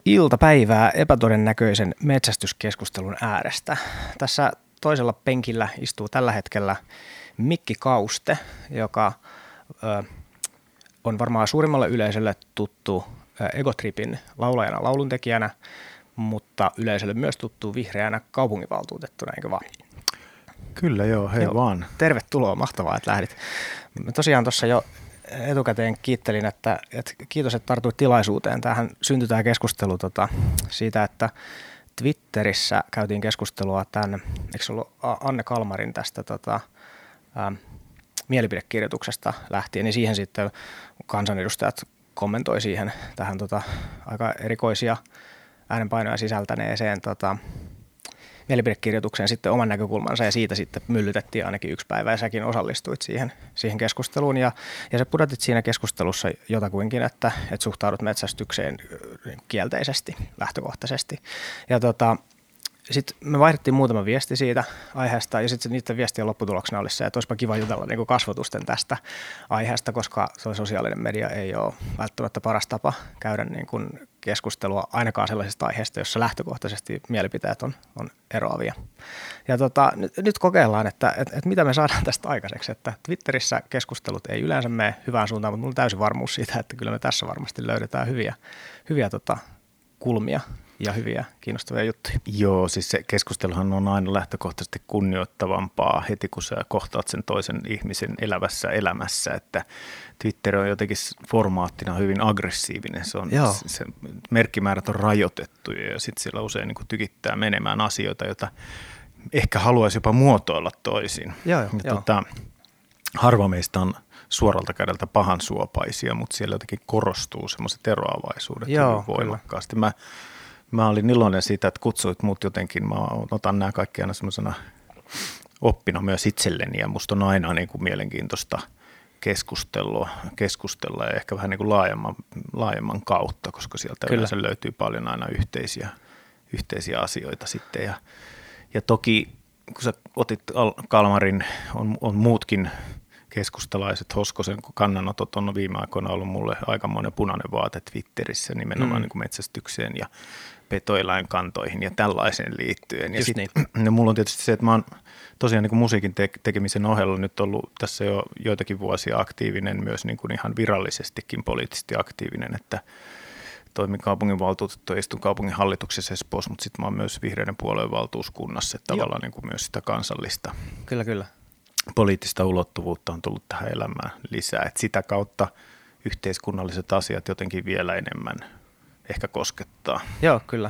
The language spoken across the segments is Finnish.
Iltapäivää epätodennäköisen metsästyskeskustelun äärestä. Tässä toisella penkillä istuu tällä hetkellä Mikki Kauste, joka on varmaan suurimmalle yleisölle tuttu Egotripin laulajana, lauluntekijänä, mutta yleisölle myös tuttu vihreänä kaupunginvaltuutettuna, eikö vaan? Kyllä joo, hei joo, vaan. Tervetuloa, mahtavaa, että lähdit. Mä tosiaan tuossa jo etukäteen kiittelin, että kiitos, että tartuit tilaisuuteen. Tämähän syntyi tämä keskustelu siitä, että Twitterissä käytiin keskustelua tämän, eikö se ollut Anne Kalmarin tästä mielipidekirjoituksesta lähtien, niin siihen sitten kansanedustajat kommentoi siihen tähän aika erikoisia äänenpainoja sisältäneeseen mielipidekirjoitukseen sitten oman näkökulmansa, ja siitä sitten myllytettiin ainakin yksi päivä, ja säkin osallistuit siihen keskusteluun, ja sä pudotit siinä keskustelussa jotakuinkin, että suhtaudut metsästykseen kielteisesti, lähtökohtaisesti. Ja sitten me vaihdettiin muutama viesti siitä aiheesta, ja sitten niiden viestien lopputuloksena olisi se, että olisipa kiva jutella niin kuin kasvotusten tästä aiheesta, koska sosiaalinen media ei ole välttämättä paras tapa käydä niin kuin keskustelua ainakaan sellaisesta aiheesta, jossa lähtökohtaisesti mielipiteet on eroavia. Ja nyt kokeillaan, että mitä me saadaan tästä aikaiseksi, että Twitterissä keskustelut ei yleensä mene hyvään suuntaan, mutta minulla on täysin varmuus siitä, että kyllä me tässä varmasti löydetään hyviä kulmia ja hyviä kiinnostavia juttuja. Joo, siis se keskusteluhan on aina lähtökohtaisesti kunnioittavampaa heti, kun sä kohtaat sen toisen ihmisen elävässä elämässä, että Twitter on jotenkin formaattina hyvin aggressiivinen, se merkkimäärät on rajoitettu ja sitten siellä usein niin kuin tykittää menemään asioita, joita ehkä haluaisi jopa muotoilla toisin. Joo. Harva meistä on suoralta kädeltä pahansuopaisia, mutta siellä jotenkin korostuu semmoiset eroavaisuudet hyvin voimakkaasti. Mä olin iloinen siitä, että kutsuit mut jotenkin. Mä otan nämä kaikki aina semmoisena oppina myös itselleni, ja musta on aina niin kuin mielenkiintoista keskustella ja ehkä vähän niin kuin laajemman kautta, koska sieltä yleensä löytyy paljon aina yhteisiä asioita sitten. Ja toki, kun sä otit Kalmarin, on muutkin keskustalaiset, Hoskosen kannanotot on viime aikoina ollut mulle aikamoinen punainen vaate Twitterissä nimenomaan niin kuin metsästykseen ja petoeläinkantoihin ja tällaiseen liittyen. Ja sitten mulla on tietysti se, että mä oon tosiaan niin kuin musiikin tekemisen ohella nyt ollut tässä jo joitakin vuosia aktiivinen, myös niin kuin ihan virallisestikin poliittisesti aktiivinen, että toimin kaupunginvaltuutettu ja istun kaupungin hallituksessa Espoossa, mutta sitten mä oon myös vihreiden puolueen valtuuskunnassa, että tavallaan niin kuin myös sitä kansallista. Kyllä. Poliittista ulottuvuutta on tullut tähän elämään lisää, että sitä kautta yhteiskunnalliset asiat jotenkin vielä enemmän ehkä koskettaa. Joo, kyllä.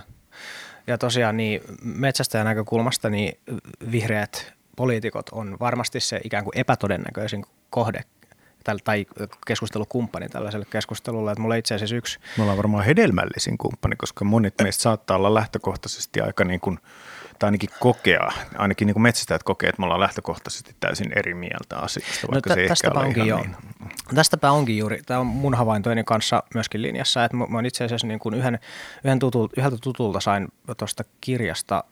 Ja tosiaan niin metsästäjän näkökulmasta niin vihreät poliitikot on varmasti se ikään kuin epätodennäköisin kohde tai keskustelukumppani tällaiselle keskustelulle, että mulla itse asiassa Me ollaan varmaan hedelmällisin kumppani, koska monet meistä saattaa olla lähtökohtaisesti aika niin kuin, tai ainakin ainakin niin kuin metsästäjät kokee, että me ollaan lähtökohtaisesti täysin eri mieltä asioista, vaikka se ehkä ole ihan niin. Tästäpä onkin juuri, tämä on mun havaintojeni kanssa myöskin linjassa, että mä oon itse asiassa niin kuin yhdeltä tutulta sain tuosta kirjasta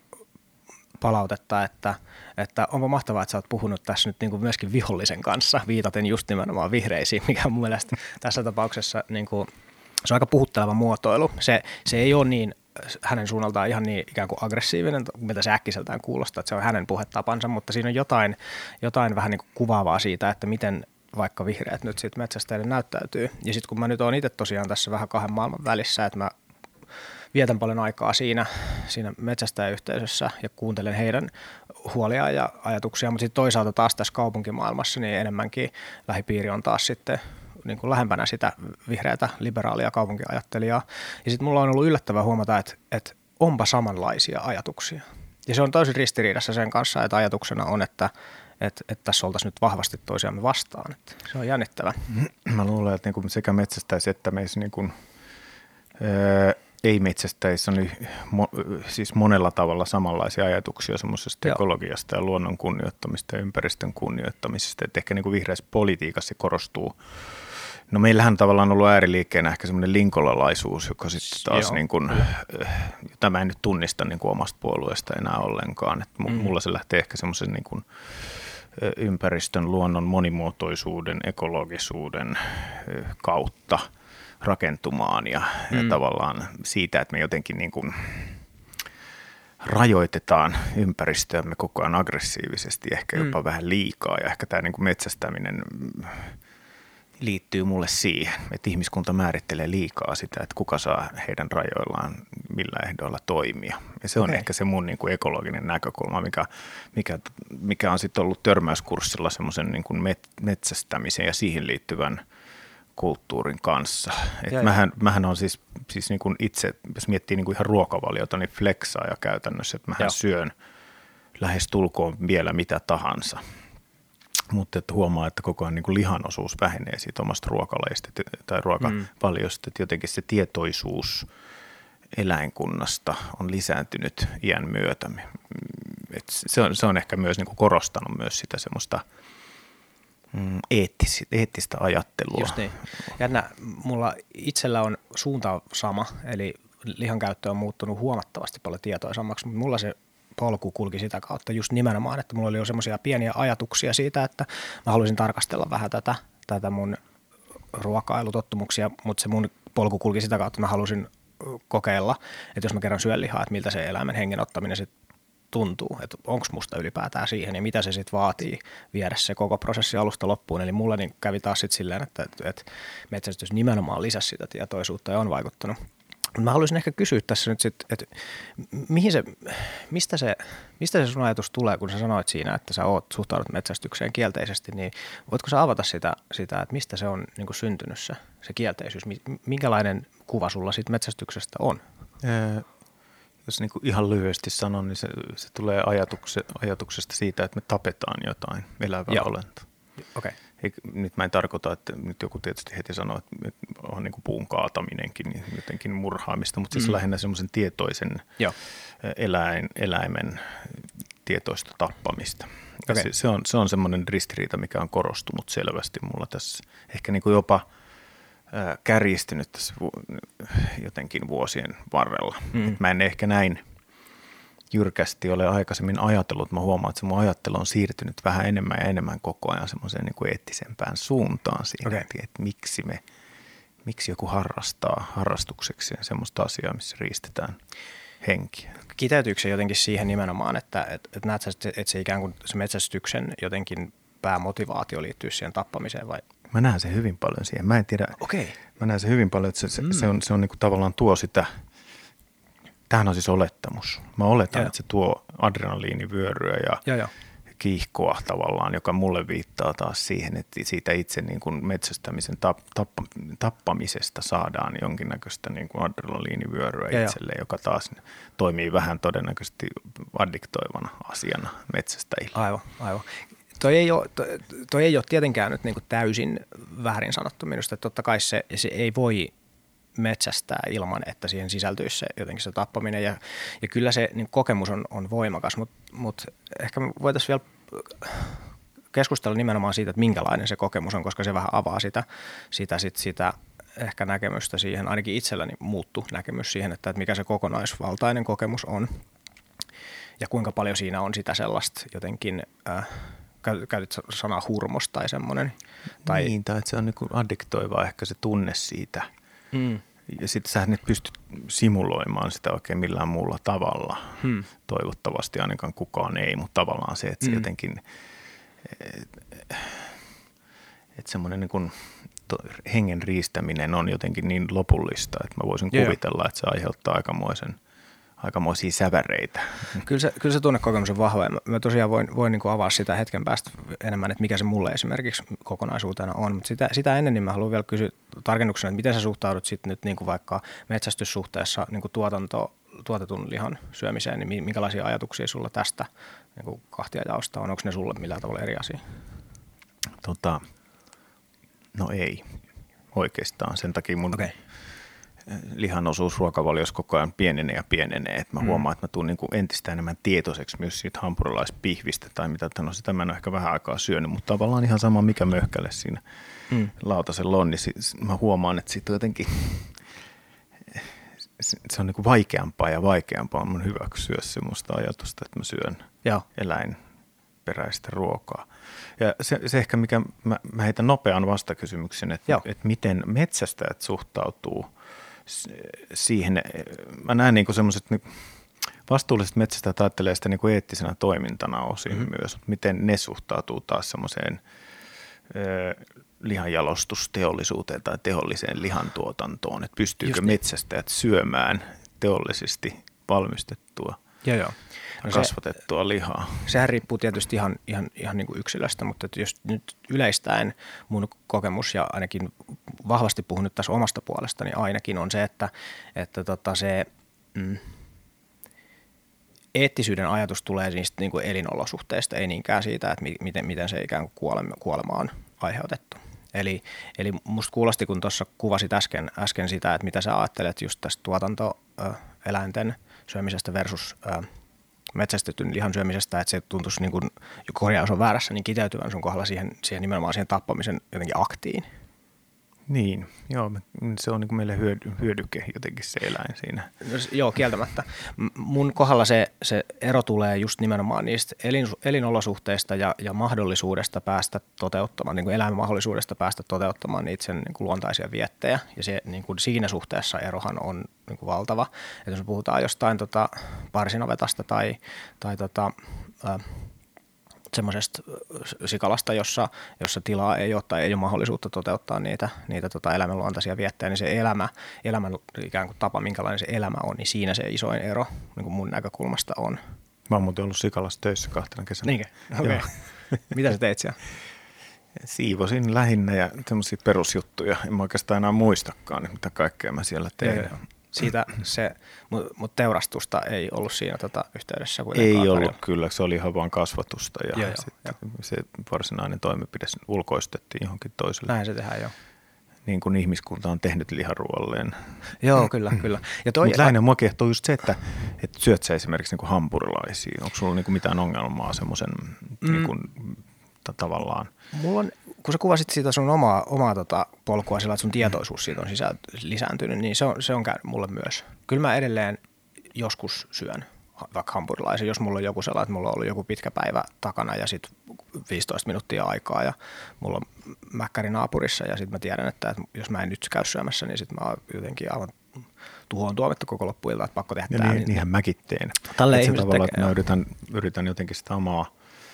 palautetta, että onpa mahtavaa, että sä oot puhunut tässä nyt niin kuin myöskin vihollisen kanssa, viitaten just nimenomaan vihreisiin, mikä on mun mielestä tässä tapauksessa niin kuin, se on aika puhutteleva muotoilu. Se ei ole niin hänen suunnaltaan ihan niin ikään kuin aggressiivinen, mitä se äkkiseltään kuulostaa, että se on hänen puhetapansa, mutta siinä on jotain vähän niin kuin kuvaavaa siitä, että miten vaikka vihreät nyt sitten metsästäjille näyttäytyy. Ja sitten kun mä nyt oon itse tosiaan tässä vähän kahden maailman välissä, että mä vietän paljon aikaa siinä metsästäjäyhteisössä ja kuuntelen heidän huoliaan ja ajatuksia, mutta sitten toisaalta taas tässä kaupunkimaailmassa niin enemmänkin lähipiiri on taas sitten niin kuin lähempänä sitä vihreätä liberaalia kaupunkiajattelijaa. Ja sitten mulla on ollut yllättävää huomata, että onpa samanlaisia ajatuksia. Ja se on täysin ristiriidassa sen kanssa, että ajatuksena on, että tässä oltaisiin nyt vahvasti toisiamme vastaan. Että se on jännittävä. Mä luulen, että niin kuin sekä metsästäisi että meissä niin kuin, ei-metsästäjissä on siis monella tavalla samanlaisia ajatuksia semmoisesta ekologiasta ja luonnon kunnioittamista ja ympäristön kunnioittamisesta. Että ehkä niin kuin vihreässä politiikassa korostuu. No meillähän tavallaan on ollut ääriliikkeenä ehkä semmoinen linkolalaisuus, joka sitten taas niin kuin, jota mä en nyt tunnista niin kuin omasta puolueesta enää ollenkaan. Että mulla se lähtee ehkä semmoisen niin kuin ympäristön, luonnon monimuotoisuuden, ekologisuuden kautta. rakentumaan ja tavallaan siitä, että me jotenkin niin kuin rajoitetaan ympäristöämme koko ajan aggressiivisesti, ehkä jopa vähän liikaa ja ehkä tämä niin kuin metsästäminen liittyy mulle siihen, että ihmiskunta määrittelee liikaa sitä, että kuka saa heidän rajoillaan millä ehdoilla toimia. Ja se on ehkä se mun niin kuin ekologinen näkökulma, mikä on sitten ollut törmäyskurssilla semmoisen niin kuin metsästämisen ja siihen liittyvän kulttuurin kanssa. Mähän on siis niin kuin itse, jos miettii niin kuin ihan ruokavaliota, niin flexaaja käytännössä, että mähän syön lähes tulkoon vielä mitä tahansa. Mutta että huomaa, että koko ajan niin kuin lihan osuus vähenee siitä omasta ruokalajista tai ruokavaliosta, että jotenkin se tietoisuus eläinkunnasta on lisääntynyt iän myötä. Se on ehkä myös niin kuin korostanut myös sitä semmoista eettistä ajattelua. Just niin. Jännä, mulla itsellä on suunta sama, eli lihan käyttö on muuttunut huomattavasti paljon tietoisammaksi, mutta mulla se polku kulki sitä kautta just nimenomaan, että mulla oli jo semmoisia pieniä ajatuksia siitä, että mä haluaisin tarkastella vähän tätä mun ruokailutottumuksia, mutta se mun polku kulki sitä kautta, että mä halusin kokeilla, että jos mä kerran syön lihaa, että miltä se eläimen hengen ottaminen sitten tuntuu, että onko musta ylipäätään siihen ja mitä se sitten vaatii viedä se koko prosessi alusta loppuun. Eli mulla niin kävi taas sitten silleen, että metsästys nimenomaan lisäsi sitä tietoisuutta ja on vaikuttanut. Mä haluaisin ehkä kysyä tässä nyt sitten, että mistä se sun ajatus tulee, kun sä sanoit siinä, että sä suhtaudut metsästykseen kielteisesti, niin voitko sä avata sitä että mistä se on niin kuin syntynyt se kielteisyys? Minkälainen kuva sulla siitä metsästyksestä on? Jos niin kuin ihan lyhyesti sanon, niin se tulee ajatuksesta siitä, että me tapetaan jotain elävää olentoa. Okay. Nyt mä en tarkoita, että nyt joku tietysti heti sanoo, että on niin kuin puun kaataminenkin niin jotenkin murhaamista, mutta siis lähinnä semmoisen tietoisen eläimen tietoista tappamista. Okay. Se on semmoinen ristiriita, mikä on korostunut selvästi mulla tässä, ehkä niin kuin jopa kärjistynyt tässä jotenkin vuosien varrella. Mä en ehkä näin jyrkästi ole aikaisemmin ajatellut. Mä huomaan, että se mun ajattelu on siirtynyt vähän enemmän ja enemmän koko ajan semmoiseen niin kuin eettisempään suuntaan siinä, että miksi joku harrastaa harrastukseksi ja semmoista asiaa, missä riistetään henkiä. Kiteytyykö se jotenkin siihen nimenomaan, että näet sä, että se ikään kuin se metsästyksen jotenkin päämotivaatio liittyy siihen tappamiseen vai? Mä näen sen hyvin paljon siihen. Mä en tiedä. Mä näen sen hyvin paljon, että se on niin kuin tavallaan tuo sitä. Tämähän on siis olettamus. Mä oletan, että se tuo adrenaliinivyöryä ja kiihkoa tavallaan, joka mulle viittaa taas siihen, että siitä itse niin kuin metsästämisen tappamisesta saadaan jonkinnäköistä niin kuin adrenaliinivyöryä itselleen, joka taas toimii vähän todennäköisesti addiktoivana asiana metsästäjille. Aivan. Toi ei ole tietenkään nyt niin kuin täysin väärin sanottu minusta, että totta kai se ei voi metsästää ilman, että siihen sisältyisi se jotenkin se tappaminen ja kyllä se niin kokemus on voimakas, mutta ehkä me voitaisiin vielä keskustella nimenomaan siitä, että minkälainen se kokemus on, koska se vähän avaa sitä ehkä näkemystä siihen, ainakin itselläni muuttui näkemys siihen, että mikä se kokonaisvaltainen kokemus on ja kuinka paljon siinä on sitä sellaista jotenkin käytit sanaa hurmos tai semmoinen. Niin, tai että se on niin kuin addiktoiva ehkä se tunne siitä. Ja sitten sä et pysty simuloimaan sitä oikein millään muulla tavalla. Toivottavasti ainakaan kukaan ei, mutta tavallaan se, että se jotenkin, että semmoinen niin kuin hengen riistäminen on jotenkin niin lopullista, että mä voisin kuvitella, että se aiheuttaa aikamoisia säväreitä. Kyllä se tunnekokemus on vahva. Mä tosiaan voin niin kuin avaa sitä hetken päästä enemmän, että mikä se mulle esimerkiksi kokonaisuutena on. Mutta sitä ennen niin mä haluan vielä kysyä tarkennuksena, että miten sä suhtaudut sitten nyt niin kuin vaikka metsästyssuhteessa niin kuin tuotetun lihan syömiseen, niin minkälaisia ajatuksia sulla tästä niin kuin kahtiajaosta on? Onko ne sulle millään tavalla eri asia? No ei oikeastaan. Sen takia mun lihan osuus ruokavaliossa koko ajan pienenee, että mä huomaan, että mä tuun niin kuin entistä enemmän tietoiseksi myös siitä hampurilaispihvistä tai mitä, sitä mä en ole ehkä vähän aikaa syönyt, mutta tavallaan ihan sama mikä möhkäle siinä lautasella on, niin mä huomaan, että siitä on jotenkin, se on niin kuin vaikeampaa ja vaikeampaa mun hyväksyä semmoista ajatusta, että mä syön eläinperäistä eläinperäistä ruokaa. Ja se ehkä, mikä mä heitän nopean vastakysymyksen, että miten metsästäjät suhtautuu siihen. Mä näen niin semmoiset vastuulliset metsästäjät ajattelee sitä niin eettisenä toimintana osin myös. Miten ne suhtautuu taas semmoiseen lihanjalostusteollisuuteen tai teholliseen lihantuotantoon, että pystyykö metsästäjät syömään teollisesti valmistettua kasvatettua lihaa. Sehän riippuu tietysti ihan niin kuin yksilöstä, mutta jos nyt yleistäen mun kokemus ja ainakin vahvasti puhun nyt tässä omasta puolestani ainakin on se, että se eettisyyden ajatus tulee niistä niin kuin elinolosuhteista, ei niinkään siitä, että miten se ikään kuin kuolema on aiheutettu. Eli musta kuulosti, kun tuossa kuvasit äsken sitä, että mitä sä ajattelet just tästä tuotantoeläinten syömisestä versus metsästetyn lihan syömisestä, että se tuntuisi, niin kuin korjaus on väärässä, niin kiteytyvän sun kohdalla siihen nimenomaan siihen tappamisen jotenkin aktiin. Niin, joo, se on niin kuin meille hyödyke jotenkin se eläin siinä. No, joo, kieltämättä. Mun kohdalla se ero tulee just nimenomaan niistä elinolosuhteista ja mahdollisuudesta päästä toteuttamaan, niin kuin eläimen mahdollisuudesta päästä toteuttamaan niitä sen niin kuin luontaisia viettejä. Ja se, niin kuin siinä suhteessa erohan on niin kuin valtava. Että jos puhutaan jostain parsinavetasta tai semmoisesta sikalasta, jossa tilaa ei ole tai ei ole mahdollisuutta toteuttaa niitä elämänluontaisia viettejä, niin se elämän ikään kuin tapa, minkälainen se elämä on, niin siinä se isoin ero niin kuin mun näkökulmasta on. Mä oon muuten ollut sikalassa töissä 2 kesänä. Niinkö? Okei. Okay. Mitä sä teit siellä? Siivosin lähinnä ja semmoisia perusjuttuja. En mä oikeastaan enää muistakaan, mitä kaikkea mä siellä tein. Joo. Siitä mutta teurastusta ei ollut siinä yhteydessä kuitenkaan. Ei ollut kyllä, se oli ihan vaan kasvatusta ja sitten se varsinainen toimenpide ulkoistettiin johonkin toiselle. Näin se tehdään, joo. Niin kuin ihmiskunta on tehnyt liharuolleen. Joo, kyllä. Mutta lähinnä mua kiehtoo just se, että syöt sä esimerkiksi niin kuin hampurilaisia. Onko sulla niin kuin mitään ongelmaa semmoisen niin kuin, tavallaan? Mulla on, kun sä kuvasit siitä sun omaa polkua sillä, että sun tietoisuus siitä on lisääntynyt, niin se on käynyt mulle myös. Kyllä mä edelleen joskus syön vaikka hampurilaisen, jos mulla on joku sellainen, että mulla on ollut joku pitkä päivä takana ja sitten 15 minuuttia aikaa ja mulla on mäkkäri naapurissa ja sitten mä tiedän, että jos mä en nyt käy syömässä, niin sitten mä oon jotenkin aivan tuhoon tuomittu koko loppuilta, että pakko tehdä tämä. Niinhän mäkin teen. Tälleen ihmiset tekee. Että mä yritän jotenkin sitä omaa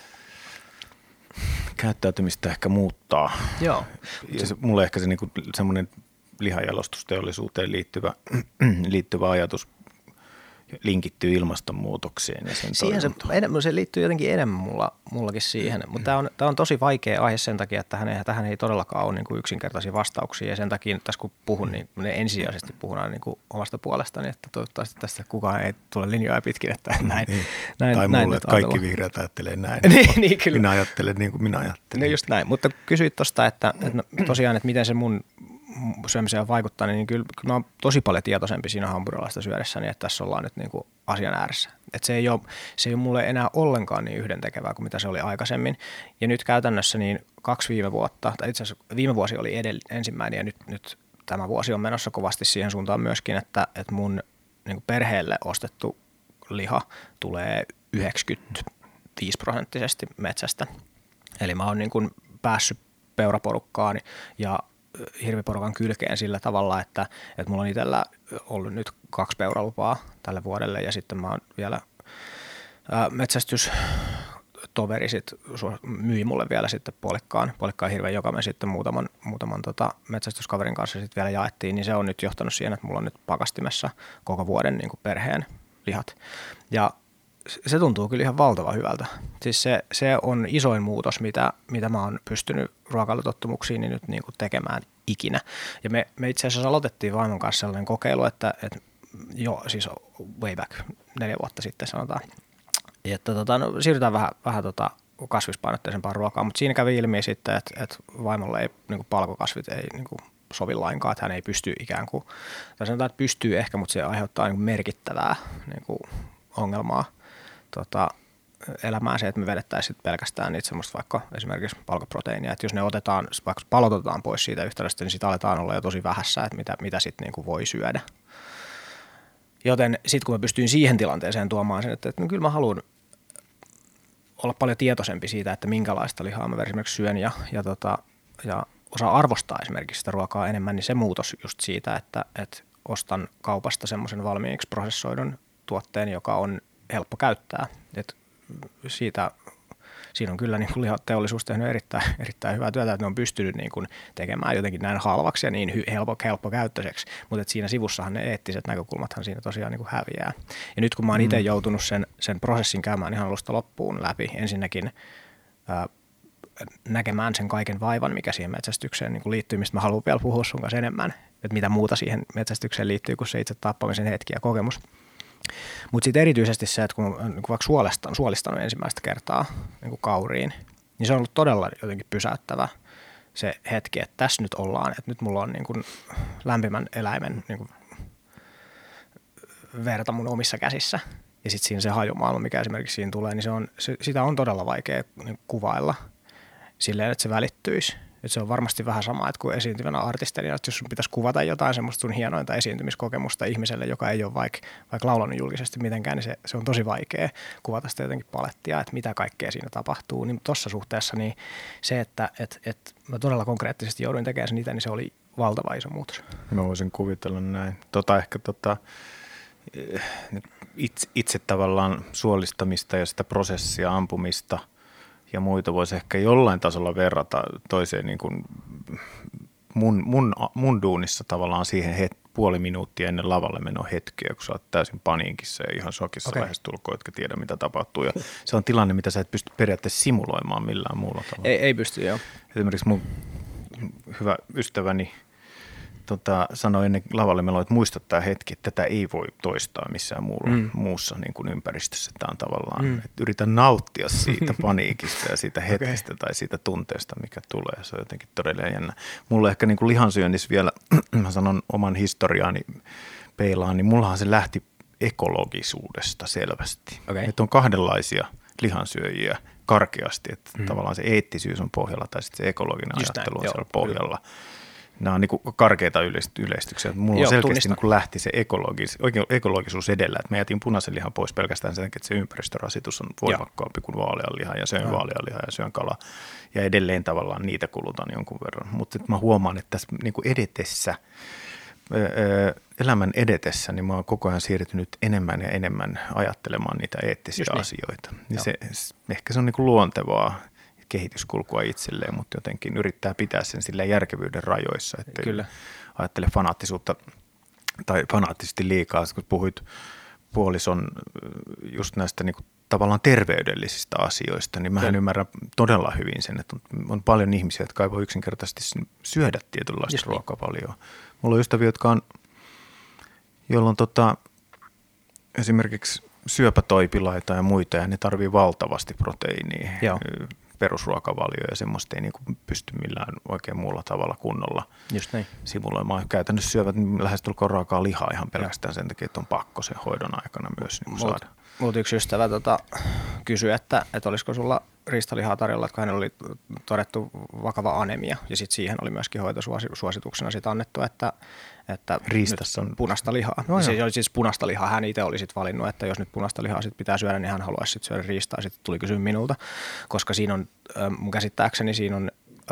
käyttäytymistä ehkä muuttaa. Joo. Ja mulle ehkä se niinku semmoinen lihanjalostusteollisuuteen liittyvä ajatus linkittyy ilmastonmuutokseen ja sen se liittyy jotenkin enemmän mullakin siihen, mutta tämä on tosi vaikea aihe sen takia, että tähän ei todellakaan ole niin kuin yksinkertaisia vastauksia ja sen takia tässä kun puhun, niin ensisijaisesti puhun aina niin kuin omasta puolestani, että toivottavasti tästä kukaan ei tule linjoja pitkin, että näin. Tai mulle, että kaikki vihreät ajattelee näin. niin, kyllä. Minä ajattelen niin kuin minä ajattelen. No just näin, mutta kysyit tuosta, että tosiaan, että miten se mun syömiseen vaikuttaa, niin kyllä mä oon tosi paljon tietoisempi siinä hampurilaista syödessäni, että tässä ollaan nyt niin kuin asian ääressä. Että se ei ole mulle enää ollenkaan niin yhdentekevää kuin mitä se oli aikaisemmin. Ja nyt käytännössä niin 2 viime vuotta, tai itse asiassa viime vuosi oli ensimmäinen ja nyt tämä vuosi on menossa kovasti siihen suuntaan myöskin, että mun niin kuin perheelle ostettu liha tulee 95% metsästä. Eli mä oon niin kuin päässyt peuraporukkaan ja hirviporukan kylkeen sillä tavalla, että mulla on itsellä ollut nyt 2 peuralupaa tälle vuodelle ja sitten mä oon vielä metsästystoveri myi mulle vielä sitten puolikkaan hirven, joka me sitten muutaman metsästyskaverin kanssa sitten vielä jaettiin, niin se on nyt johtanut siihen, että mulla on nyt pakastimessa koko vuoden niin kuin perheen lihat. Ja se tuntuu kyllä ihan valtavan hyvältä. Siis se on isoin muutos, mitä mä oon pystynyt ruokailutottumuksiin nyt niin kuin tekemään ikinä. Ja me itse asiassa aloitettiin vaimon kanssa sellainen kokeilu, että siis way back 4 vuotta sitten sanotaan. Että siirrytään vähän kasvispainotteisempaan ruokaan, mutta siinä kävi ilmi sitten, että vaimolle ei niin kuin palkokasvit ei niin kuin sovi lainkaan, että hän ei pysty ikään kuin, tai sanotaan, että pystyy ehkä, mutta se aiheuttaa niin kuin merkittävää niin kuin ongelmaa elämään se, että me vedettäisiin pelkästään niitä semmoista vaikka esimerkiksi palkoproteiinia, että jos ne otetaan, vaikka palotetaan pois siitä yhtälöstä, niin sitä aletaan olla jo tosi vähässä, että mitä sitten niin kuin voi syödä. Joten sitten kun mä pystyin siihen tilanteeseen tuomaan sen, että no kyllä mä haluan olla paljon tietoisempi siitä, että minkälaista lihaa mä esimerkiksi syön ja osaa arvostaa esimerkiksi sitä ruokaa enemmän, niin se muutos just siitä, että ostan kaupasta semmoisen valmiiksi prosessoidun tuotteen, joka on helppo käyttää. Et siinä on kyllä niin kuin lihateollisuus tehnyt erittäin hyvää työtä, että ne on pystynyt niin kuin tekemään jotenkin näin halvaksi ja niin helppokäyttöiseksi, mutta siinä sivussahan ne eettiset näkökulmathan siinä tosiaan niin kuin häviää. Ja nyt kun mä oon itse joutunut sen prosessin käymään ihan alusta loppuun läpi, ensinnäkin näkemään sen kaiken vaivan, mikä siihen metsästykseen niin kuin liittyy, mistä mä haluan vielä puhua sun kanssa enemmän, että mitä muuta siihen metsästykseen liittyy kuin se itse tappamisen hetki ja kokemus. Mutta sitten erityisesti se, että kun olen niin vaikka suolistanut ensimmäistä kertaa niin kuin kauriin, niin se on ollut todella jotenkin pysäyttävä se hetki, että tässä nyt ollaan, että nyt mulla on niin kuin lämpimän eläimen niin kuin verta mun omissa käsissä. Ja sitten siinä se hajumaailma, mikä esimerkiksi siinä tulee, niin sitä on todella vaikea niin kuvailla silleen, että se välittyisi. Että se on varmasti vähän sama, että kuin esiintyvänä artistina, että jos sun pitäisi kuvata jotain semmoista sun hienointa esiintymiskokemusta ihmiselle, joka ei ole vaikka laulanut julkisesti mitenkään, niin se on tosi vaikea kuvata sitä jotenkin palettia, että mitä kaikkea siinä tapahtuu. Niin tuossa suhteessa niin se, että mä todella konkreettisesti jouduin tekemään sen itse, niin se oli valtava iso muutos. Mä voisin kuvitella näin. Itse tavallaan suolistamista ja sitä prosessia, ampumista ja muita voisi ehkä jollain tasolla verrata toiseen niin kuin mun duunissa tavallaan siihen puoli minuuttia ennen lavalle menon hetkeä, kun sä oot täysin paniikissa ja ihan shokissa lähestulkoon, etkä tiedä mitä tapahtuu. Ja se on tilanne, mitä sä et pysty periaatteessa simuloimaan millään muulla tavalla. Ei pysty, joo. Esimerkiksi mun hyvä ystäväni sanoi ennen lavalle meloa, että muista tämä hetki, että tätä ei voi toistaa missään muussa niin kuin ympäristössä. Tämä on tavallaan, että yritän nauttia siitä paniikista ja siitä hetkestä tai siitä tunteesta, mikä tulee. Se on jotenkin todella jännä. Mulla ehkä niin kuin lihansyönnissä vielä, mä sanon oman historiaani peilaan, niin mullahan se lähti ekologisuudesta selvästi. Että on kahdenlaisia lihansyöjiä karkeasti, että tavallaan se eettisyys on pohjalla tai sitten se ekologinen ajattelu on siellä pohjalla. Nämä on niin karkeita yleistyksiä. Mulla on selkeästi niin lähti se ekologisuus edellä. Että mä jätin punaisen lihan pois pelkästään sen, että se ympäristörasitus on voimakkaampi kuin vaalean liha ja söin vaalean lihaa ja syön kalaa. Ja edelleen tavallaan niitä kulutan jonkun verran. Mutta mä huomaan, että tässä niin edetessä, elämän edetessä, niin mä oon koko ajan siirtynyt enemmän ja enemmän ajattelemaan niitä eettisiä asioita. Niin ehkä se on niin luontevaa kehityskulkua itselleen, mutta jotenkin yrittää pitää sen sillä järkevyyden rajoissa, että ajattele fanaattisuutta tai fanaattisesti liikaa, kun puhuit puolison just näistä niin kuin tavallaan terveydellisistä asioista, niin mähän ymmärrän todella hyvin sen, että on paljon ihmisiä, jotka ei voi yksinkertaisesti syödä tietynlaista ruokavalioa. Mulla on ystäviä, joilla on esimerkiksi syöpätoipilaita ja muita, ja ne tarvii valtavasti proteiinia. Perusruokavalio ja semmoista ei niinku pysty millään oikein muulla tavalla kunnolla simuloimaan. Käytännössä syövät lähestulkoon raakaa lihaa ihan pelkästään sen takia, että on pakko sen hoidon aikana myös niin saada. Multa yksi ystävä kysyi, että olisiko sulla riistalihaa tarjolla, että hänellä oli todettu vakava anemia ja sitten siihen oli myöskin hoitosuosituksena sit annettu, että riistassa on punaista lihaa. No, se oli siis punaista lihaa. Hän itse oli sit valinnut, että jos nyt punaista lihaa sit pitää syödä, niin hän haluaisi sit syödä riistaa. Sitten tuli kysyä minulta, koska siinä on, mun käsittääkseni siinä on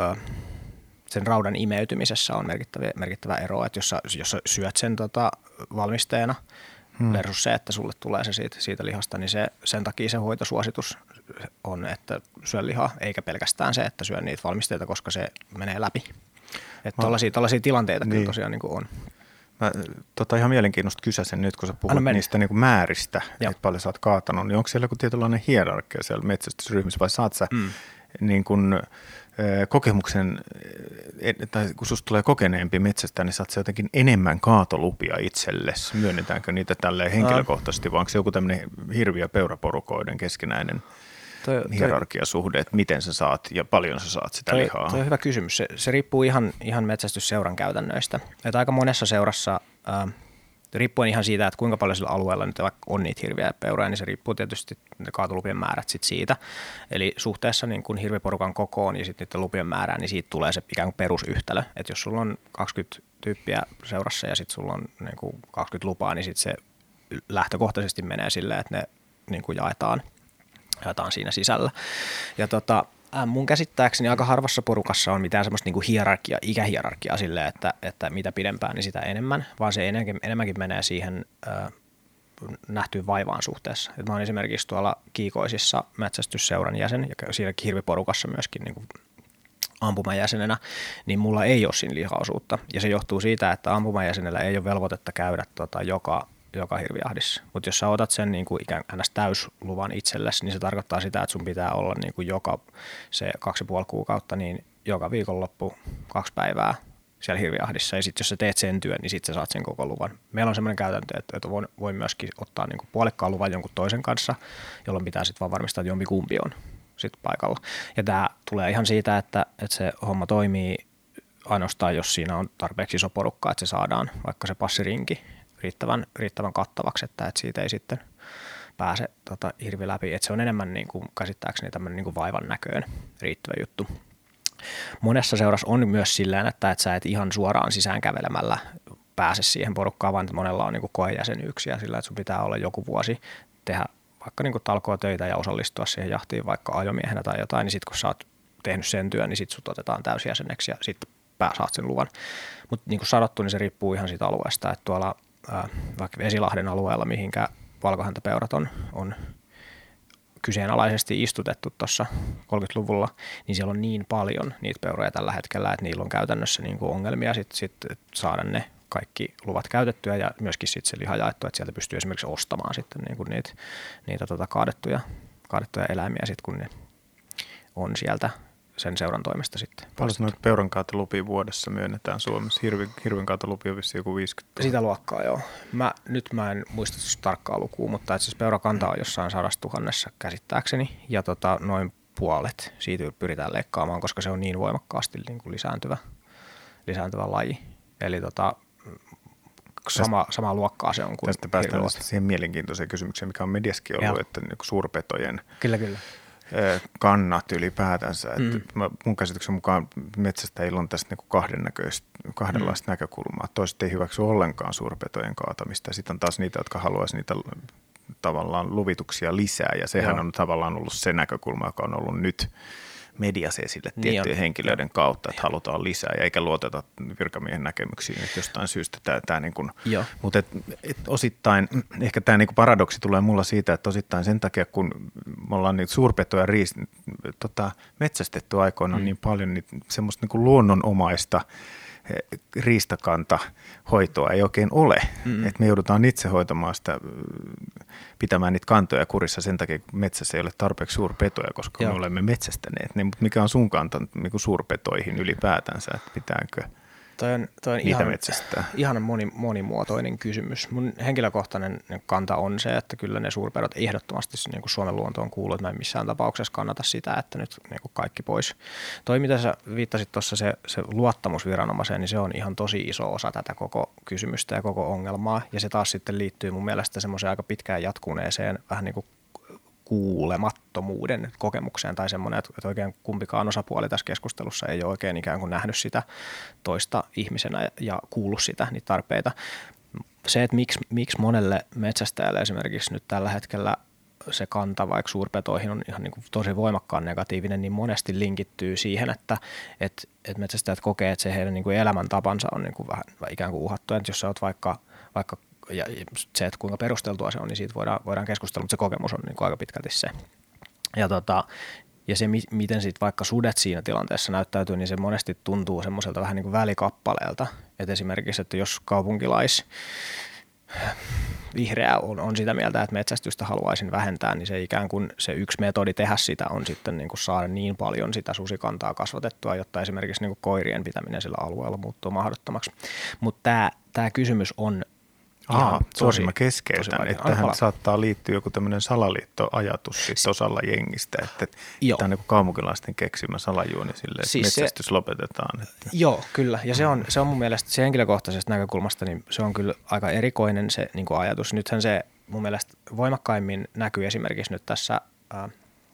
sen raudan imeytymisessä on merkittävä ero, että jos sä syöt sen valmisteena versus se, että sulle tulee se siitä lihasta, niin sen takia se hoitosuositus on, että syö lihaa, eikä pelkästään se, että syö niitä valmisteita, koska se menee läpi. Että tällaisia tilanteita niin kyllä tosiaan niin kuin on. Mä ihan mielenkiintoista kysäsen nyt, kun sä puhut niistä niin kuin määristä, että paljon sä oot kaatanut, niin onko siellä joku tietynlainen hierarkia siellä metsästysryhmissä vai saat sä niin kuin kokemuksen, tai kun susta tulee kokeneempi metsästä, niin saat sä jotenkin enemmän kaatolupia itsellesi. Myönnetäänkö niitä tälleen henkilökohtaisesti, vai onko se joku tämmöinen hirvi- ja peuraporukoiden keskinäinen hierarkiasuhde, että miten sä saat ja paljon sä saat sitä lihaa? Toi on hyvä kysymys. Se riippuu ihan metsästysseuran käytännöistä. Että aika monessa seurassa, riippuen ihan siitä, että kuinka paljon sillä alueella nyt vaikka on niitä hirviä ja peuroja, niin se riippuu tietysti ne kaatolupien määrät sit siitä. Eli suhteessa niin kun hirviporukan kokoon ja sitten niiden lupien määrään, niin siitä tulee se ikään kuin perusyhtälö. Että jos sulla on 20 tyyppiä seurassa ja sitten sulla on niin kuin 20 lupaa, niin sitten se lähtökohtaisesti menee silleen, että ne niin kuin jaetaan joita on siinä sisällä. Ja mun käsittääkseni aika harvassa porukassa on mitään semmoista niinku ikähierarkiaa silleen, että mitä pidempään, niin sitä enemmän, vaan se enemmänkin menee siihen nähtyyn vaivaan suhteessa. Et mä oon esimerkiksi tuolla Kiikoisissa metsästysseuran jäsen ja siinä hirviporukassa myöskin niinku ampumajäsenenä, niin mulla ei ole siinä lihaosuutta. Ja se johtuu siitä, että ampumajäsenellä ei ole velvoitetta käydä joka hirvijahdissa. Mutta jos sä otat sen niin kuin ikään kuin täysluvan itsellesi, niin se tarkoittaa sitä, että sun pitää olla niin kuin se 2,5 kuukautta, niin joka viikonloppu 2 päivää siellä hirvijahdissa. Ja sitten jos sä teet sen työn, niin sitten sä saat sen koko luvan. Meillä on semmoinen käytäntö, että voi myöskin ottaa niin kuin puolikkaan luvan jonkun toisen kanssa, jolloin pitää sitten vaan varmistaa, että jompikumpi on sitten paikalla. Ja tämä tulee ihan siitä, että se homma toimii ainoastaan, jos siinä on tarpeeksi iso porukka, että se saadaan vaikka se passirinki riittävän kattavaksi, että siitä ei sitten pääse hirvi läpi. Että se on enemmän niin kuin, käsittääkseni tämmöinen niin kuin vaivan näköön riittävä juttu. Monessa seurassa on myös sillään, että sä et ihan suoraan sisään kävelemällä pääse siihen porukkaan, vaan monella on niin kuin koejäsenyyksiä sillä, että sun pitää olla joku vuosi tehdä vaikka niin kuin talkootöitä ja osallistua siihen jahtiin vaikka ajomiehenä tai jotain, niin sitten kun sä oot tehnyt sen työn, niin sitten sut otetaan täysjäseneksi ja sitten saat sen luvan. Mutta niin kuin sanottu, niin se riippuu ihan siitä alueesta, että tuolla vaikka Vesilahden alueella, mihinkä valkohäntäpeurat on kyseenalaisesti istutettu tuossa 30-luvulla, niin siellä on niin paljon niitä peuroja tällä hetkellä, että niillä on käytännössä niin kuin ongelmia sit saada ne kaikki luvat käytettyä ja myöskin sitten se liha jaettu, että sieltä pystyy esimerkiksi ostamaan sitten niin kuin niitä kaadettuja eläimiä sitten, kun ne on sieltä sen seuran toimesta sitten. Paljon noita peurankaatolupia vuodessa myönnetään Suomessa? Hirvenkaatolupia on vissiin joku 50. Sitä luokkaa, joo. Mä en muista tarkkaa lukua, mutta siis peurakanta on jossain 100 000 käsittääkseni, ja noin puolet siitä pyritään leikkaamaan, koska se on niin voimakkaasti niin kuin lisääntyvä laji. Eli samaa luokkaa se on kuin tästä päästään siihen mielenkiintoiseen kysymykseen, mikä on mediaskin ollut, että niin suurpetojen kyllä. kannat ylipäätänsä. Mun käsityksen mukaan metsästäjillä on tästä niin kahdenlaista näkökulmaa. Toiset ei hyväksy ollenkaan suurpetojen kaatamista. Sitten on taas niitä, jotka haluaisi niitä tavallaan luvituksia lisää. Ja sehän on tavallaan ollut se näkökulma, joka on ollut nyt mediassa esille tiettyjen henkilöiden kautta, että halutaan lisää ja eikä luoteta virkamiehen näkemyksiin, että jostain syystä tämä niin kuin, mutta osittain, ehkä tämä niin kuin paradoksi tulee mulla siitä, että osittain sen takia, kun me ollaan niitä suurpetoja metsästetty aikoina niin paljon, niin semmoista niin kuin luonnonomaista riistakantahoitoa ei oikein ole. Että me joudutaan itse hoitamaan sitä, pitämään niitä kantoja kurissa sen takia, kun metsässä ei ole tarpeeksi suurpetoja, koska me olemme metsästäneet. Mutta mikä on sun kanta niin kuin suurpetoihin ylipäätänsä, että pitääkö toi on ihan monimuotoinen kysymys. Mun henkilökohtainen kanta on se, että kyllä ne suurpedot ehdottomasti niin kuin Suomen luontoon kuuluu, että mä en missään tapauksessa kannata sitä, että nyt niin kuin kaikki pois. Toi, mitä sä viittasit tuossa se luottamus viranomaiseen, niin se on ihan tosi iso osa tätä koko kysymystä ja koko ongelmaa. Ja se taas sitten liittyy mun mielestä semmoiseen aika pitkään jatkuneeseen vähän niin kuin kuulemattomuuden kokemukseen tai semmoinen, että oikein kumpikaan osapuoli tässä keskustelussa ei ole oikein ikään kuin nähnyt sitä toista ihmisenä ja kuullut sitä, niitä tarpeita. Se, että miksi monelle metsästäjälle esimerkiksi nyt tällä hetkellä se kanta vaikka suurpetoihin on ihan niin kuin tosi voimakkaan negatiivinen, niin monesti linkittyy siihen, että metsästäjät kokee, että se heidän niin kuin elämäntapansa on niin kuin vähän ikään kuin uhattu. Että jos sä oot vaikka ja se, että kuinka perusteltua se on, niin siitä voidaan keskustella, mutta se kokemus on niin kuin aika pitkälti se. Ja se, miten sitten vaikka sudet siinä tilanteessa näyttäytyy, niin se monesti tuntuu semmoiselta vähän niin kuin välikappaleelta. Että esimerkiksi, että jos vihreä on sitä mieltä, että metsästystä haluaisin vähentää, niin se ikään kuin se yksi metodi tehdä sitä on sitten niin kuin saada niin paljon sitä susikantaa kasvatettua, jotta esimerkiksi niin kuin koirien pitäminen sillä alueella muuttuu mahdottomaksi. Mutta tämä kysymys on mä keskeytän, että tähän saattaa liittyä joku tämmöinen salaliittoajatus sitten osalla jengistä, että tämä on niin kuin kaupunkilaisten keksimä salajuoni sille, että siis metsästys lopetetaan. Että. Joo, kyllä. Ja se on mun mielestä se henkilökohtaisesta näkökulmasta, niin se on kyllä aika erikoinen se niin kuin ajatus. Nythän se mun mielestä voimakkaimmin näkyy esimerkiksi nyt tässä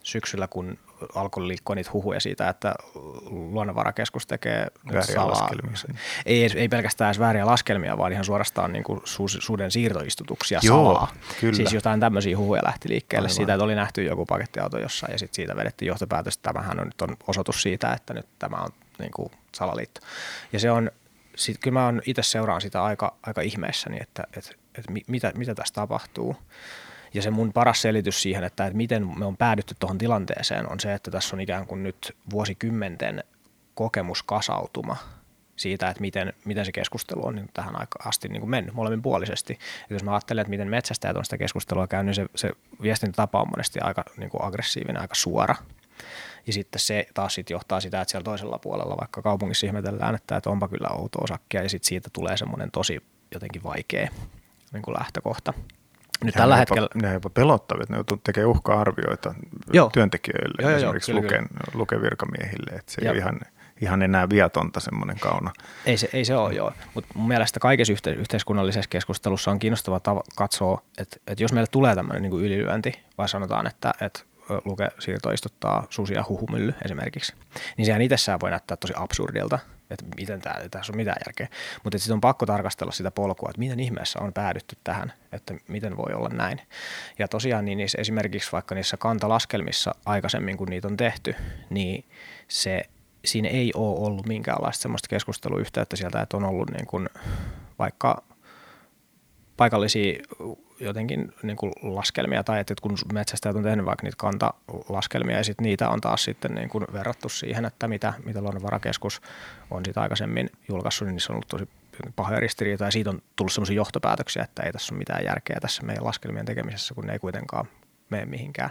syksyllä, kun alkoi liikkua niitä huhuja siitä, että Luonnonvarakeskus tekee vääriä laskelmia. Ei pelkästään edes vääriä laskelmia, vaan ihan suorastaan niin kuin suden siirtoistutuksia Joo, kyllä. Siis jotain tämmöisiä huhuja lähti liikkeelle Aivan. siitä, että oli nähty joku pakettiauto jossain ja sitten siitä vedettiin johtopäätös, että tämähän on nyt osoitus siitä, että nyt tämä on niin kuin salaliitto. Ja se on, kyllä mä itse seuraan sitä aika ihmeessäni, että mitä tässä tapahtuu. Ja se mun paras selitys siihen, että miten me on päädytty tuohon tilanteeseen, on se, että tässä on ikään kuin nyt vuosikymmenten kokemuskasautuma siitä, että miten se keskustelu on niin tähän asti niin kuin mennyt molemminpuolisesti. Ja jos mä ajattelen, että miten metsästäjät on sitä keskustelua käynyt, niin se viestintätapa on monesti aika niin kuin aggressiivinen, aika suora. Ja sitten se taas johtaa sitä, että siellä toisella puolella vaikka kaupungissa ihmetellään, että onpa kyllä outoa sakkia, ja sitten siitä tulee semmoinen tosi jotenkin vaikea niin kuin lähtökohta. Nyt tällä hetkellä Ne on jopa pelottavia, että ne joutuu tekemään uhka-arvioita työntekijöille, esimerkiksi lukevirkamiehille, että se ei ole ihan enää viatonta semmoinen kauna. Ei se ole, joo. Mutta mun mielestä kaikessa yhteiskunnallisessa keskustelussa on kiinnostavaa katsoa, että jos meille tulee tämmöinen niin kuin ylilyönti, vai sanotaan, että Luke siirtoistuttaa susia huhumylly esimerkiksi, niin sehän itsessään voi näyttää tosi absurdilta, että miten tässä on mitään järkeä. Mutta sitten on pakko tarkastella sitä polkua, että miten ihmeessä on päädytty tähän, että miten voi olla näin. Ja tosiaan niin niissä, esimerkiksi vaikka niissä kantalaskelmissa aikaisemmin, kun niitä on tehty, niin siinä ei ole ollut minkäänlaista semmoista keskusteluyhteyttä sieltä, että on ollut niin kuin vaikka paikallisia jotenkin niin kuin laskelmia, tai että kun metsästäjät on tehnyt vaikka niitä kantalaskelmia, ja sitten niitä on taas sitten niin kuin verrattu siihen, että mitä Luonnonvarakeskus on sitä aikaisemmin julkaissut, niin se on ollut tosi pahoja ristiriitoja, ja siitä on tullut sellaisia johtopäätöksiä, että ei tässä ole mitään järkeä tässä meidän laskelmien tekemisessä, kun ne ei kuitenkaan mene mihinkään.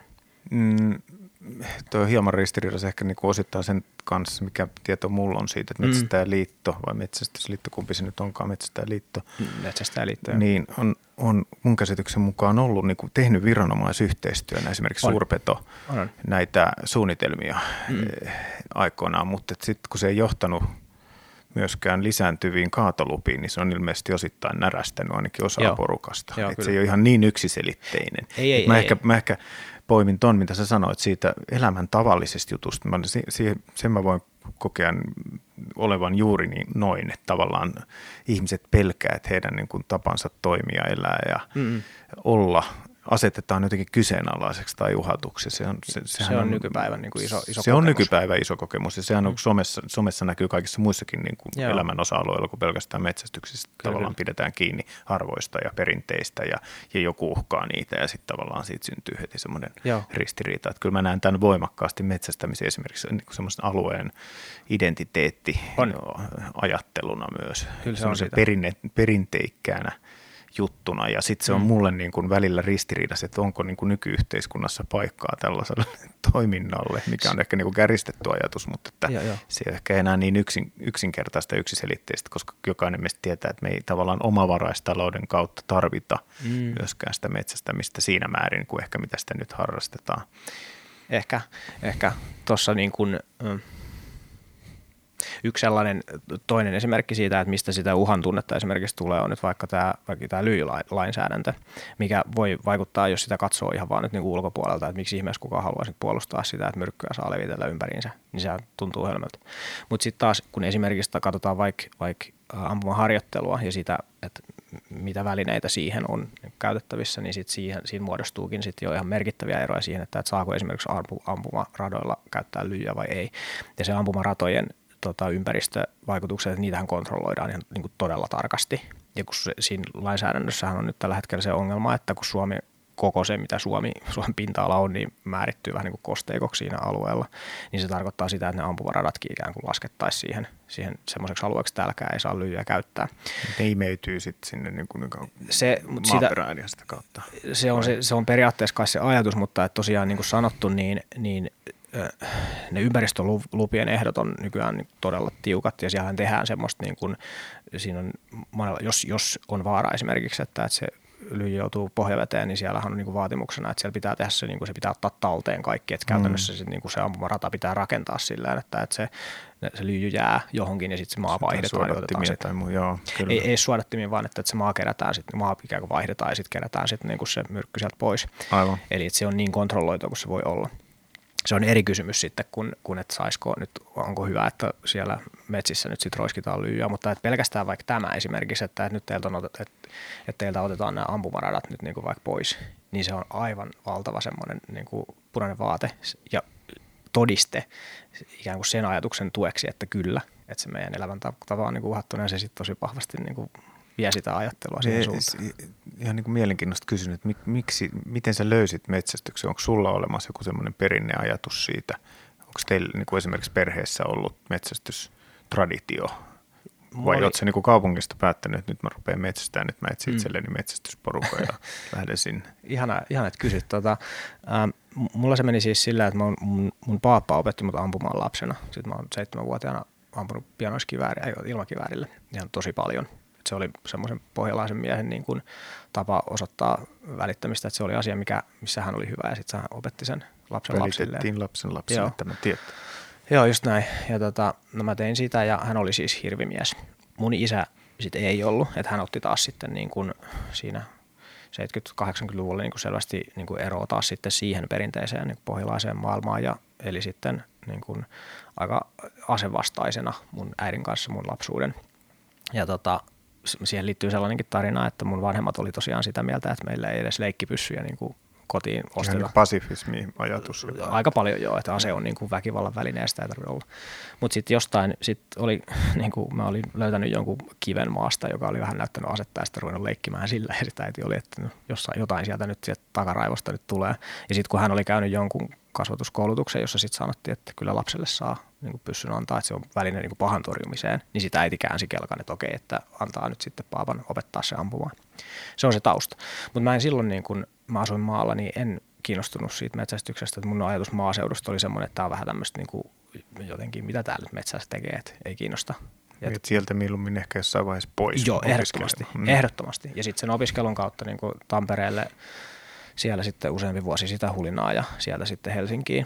Tuo on hieman ristiriidassa ehkä niin osittain sen kanssa, mikä tieto mulla on siitä, että Metsästäjäliitto vai Metsästäjäliitto, kumpi se nyt onkaan, Metsästäjäliitto. Metsästäjäliitto. Niin on mun käsityksen mukaan ollut niin kuin tehnyt viranomaisyhteistyönä esimerkiksi suurpeto näitä suunnitelmia aikoinaan, mutta sitten kun se ei johtanut myöskään lisääntyviin kaatolupiin, niin se on ilmeisesti osittain närästänyt ainakin osaa porukasta. Että se ei ole ihan niin yksiselitteinen. Mä ehkä poimin ton, mitä sä sanoit siitä elämän tavallisesta jutusta. Sen mä voin kokea olevan juuri niin noin, että tavallaan ihmiset pelkää, että heidän niin kuin tapansa toimia, elää ja olla asetetaan jotenkin kyseenalaiseksi tai uhatuksi. Se on nykypäivän niin kuin iso kokemus. Se on nykypäivän iso kokemus, ja sehän on somessa näkyy kaikissa muissakin niin kuin elämän osa-alueilla kuin pelkästään metsästyksessä. Tavallaan pidetään kiinni arvoista ja perinteistä ja joku uhkaa niitä, ja sitten tavallaan siitä syntyy heti semmoinen ristiriita. Että kyllä mä näen tämän voimakkaasti metsästämisen esimerkiksi niin kuin semmoisen alueen identiteetti ajatteluna myös. Kyllä se on sitä. Perinteikkäänä juttuna, ja sitten se on mulle niin kuin välillä ristiriidassa, että onko niin kuin nykyyhteiskunnassa paikkaa tällaiselle toiminnalle, mikä on ehkä niin kuin käristetty ajatus, mutta että se ei ehkä enää niin yksinkertaista yksiselitteistä, koska jokainen meistä tietää, että me ei tavallaan omavaraistalouden kautta tarvita myöskään sitä metsästämistä siinä määrin kuin ehkä mitä sitä nyt harrastetaan. Ehkä tuossa niin kuin yksi sellainen toinen esimerkki siitä, että mistä sitä uhan tunnetta esimerkiksi tulee, on nyt vaikka tämä lyijylainsäädäntö, mikä voi vaikuttaa, jos sitä katsoo ihan vaan nyt niin kuin ulkopuolelta, että miksi ihmeessä kukaan haluaisi puolustaa sitä, että myrkkyä saa levitellä ympäriinsä, niin se tuntuu hölmöltä. Mutta sitten taas, kun esimerkiksi katsotaan vaikka ampumaharjoittelua ja sitä, että mitä välineitä siihen on käytettävissä, niin sitten siinä muodostuukin sitten jo ihan merkittäviä eroja siihen, että saako esimerkiksi ampumaradoilla käyttää lyijyä vai ei. Ja se ampumaratojen ympäristövaikutukset, että niitähän kontrolloidaan ihan niin kuin todella tarkasti. Ja kun siinä lainsäädännössähän on nyt tällä hetkellä se ongelma, että kun Suomi, koko se, mitä Suomen pinta-ala on, niin määrittyy vähän niin kuin kosteikoksi siinä alueella, niin se tarkoittaa sitä, että ne ampumaradatkin ikään kuin laskettaisiin siihen semmoiseksi alueeksi, että täälläkään ei saa lyijyä käyttää. Ne imeytyy sitten sinne niin kuin maaperään ja sitä kautta. Se on periaatteessa kai se ajatus, mutta että tosiaan niin kuin sanottu, niin ne ympäristölupien ehdot on nykyään todella tiukat, ja siellähän tehdään semmoista, niin kuin, siinä on monella, jos on vaara esimerkiksi, että se lyijy joutuu pohjaveteen, niin siellähän on niin kuin vaatimuksena, että siellä pitää tehdä se, niin kuin se pitää ottaa talteen kaikki, että käytännössä sit, niin kuin se ampumarata pitää rakentaa sillä että se lyijy jää johonkin ja sitten se maa vaihdetaan. Ei suodattimia, vaan että se maa kerätään, sitten maa ikään kuin vaihdetaan ja sitten kerätään sitten niin kuin se myrkky sieltä pois. Aivan. Eli että se on niin kontrolloitua kuin se voi olla. se on eri kysymys sitten, kun et saisiko nyt, onko hyvä, että siellä metsissä nyt sitten roiskitaan lyijyä, mutta että pelkästään vaikka tämä esimerkiksi, että nyt teiltä otetaan nämä ampumaradat nyt niin kuin vaikka pois, niin se on aivan valtava semmoinen niin kuin punainen vaate ja todiste ikään kuin sen ajatuksen tueksi, että kyllä, että se meidän elämäntapa on niin kuin uhattuna ja se sitten tosi vahvasti niin kuin vie sitä ajattelua siihen suuntaan. Ihan niin kuin mielenkiintoista kysynyt, että miten sä löysit metsästyksen? Onko sulla olemassa joku semmoinen perinneajatus siitä? Onko teillä niin kuin esimerkiksi perheessä ollut metsästystraditio? Vai oletko sä niin kuin kaupungista päättänyt, että nyt mä rupean metsästämään, nyt mä etsin itselleni metsästysporukka ja lähden sinne? Ihana, että kysyt. Mulla se meni siis sillä, että mun paappa opetti mut ampumaan lapsena. Sitten mä oon 7-vuotiaana ampunut ilmakiväärillä ihan tosi paljon. Se oli semmoisen pohjalaisen miehen niin kuin tapa osoittaa välittämistä, että se oli asia, missä hän oli hyvä ja sitten hän opetti sen lapsen lapsille. Välitettiin lapsille tämä tieto. Joo, just näin. Ja no mä tein sitä ja hän oli siis hirvimies. Mun isä sitten ei ollut, että hän otti taas sitten niin kuin siinä 70-80-luvulla niin kuin selvästi niin kuin eroa taas sitten siihen perinteiseen niin kuin pohjalaiseen maailmaan ja eli sitten niin kuin aika asevastaisena mun äidin kanssa mun lapsuuden. Ja siihen liittyy sellainenkin tarina, että mun vanhemmat oli tosiaan sitä mieltä, että meillä ei edes leikkipyssyjä niin kuin kotiin osteta. Ihan pasifismi-ajatus. Aika paljon joo, että ase on niin kuin väkivallan väline ja sitä ei tarvitse olla. Mutta sitten jostain, oli, niin kuin mä olin löytänyt jonkun kiven maasta, joka oli vähän näyttänyt asetta ja sitten ruvennut leikkimään sillä. Ja sitten äiti oli, että jotain sieltä nyt sieltä takaraivosta nyt tulee. Ja sitten kun hän oli käynyt jonkun kasvatuskoulutuksen, jossa sitten sanottiin, että kyllä lapselle saa niin kuin pyssyn antaa, että se on väline niin kuin pahan torjumiseen, niin sitä äiti käänsi kelkan, että okei, että antaa nyt sitten paapan opettaa se ampumaan. Se on se tausta. Mutta mä en silloin, niin kun mä asuin maalla, niin en kiinnostunut siitä metsästyksestä. Että mun ajatus maaseudusta oli semmoinen, että tämä on vähän tämmöistä niin kuin jotenkin, mitä täällä nyt metsässä tekee, että ei kiinnosta. Et sieltä mieluummin ehkä jossain vaiheessa pois. Joo, ehdottomasti. Ja sitten sen opiskelun kautta niin kuin Tampereelle, siellä sitten useampi vuosi sitä Hulinaa ja sieltä sitten Helsinkiin.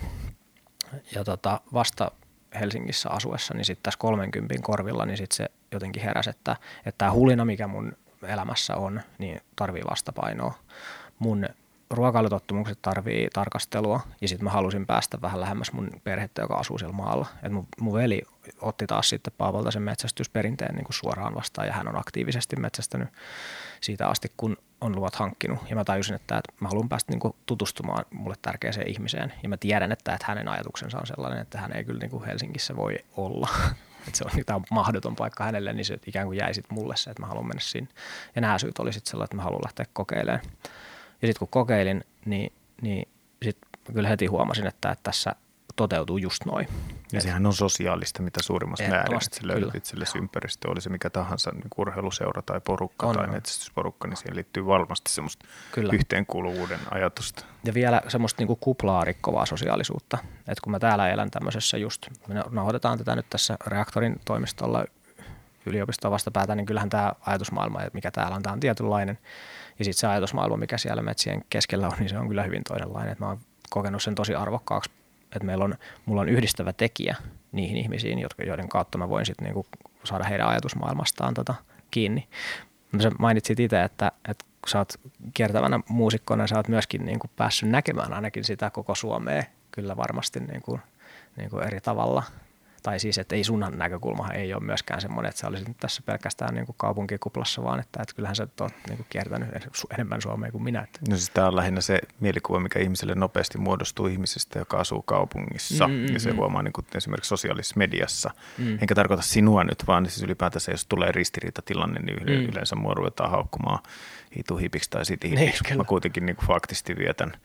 Ja vasta Helsingissä asuessa, niin sitten tässä 30 korvilla, niin sitten se jotenkin heräsi, että tämä Hulina, mikä mun elämässä on, niin tarvii vastapainoa. Mun ruokailutottumukset tarvii tarkastelua ja sitten mä halusin päästä vähän lähemmäs mun perhettä, joka asuu siellä maalla. Et mun veli otti taas sitten paapalta sen metsästysperinteen niin kuin suoraan vastaan ja hän on aktiivisesti metsästänyt siitä asti, kun on luvat hankkinut. Ja mä tajusin, että mä haluan päästä niin kuin tutustumaan mulle tärkeäseen ihmiseen ja mä tiedän, että hänen ajatuksensa on sellainen, että hän ei kyllä niin kuin Helsingissä voi olla. Että se on mahdoton paikka hänelle, niin se ikään kuin jäi sitten mulle se, että mä haluan mennä sinne. Ja nämä syyt oli sitten sellainen, että mä haluan lähteä kokeilemaan. Ja sitten kun kokeilin, niin sitten kyllä heti huomasin, että tässä toteutuu just noin. Ja sehän on sosiaalista mitä suurimmassa määrin, että sä löydät itsellesi ympäristö, oli se mikä tahansa niin urheiluseura tai porukka tai metsästysporukka, niin siihen liittyy varmasti semmoista yhteenkuuluvuuden ajatusta. Ja vielä semmoista niin kuin kuplaa rikkovaa sosiaalisuutta, että kun mä täällä elän tämmöisessä just, me nauhoitetaan tätä nyt tässä Reaktorin toimistolla yliopistoa vastapäätä, niin kyllähän tämä ajatusmaailma, mikä täällä on, tämä on tietynlainen. Ja sitten se ajatusmaailma, mikä siellä metsien keskellä on, niin se on kyllä hyvin toisenlainen. Et mä oon kokenut sen tosi arvokkaaksi, että mulla on yhdistävä tekijä niihin ihmisiin, joiden kautta mä voin sitten niinku saada heidän ajatusmaailmastaan kiinni. Sä mainitsit itse, että kun sä oot kiertävänä muusikkona, sä oot myöskin niinku päässyt näkemään ainakin sitä koko Suomea kyllä varmasti niinku eri tavalla. Tai siis, että ei sun näkökulma ei ole myöskään semmoinen, että sä olisit nyt tässä pelkästään niin kuin kaupunkikuplassa, vaan että kyllähän sä oot niin kuin kiertänyt enemmän Suomea kuin minä. No siis tämä on lähinnä se mielikuva, mikä ihmiselle nopeasti muodostuu ihmisestä, joka asuu kaupungissa. Ja se huomaa niin kuin esimerkiksi sosiaalisessa mediassa. Enkä tarkoita sinua nyt, vaan siis ylipäätänsä, jos tulee ristiriitatilanne, niin yleensä mua ruvetaan haukkumaan hituhipiksi tai sitihipiksi. Mä kuitenkin niin kuin faktisesti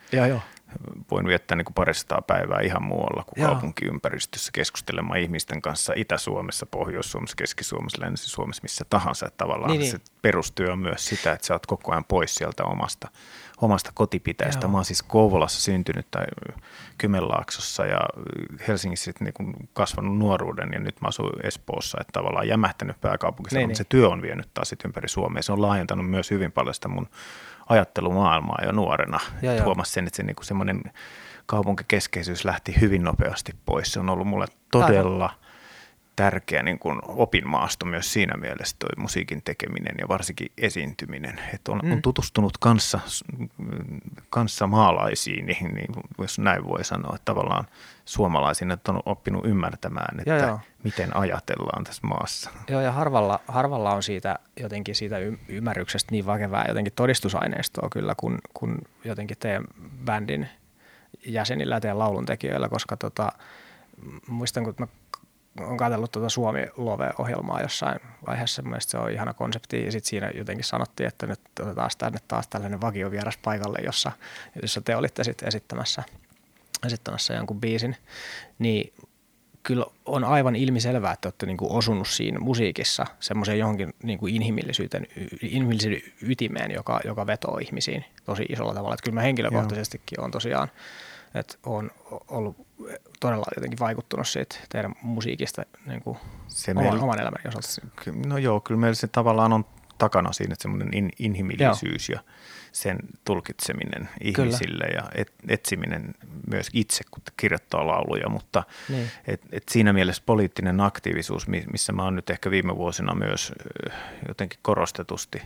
voin viettää niin kuin 200 päivää ihan muualla kuin kaupunkiympäristössä keskustelemaan ihmisten kanssa Itä-Suomessa, Pohjois-Suomessa, Keski-Suomessa, Länsi-Suomessa, missä tahansa. Että tavallaan se perustyö on myös sitä, että sä oot koko ajan pois sieltä omasta kotipiteestä. Mä oon siis Kouvolassa syntynyt tai Kymenlaaksossa ja Helsingissä sitten niin kuin kasvanut nuoruuden ja nyt mä asun Espoossa, että tavallaan jämähtänyt pääkaupunkissa, mutta se työ on vienyt taas sit ympäri Suomea. Se on laajentanut myös hyvin paljon sitä mun ajattelumaailmaa jo nuorena. Huomasin sen, että se niinku semmoinen kaupunkikeskeisyys lähti hyvin nopeasti pois. Se on ollut mulle todella tärkeä niin kuin opinmaasto myös siinä mielessä toi musiikin tekeminen ja varsinkin esiintyminen. Että on tutustunut kanssa maalaisiin, niin jos näin voi sanoa, että tavallaan suomalaisiin, että on oppinut ymmärtämään, että miten ajatellaan tässä maassa. Joo, ja harvalla on siitä jotenkin siitä ymmärryksestä niin väkevää jotenkin todistusaineistoa kyllä, kun jotenkin teidän bändin jäsenillä ja teidän lauluntekijöillä, koska muistan, kun mä olen katsellut Suomi Love-ohjelmaa jossain vaiheessa, mielestäni se on ihana konsepti, ja sitten siinä jotenkin sanottiin, että nyt otetaan tänne taas tällainen vakiovieras paikalle, jossa te olitte sitten esittämässä jonkun biisin, niin kyllä on aivan ilmiselvää, että olette niinku osunut siinä musiikissa semmoiseen johonkin niinku inhimillisyyden ytimeen, joka vetoo ihmisiin tosi isolla tavalla. Että kyllä mä henkilökohtaisestikin olen tosiaan, että olen ollut todella jotenkin vaikuttunut siitä teidän musiikista niin oman elämäni osalta. No joo, kyllä meillä se tavallaan on takana siinä, että semmoinen inhimillisyys ja sen tulkitseminen ihmisille ja etsiminen myös itse, kun kirjoittaa lauluja, mutta niin. et siinä mielessä poliittinen aktiivisuus, missä mä oon nyt ehkä viime vuosina myös jotenkin korostetusti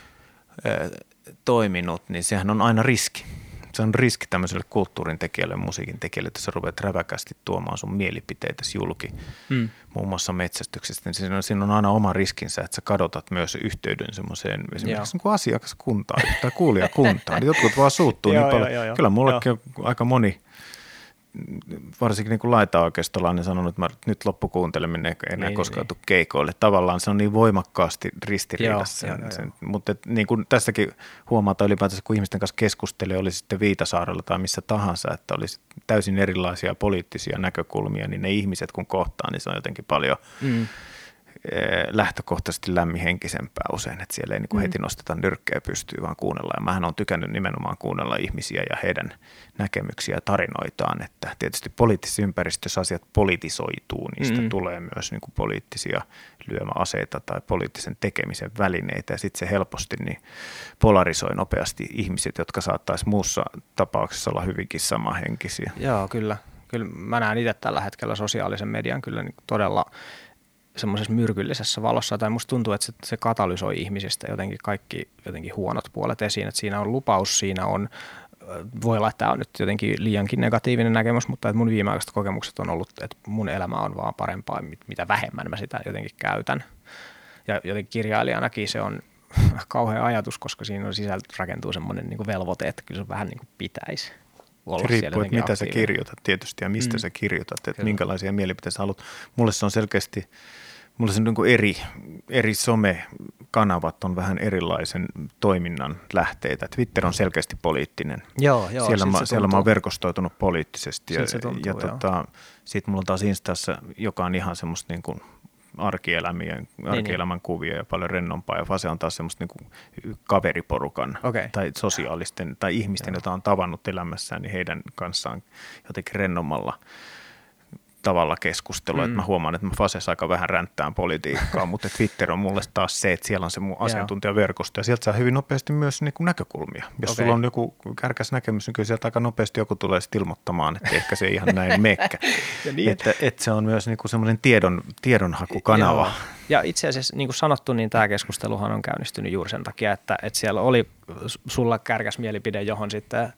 toiminut, niin sehän on aina riski. Se on riski tämmöiselle kulttuurin tekijälle, musiikin tekijälle, että sä rupeat räväkästi tuomaan sun mielipiteitäsi julki, muun muassa metsästyksestä. Niin siinä on aina oma riskinsä, että sä kadotat myös yhteyden semmoiseen esimerkiksi niin kuin asiakaskuntaan tai kuulijakuntaan. Jotkut vaan suuttuu niin paljon. Kyllä mullekin on aika moni, varsinkin niin kuin laitaoikeistolainen sanonut, että nyt loppukuunteleminen enää koskaan tule keikoille. Tavallaan se on niin voimakkaasti ristiriidassa. Mutta niin kuin tässäkin huomataan ylipäätänsä, kun ihmisten kanssa keskustelee, oli sitten Viitasaarella tai missä tahansa, että olisi täysin erilaisia poliittisia näkökulmia, niin ne ihmiset kun kohtaa, niin se on jotenkin paljon lähtökohtaisesti lämminhenkisempää usein, että siellä ei niin kuin heti nosteta nyrkkeä pystyyn, vaan kuunnella. Ja mähän on tykännyt nimenomaan kuunnella ihmisiä ja heidän näkemyksiä ja tarinoitaan, että tietysti poliittisessa ympäristössä asiat politisoituu, niistä tulee myös niin kuin poliittisia lyömäaseita tai poliittisen tekemisen välineitä, ja sitten se helposti niin polarisoi nopeasti ihmiset, jotka saattaisi muussa tapauksessa olla hyvinkin samanhenkisiä. Joo, kyllä. Kyllä mä näen itse tällä hetkellä sosiaalisen median kyllä niin todella semmoisessa myrkyllisessä valossa, tai musta tuntuu, että se katalysoi ihmisistä jotenkin kaikki jotenkin huonot puolet esiin, että siinä on lupaus, siinä on, voi olla, että tämä on nyt jotenkin liiankin negatiivinen näkemys, mutta että mun viimeaikaiset kokemukset on ollut, että mun elämä on vaan parempaa, mitä vähemmän mä sitä jotenkin käytän. Ja jotenkin kirjailijanakin se on kauhea ajatus, koska siinä sisältö rakentuu semmoinen niin kuin velvoite, että kyllä se vähän niin kuin pitäisi. Riippuu, että mitä sä kirjoitat tietysti ja mistä sä kirjoitat, että minkälaisia mielipiteitä sä haluat. Mulle se on selkeästi, niin kuin eri somekanavat on vähän erilaisen toiminnan lähteitä. Twitter on selkeästi poliittinen. Joo, siellä mä oon verkostoitunut poliittisesti ja sitten mulla on taas Instassa, joka on ihan semmoista niin kuin arkielämän kuvia ja paljon rennompaa, ja Fase on taas semmoista niin kuin kaveriporukan tai sosiaalisten tai ihmisten, joita on tavannut elämässään, niin heidän kanssaan jotenkin rennommalla tavalla keskustelua, että mä huomaan, että mä Fasessa aika vähän ränttään politiikkaa, mutta Twitter on mulle taas se, että siellä on se mun asiantuntijaverkosto, ja sieltä saa hyvin nopeasti myös niin kuin näkökulmia. Jos sulla on joku kärkäs näkemys, niin kyllä sieltä aika nopeasti joku tulee sitten ilmoittamaan, että ehkä se ei ihan näin mekkä. Niin. Että se on myös niin kuin semmoinen tiedonhakukanava. Joo. Ja itse asiassa, niin kuin sanottu, niin tämä keskusteluhan on käynnistynyt juuri sen takia, että siellä oli sulla kärkäs mielipide, johon sitten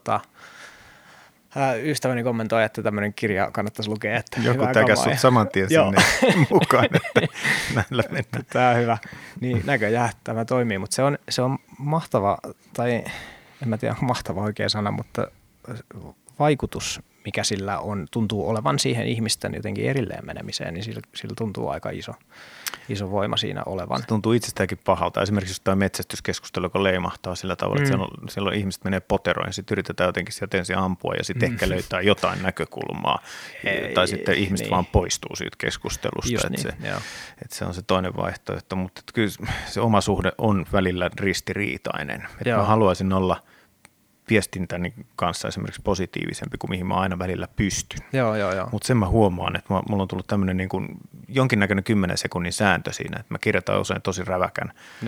ystäväni kommentoi, että tämmöinen kirja kannattaisi lukea. Että joku täkäs sut saman tien sinne mukaan, että näillä mennään. Tämä on hyvä. Niin näköjään tämä toimii, mutta se on mahtava, tai en mä tiedä, onko mahtava oikea sana, mutta vaikutus, mikä sillä on, tuntuu olevan siihen ihmisten jotenkin erilleen menemiseen, niin sillä tuntuu aika iso voima siinä olevan. Se tuntuu itsestäänkin pahalta. Esimerkiksi jos tämä metsästyskeskustelu, joka leimahtaa sillä tavalla, että siellä ihmiset menee poteroon ja sitten yritetään jotenkin sieltä ensin ampua ja sitten ehkä löytää jotain näkökulmaa. Tai sitten ihmiset vaan poistuu siitä keskustelusta. Että se on se toinen vaihtoehto, mutta kyllä se oma suhde on välillä ristiriitainen. Mä haluaisin olla viestintäni kanssa esimerkiksi positiivisempi kuin mihin mä aina välillä pystyn. Joo. Mutta sen mä huomaan, että mulla on tullut tämmöinen niin kuin jonkinnäköinen 10 sekunnin sääntö siinä, että mä kirjoitan usein tosi räväkän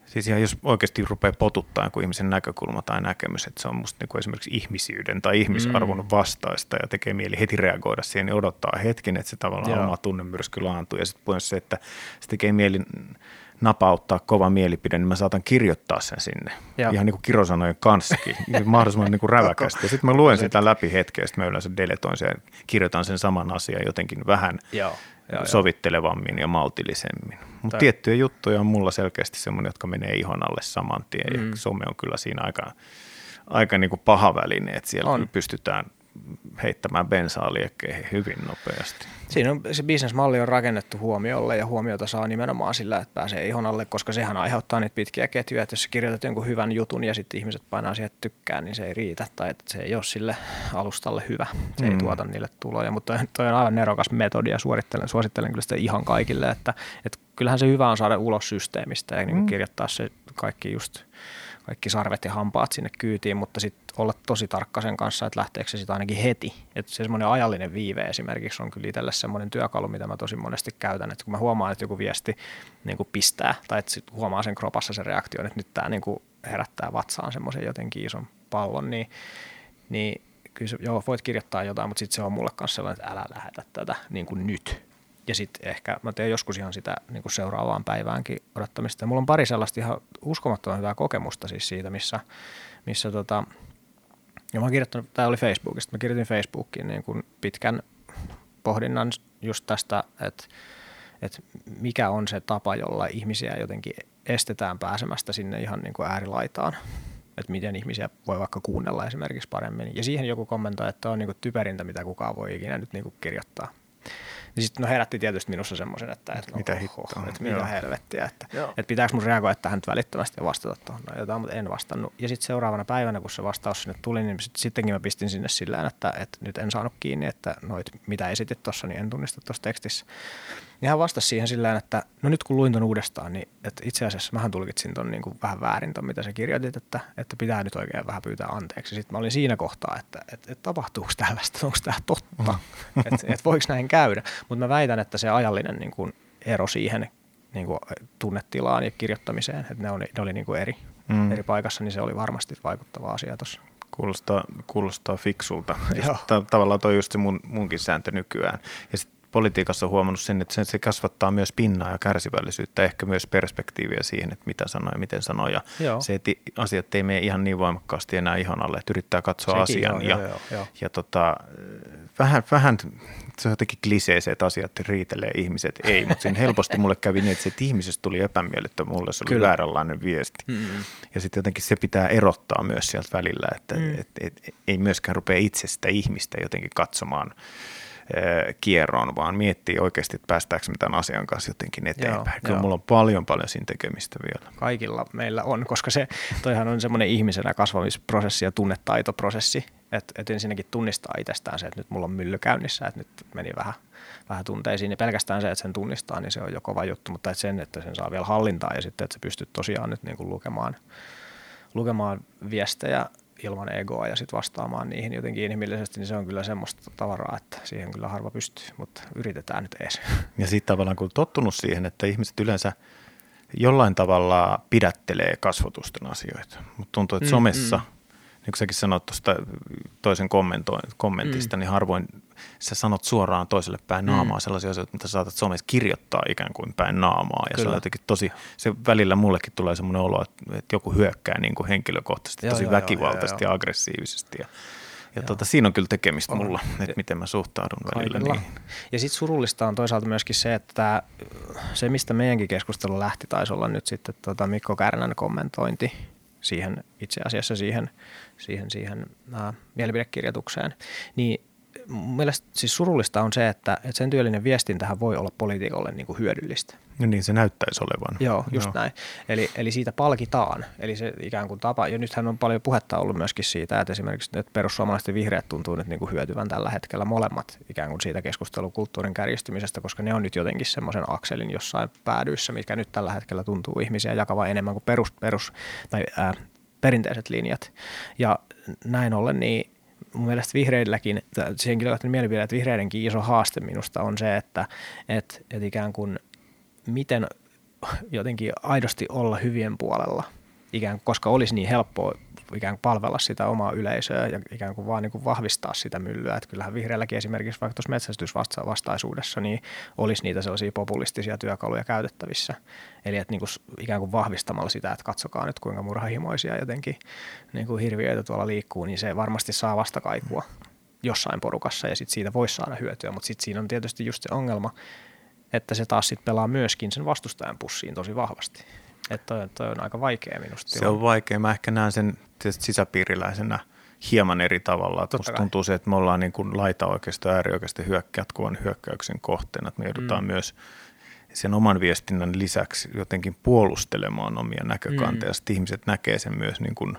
Siis ihan jos oikeasti rupeaa potuttaa joku ihmisen näkökulma tai näkemys, että se on musta niin esimerkiksi ihmisyyden tai ihmisarvon vastaista ja tekee mieli heti reagoida siihen, niin odottaa hetken, että se tavallaan oma tunnemyrsky laantuu. Ja sitten se, että se tekee mieli napauttaa kova mielipide, niin mä saatan kirjoittaa sen sinne. Ihan niin kuin kirosanojen kanssakin, mahdollisimman niin kuin räväkästi. Ja sitten mä luen sitä läpi hetkeä, ja sitten mä yleensä deletoin sen ja kirjoitan sen saman asian jotenkin vähän sovittelevammin ja maltillisemmin. Mutta tiettyjä juttuja on mulla selkeästi semmoinen, jotka menee ihon alle saman tien. Ja some on kyllä siinä aika niin kuin paha väline, että siellä pystytään heittämään bensaa liekkeihin hyvin nopeasti. Siinä on, se bisnesmalli on rakennettu huomiolle ja huomiota saa nimenomaan sillä, että pääsee ihon alle, koska sehän aiheuttaa niitä pitkiä ketjuja, että jos sä kirjoitat jonkun hyvän jutun ja sitten ihmiset painaa siihen tykkään, niin se ei riitä tai että se ei ole sille alustalle hyvä. Se ei tuota niille tuloja, mutta toi on aivan nerokas metodi ja suosittelen kyllä sitä ihan kaikille, että kyllähän se hyvä on saada ulos systeemistä ja niin kirjoittaa se kaikki sarvet ja hampaat sinne kyytiin, mutta sitten olla tosi tarkka sen kanssa, että lähteekö se sitten ainakin heti. Että se semmoinen ajallinen viive esimerkiksi on kyllä itselle semmoinen työkalu, mitä mä tosi monesti käytän. Että kun mä huomaan, että joku viesti niin kuin pistää tai että sit huomaa sen kropassa sen reaktion, että nyt tämä niin kuin herättää vatsaan semmoisen jotenkin ison pallon, niin kyllä voit kirjoittaa jotain, mutta sitten se on mulle kanssa sellainen, että älä lähetä tätä niin kuin nyt. Ja sitten ehkä mä teen joskus ihan sitä niin kuin seuraavaan päiväänkin odottamista. Ja mulla on pari sellaista ihan uskomattoman hyvää kokemusta siis siitä, missä ja mä oon kirjoittanut, tämä oli Facebookista, mä kirjoitin Facebookiin niin kuin pitkän pohdinnan just tästä, että mikä on se tapa, jolla ihmisiä jotenkin estetään pääsemästä sinne ihan niin kuin äärilaitaan. Että miten ihmisiä voi vaikka kuunnella esimerkiksi paremmin. Ja siihen joku kommentoi, että on niin kuin typerintä, mitä kukaan voi ikinä nyt niin kuin kirjoittaa. Ja sitten herätti tietysti minussa semmoisen, että mitä hittoa, että mitä helvettiä, että pitääkö mun reagoida tähän nyt välittömästi ja vastata tuohon jotain, mutta en vastannut. Ja sitten seuraavana päivänä, kun se vastaus sinne tuli, niin sittenkin mä pistin sinne sillä että nyt en saanut kiinni, että noit mitä esitit tuossa, niin en tunnista tuossa tekstissä. Niin hän vastasi siihen sillä että no nyt kun luin ton uudestaan, niin että itse asiassa mähän tulkitsin ton niin kuin vähän väärin ton, mitä sä kirjoitit, että pitää nyt oikein vähän pyytää anteeksi. Sitten mä olin siinä kohtaa, että tapahtuuko tällaista, onko tämä totta, että voiko näin käydä. Mutta mä väitän, että se ajallinen niin kuin ero siihen niin kuin tunnetilaan ja kirjoittamiseen, että ne oli niin kuin eri paikassa, niin se oli varmasti vaikuttava asia tuossa. Kuulostaa fiksulta. Tavallaan toi just se munkin sääntö nykyään. Ja sit politiikassa on huomannut sen, että se kasvattaa myös pinnaa ja kärsivällisyyttä, ehkä myös perspektiiviä siihen, että mitä sanoo ja miten sanoo. Ja se, että asiat ei mene ihan niin voimakkaasti enää ihon alle, että yrittää katsoa sekin asian. Vähän se on jotenkin klisee se, että asiat riitelee, ihmiset ei, mutta siinä helposti mulle kävi niin, että ihmisestä tuli epämiellyttä, mulle se oli vääränlainen viesti. Ja sitten jotenkin se pitää erottaa myös sieltä välillä, että ei myöskään rupea itse sitä ihmistä jotenkin katsomaan kierroon, vaan miettii oikeasti, että päästäänkö me tämän asian kanssa jotenkin eteenpäin. Kyllä mulla on paljon siinä tekemistä vielä. Kaikilla meillä on, koska toihan on semmoinen ihmisenä kasvamisprosessi ja tunnetaitoprosessi, että ensinnäkin tunnistaa itsestään se, että nyt mulla on mylly käynnissä, että nyt meni vähän tunteisiin, ja pelkästään se, että sen tunnistaa, niin se on jo kova juttu, mutta että sen saa vielä hallintaa ja sitten, että sä pystyt tosiaan nyt niin kuin lukemaan viestejä ilman egoa ja sitten vastaamaan niihin jotenkin inhimillisesti, niin se on kyllä semmoista tavaraa, että siihen kyllä harva pystyy, mutta yritetään nyt ees. Ja sitten tavallaan kun tottunut siihen, että ihmiset yleensä jollain tavalla pidättelee kasvotusten asioita, mutta tuntuu, että somessa, niin kuin säkin sanoit tuosta toisen kommentista, niin harvoin sä sanot suoraan toiselle päin naamaa sellaisia asioita, mitä sä saatat somessa kirjoittaa ikään kuin päin naamaa. Ja kyllä. Se on jotenkin se välillä mullekin tulee semmoinen olo, että joku hyökkää niin kuin henkilökohtaisesti, tosi väkivaltaisesti ja aggressiivisesti. Ja siinä on kyllä tekemistä mulla, että miten mä suhtaudun välillä niin. Ja sitten surullista on toisaalta myöskin se, että se mistä meidänkin keskustelu lähti, taisi olla nyt sitten Mikko Kärnän kommentointi siihen itse asiassa siihen mielipidekirjoitukseen, niin mun mielestä siis surullista on se, että sen tyylinen viestintähän voi olla poliitikolle niin kuin hyödyllistä. No niin se näyttäisi olevan. Joo, just näin. Eli siitä palkitaan. Eli se ikään kuin tapa, ja nythän on paljon puhetta ollut myöskin siitä, että esimerkiksi että perussuomalaiset ja vihreät tuntuu nyt niin kuin hyötyvän tällä hetkellä molemmat ikään kuin siitä keskustelukulttuurin kärjistymisestä, koska ne on nyt jotenkin semmoisen akselin jossain päädyissä, mitkä nyt tällä hetkellä tuntuu ihmisiä jakavan enemmän kuin perinteiset linjat. Ja näin ollen niin mun mielestä vihreilläkin, se henkilökohtainen mielipide, että vihreidenkin iso haaste minusta on se, että ikään kuin miten jotenkin aidosti olla hyvien puolella, ikään kuin, koska olisi niin helppoa ikään kuin palvella sitä omaa yleisöä ja ikään kuin vaan niin kuin vahvistaa sitä myllyä. Että kyllähän vihreälläkin esimerkiksi vaikka tuossa metsästysvastaisuudessa niin olisi niitä sellaisia populistisia työkaluja käytettävissä. Eli että niin kuin ikään kuin vahvistamalla sitä, että katsokaa nyt kuinka murhahimoisia jotenkin niin kuin hirviöitä tuolla liikkuu, niin se varmasti saa vastakaikua jossain porukassa ja sitten siitä voisi saada hyötyä. Mutta sitten siinä on tietysti just se ongelma, että se taas sitten pelaa myöskin sen vastustajan pussiin tosi vahvasti. Että toi on aika vaikea minusta. Se on vaikea. Mä ehkä näen sen sisäpiiriläisenä hieman eri tavalla. Musta tuntuu se, että me ollaan niin kuin laitaoikeisto ja äärioikeisto jatkuvan hyökkäyksen kohteena. Että me joudutaan myös sen oman viestinnän lisäksi jotenkin puolustelemaan omia näkökanteja. Sitten ihmiset näkee sen myös niin kuin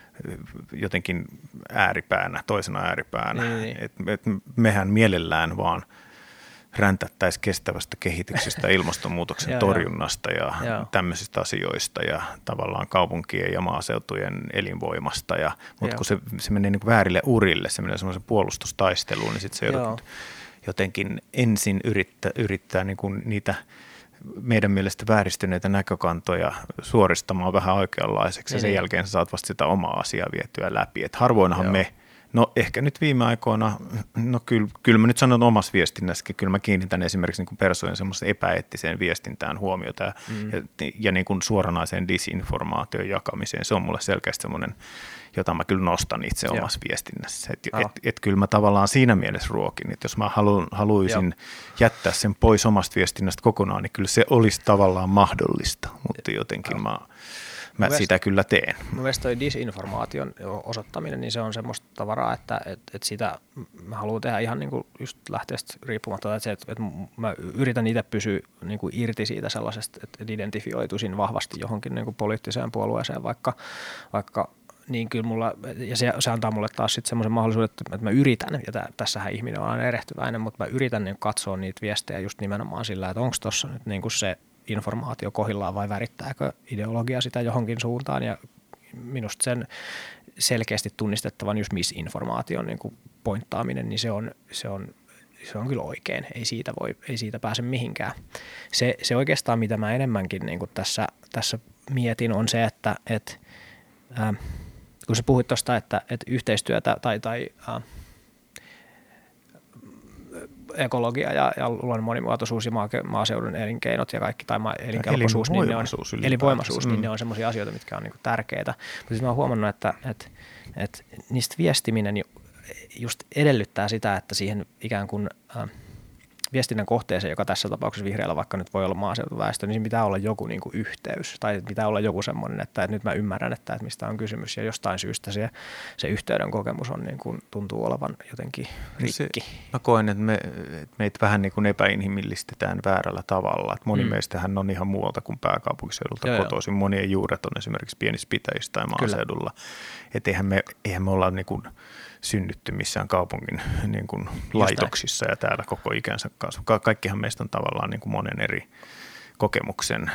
jotenkin ääripäänä, toisena ääripäänä. Et mehän mielellään vaan räntättäisiin kestävästä kehityksestä, ilmastonmuutoksen torjunnasta ja tämmöisistä asioista ja tavallaan kaupunkien ja maaseutujen elinvoimasta. Mutta kun se menee niin kuin väärille urille, se menee semmoisen puolustustaisteluun, niin sitten se jotenkin ensin yrittää niin kuin niitä meidän mielestä vääristyneitä näkökantoja suoristamaan vähän oikeanlaiseksi ja sen jälkeen sä saat vasta sitä omaa asiaa vietyä läpi. Et harvoinhan me, no ehkä nyt viime aikoina, no kyllä mä nyt sanon omassa viestinnässäkin, kyllä mä kiinnitän esimerkiksi niin kuin persojen semmoiseen epäeettiseen viestintään huomiota ja niin kuin suoranaiseen disinformaation jakamiseen. Se on mulle selkeästi semmoinen, jota mä kyllä nostan itse omassa viestinnässä. Et kyllä mä tavallaan siinä mielessä ruokin, että jos mä haluaisin jättää sen pois omasta viestinnästä kokonaan, niin kyllä se olisi tavallaan mahdollista, mutta jotenkin mä sitä kyllä teen. Mielestäni toi disinformaation osoittaminen, niin se on semmoista tavaraa, että sitä mä haluan tehdä ihan niin kuin just lähteestä riippumatta, että mä yritän itse pysyä niin kuin irti siitä sellaisesta, että identifioituisin vahvasti johonkin niin kuin poliittiseen puolueeseen, vaikka niin kyllä mulla, ja se antaa mulle taas sitten semmoisen mahdollisuuden, että mä yritän, ja tässähän ihminen on aina erehtyväinen, mutta mä yritän niin katsoa niitä viestejä just nimenomaan sillä, että onko tuossa nyt niin kuin se informaatio kohillaan vai värittääkö ideologia sitä johonkin suuntaan, ja minusta sen selkeästi tunnistettavan just misinformaation niin kuin pointtaaminen, niin se on kyllä oikein, ei siitä pääse mihinkään. Se oikeastaan, mitä mä enemmänkin niin kuin tässä mietin, on se, että kun sä puhuit tuosta, että yhteistyötä tai ekologia ja luonnon monimuotoisuus ja maaseudun elinkeinot ja kaikki, tai elinkelpoisuus, elinvoimaisuus, niin ne on semmoisia asioita, mitkä on niinku tärkeitä. Mutta siis mä oon huomannut, että niistä viestiminen just edellyttää sitä, että siihen ikään kuin viestinnän kohteeseen, joka tässä tapauksessa vihreällä vaikka nyt voi olla maaseutuväestö, niin siinä pitää olla joku niin kuin yhteys tai pitää olla joku semmoinen, että nyt mä ymmärrän, että mistä on kysymys ja jostain syystä se yhteyden kokemus on niin kuin, tuntuu olevan jotenkin rikki. Mä koen, että meitä vähän niin kuin epäinhimillistetään väärällä tavalla. Että moni meistähän on ihan muualta kuin pääkaupunkiseudulta kotoisin. Monien juuret on esimerkiksi pienissä pitäjissä tai maaseudulla. Että eihän me olla niin kuin synnytty missään kaupungin niin kuin laitoksissa ja täällä koko ikänsä kanssa. Kaikkihan meistä on tavallaan niin kuin monen eri kokemuksen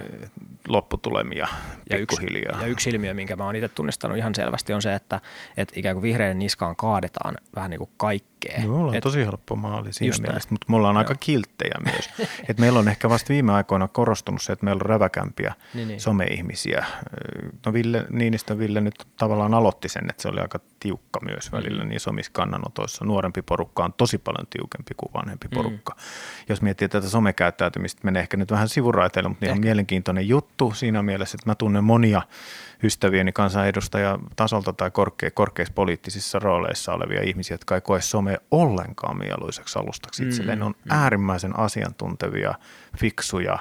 lopputulemia pikkuhiljaa. Ja yksi ilmiö, minkä mä oon itse tunnistanut ihan selvästi, on se, että ikään kuin vihreiden niskaan kaadetaan vähän niin kuin kaikkea. Me ollaan tosi helppo maali siinä mielessä, mutta me ollaan aika kilttejä myös. Et meillä on ehkä vasta viime aikoina korostunut se, että meillä on räväkämpiä some-ihmisiä. No Ville nyt tavallaan aloitti sen, että se oli aika tiukka myös välillä niissä omissa kannanotoissa. Nuorempi porukka on tosi paljon tiukempi kuin vanhempi porukka. Jos miettii tätä somekäyttäytymistä, menee ehkä nyt vähän sivuraiteille, mutta ihan mielenkiintoinen juttu siinä mielessä, että mä tunnen monia ystävieni kansanedustajatasolta tai korkeissa poliittisissa rooleissa olevia ihmisiä, jotka ei koe some ollenkaan mieluiseksi alustaksi itselleen. Ne on äärimmäisen asiantuntevia, fiksuja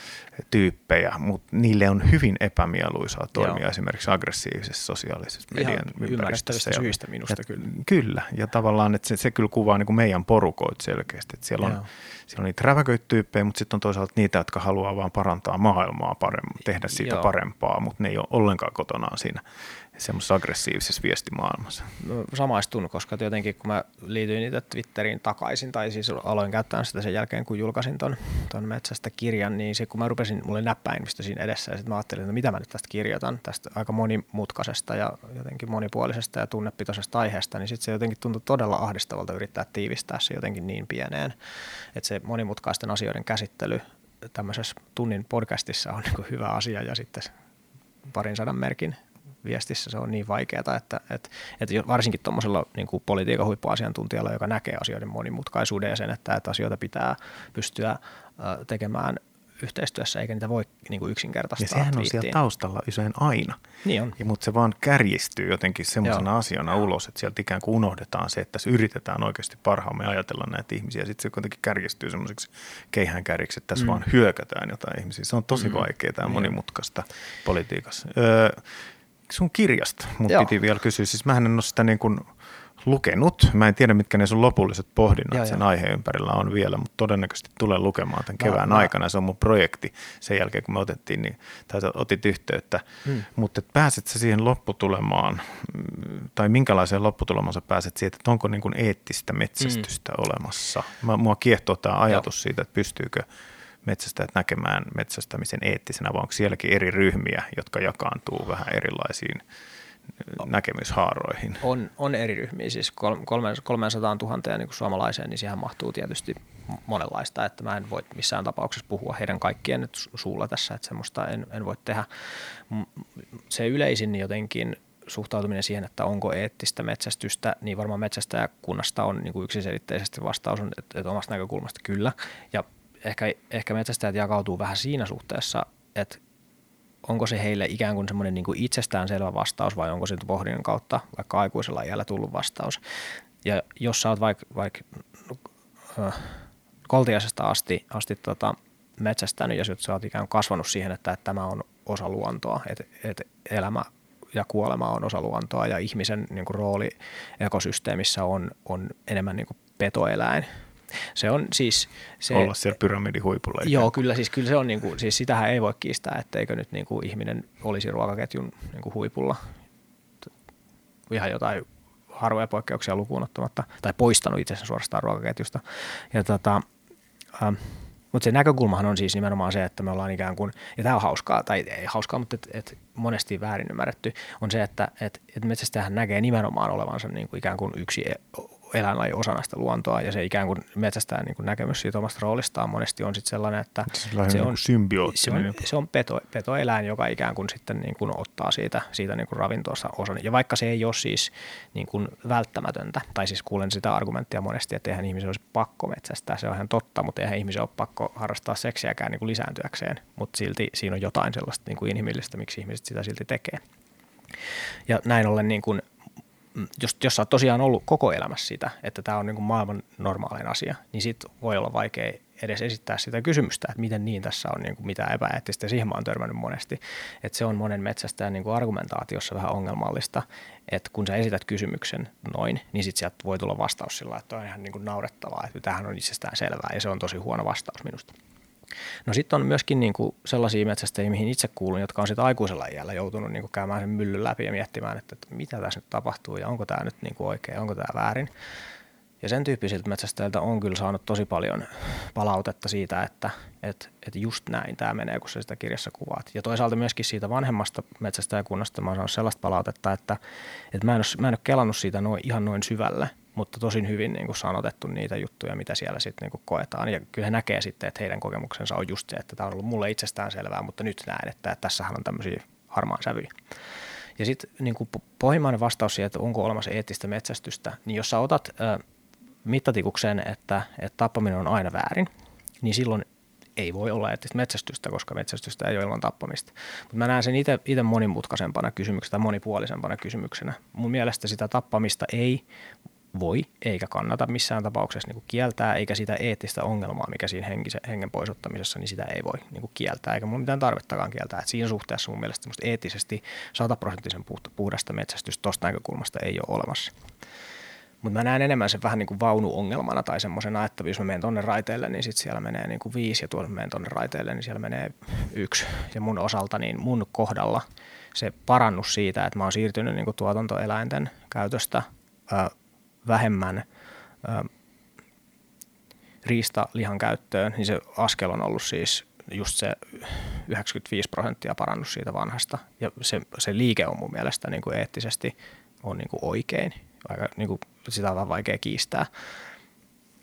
tyyppejä, mutta niille on hyvin epämieluisaa toimia esimerkiksi aggressiivisessa sosiaalisessa median ympäristössä. Syistä minusta kyllä. Kyllä, ja tavallaan että se kyllä kuvaa niin kuin meidän porukoita selkeästi, että siellä on niitä räväköitä tyyppejä, mutta sitten on toisaalta niitä, jotka haluaa vaan parantaa maailmaa tehdä siitä parempaa, mutta ne ei ole ollenkaan kotonaan siinä semmoisessa aggressiivisessa viestimaailmassa. Samaistun, koska jotenkin kun mä liityin niitä Twitteriin takaisin, tai siis aloin käyttää sitä sen jälkeen, kun julkaisin ton metsästä kirjan, niin se kun mä rupesin, mulle näppäimistö siinä edessä, ja sitten mä ajattelin, että mitä mä nyt tästä kirjoitan, tästä aika monimutkaisesta ja jotenkin monipuolisesta ja tunnepitoisesta aiheesta, niin sitten se jotenkin tuntui todella ahdistavalta yrittää tiivistää se jotenkin niin pieneen, että se monimutkaisten asioiden käsittely tämmöisessä tunnin podcastissa on niin kuin hyvä asia ja sitten 200 merkin viestissä se on niin vaikeaa, että varsinkin tuommoisella niin kuin politiikan huippuasiantuntijalla, joka näkee asioiden monimutkaisuuden ja sen, että asioita pitää pystyä tekemään yhteistyössä, eikä niitä voi niin kuin yksinkertaistaa. Ja sehän on siellä taustalla usein aina. Niin on. Mutta se vaan kärjistyy jotenkin semmoisena asiana ulos, että sieltä ikään kuin unohdetaan se, että tässä yritetään oikeasti parhaamme ajatella näitä ihmisiä. Sitten se kuitenkin kärjistyy semmoiseksi keihäänkärjiksi, että tässä vaan hyökätään jotain ihmisiä. Se on tosi vaikeaa ja monimutkaista politiikassa. Sun kirjasta mut piti vielä kysyä. Siis mähän en ole sitä niin kuin lukenut. Mä en tiedä, mitkä ne sun lopulliset pohdinnat sen aiheen ympärillä on vielä, mutta todennäköisesti tulen lukemaan tämän kevään aikana. Se on mun projekti sen jälkeen, kun me otettiin, tai otit yhteyttä. Mutta pääset sä siihen lopputulemaan, tai minkälaiseen lopputulemaan sä pääset siihen, että onko niin kuin eettistä metsästystä olemassa? Mua kiehtoo tämä ajatus siitä, että pystyykö metsästäjät näkemään metsästämisen eettisenä, vai onko sielläkin eri ryhmiä, jotka jakaantuu vähän erilaisiin näkemyshaaroihin? On eri ryhmiä, siis 300 000 niin kuin suomalaiseen, niin siihen mahtuu tietysti monenlaista, että mä en voi missään tapauksessa puhua heidän kaikkien nyt suulla tässä, että semmoista en voi tehdä. Se yleisin jotenkin suhtautuminen siihen, että onko eettistä metsästystä, niin varmaan metsästäjäkunnasta on niin kuin yksiselitteisesti vastaus on, että omasta näkökulmasta kyllä, ja ehkä metsästäjät jakautuu vähän siinä suhteessa, että onko se heille ikään kuin semmoinen niin kuin itsestäänselvä vastaus vai onko se pohdinnan kautta vaikka aikuisella iällä tullut vastaus. Ja jos sä oot vaikka koltiaisesta asti metsästänyt ja sä oot ikään kuin kasvanut siihen, että tämä on osa luontoa, että elämä ja kuolema on osa luontoa ja ihmisen niin kuin rooli ekosysteemissä on enemmän niin kuin petoeläin. Se on siis olla siellä pyramidin huipulla. Joo, kyllä se on niinku, siis sitähän ei voi kiistää, etteikö nyt niinku ihminen olisi ruokaketjun niinku huipulla. Ihan jotain harvoja poikkeuksia lukuun ottamatta tai poistanut itse asiassa suorastaan ruokaketjusta. Ja mutta se näkökulmahan on siis nimenomaan se, että me ollaan ikään kuin, ja tämä on hauskaa, tai ei hauskaa, mutta et monesti väärin ymmärretty, on se, että metsästäjähän näkee nimenomaan olevansa niin kuin ikään kuin yksi eläinlaji osana sitä luontoa, ja se ikään kuin metsästäjän niin kuin näkemys siitä omasta roolistaan monesti on sitten sellainen, että se on symbioottinen. Se on petoeläin, joka ikään kuin sitten niin kuin ottaa siitä niin kuin ravintoonsa osan. Ja vaikka se ei ole siis niin kuin välttämätöntä, tai siis kuulen sitä argumenttia monesti, että eihän ihmisen olisi pakko metsästää, se on ihan totta, mutta eihän ihmisen ole pakko harrastaa seksiäkään niin kuin lisääntyäkseen, mutta silti siinä on jotain sellaista niin kuin inhimillistä, miksi ihmiset sitä silti tekee. Ja näin ollen niin kuin jos sä oot tosiaan ollut koko elämässä sitä, että tämä on niin kuin maailman normaalein asia, niin sit voi olla vaikea edes esittää sitä kysymystä, että miten niin tässä on niin kuin mitään epäeettistä, ja siihen mä oon törmännyt monesti. Että se on monen metsästäjän niin kuin argumentaatiossa vähän ongelmallista, että kun sä esität kysymyksen noin, niin sit sieltä voi tulla vastaus sillä, että on ihan niin kuin naurettavaa, että tämähän on itsestään selvää, ja se on tosi huono vastaus minusta. No sitten on myöskin niinku sellaisia metsästäjiä, mihin itse kuulun, jotka on sitten aikuisella iällä joutunut niinku käymään sen myllyn läpi ja miettimään, että mitä tässä nyt tapahtuu ja onko tämä nyt niinku oikein, onko tämä väärin. Ja sen tyyppisiltä metsästäjiltä on kyllä saanut tosi paljon palautetta siitä, että just näin tämä menee, kun sä sitä kirjassa kuvaat. Ja toisaalta myöskin siitä vanhemmasta metsästäjäkunnasta mä oon saanut sellaista palautetta, että mä en ole kelannut siitä ihan noin syvälle, mutta tosin hyvin niin kuin sanotettu niitä juttuja, mitä siellä sitten niin kuin koetaan. Ja kyllä he näkee sitten, että heidän kokemuksensa on just se, että tämä on ollut mulle itsestään selvää, mutta nyt näen, että tässähän on tämmöisiä harmaan sävyjä. Ja sitten niin kuin pohjimmainen vastaus siihen, että onko olemassa eettistä metsästystä, niin jos sä otat mittatikukseen, että tappaminen on aina väärin, niin silloin ei voi olla eettistä metsästystä, koska metsästystä ei ole ilman tappamista. Mutta mä näen sen itse monimutkaisempana kysymyksenä tai monipuolisempana kysymyksenä. Mun mielestä sitä tappamista ei voi eikä kannata missään tapauksessa niin kuin kieltää, eikä sitä eettistä ongelmaa, mikä siinä hengen poisottamisessa, niin sitä ei voi niin kuin kieltää, eikä mulla mitään tarvettakaan kieltää. Et siinä suhteessa mun mielestä eettisesti 100% puhdasta metsästystä tuosta näkökulmasta ei ole olemassa. Mutta mä näen enemmän sen vähän niin kuin vaunuongelmana tai semmoisena, että jos mä menen tonne raiteelle, niin sitten siellä menee niin kuin 5 ja tuolla menen tonne raiteelle, niin siellä menee 1. Ja mun osalta, niin mun kohdalla se parannus siitä, että mä oon siirtynyt niin kuin tuotantoeläinten käytöstä vähemmän riistalihan käyttöön, niin se askel on ollut siis just se 95% parannus siitä vanhasta. Ja se liike on mun mielestä niin kuin eettisesti on niin kuin oikein. Aika, niin kuin, sitä on vähän vaikea kiistää.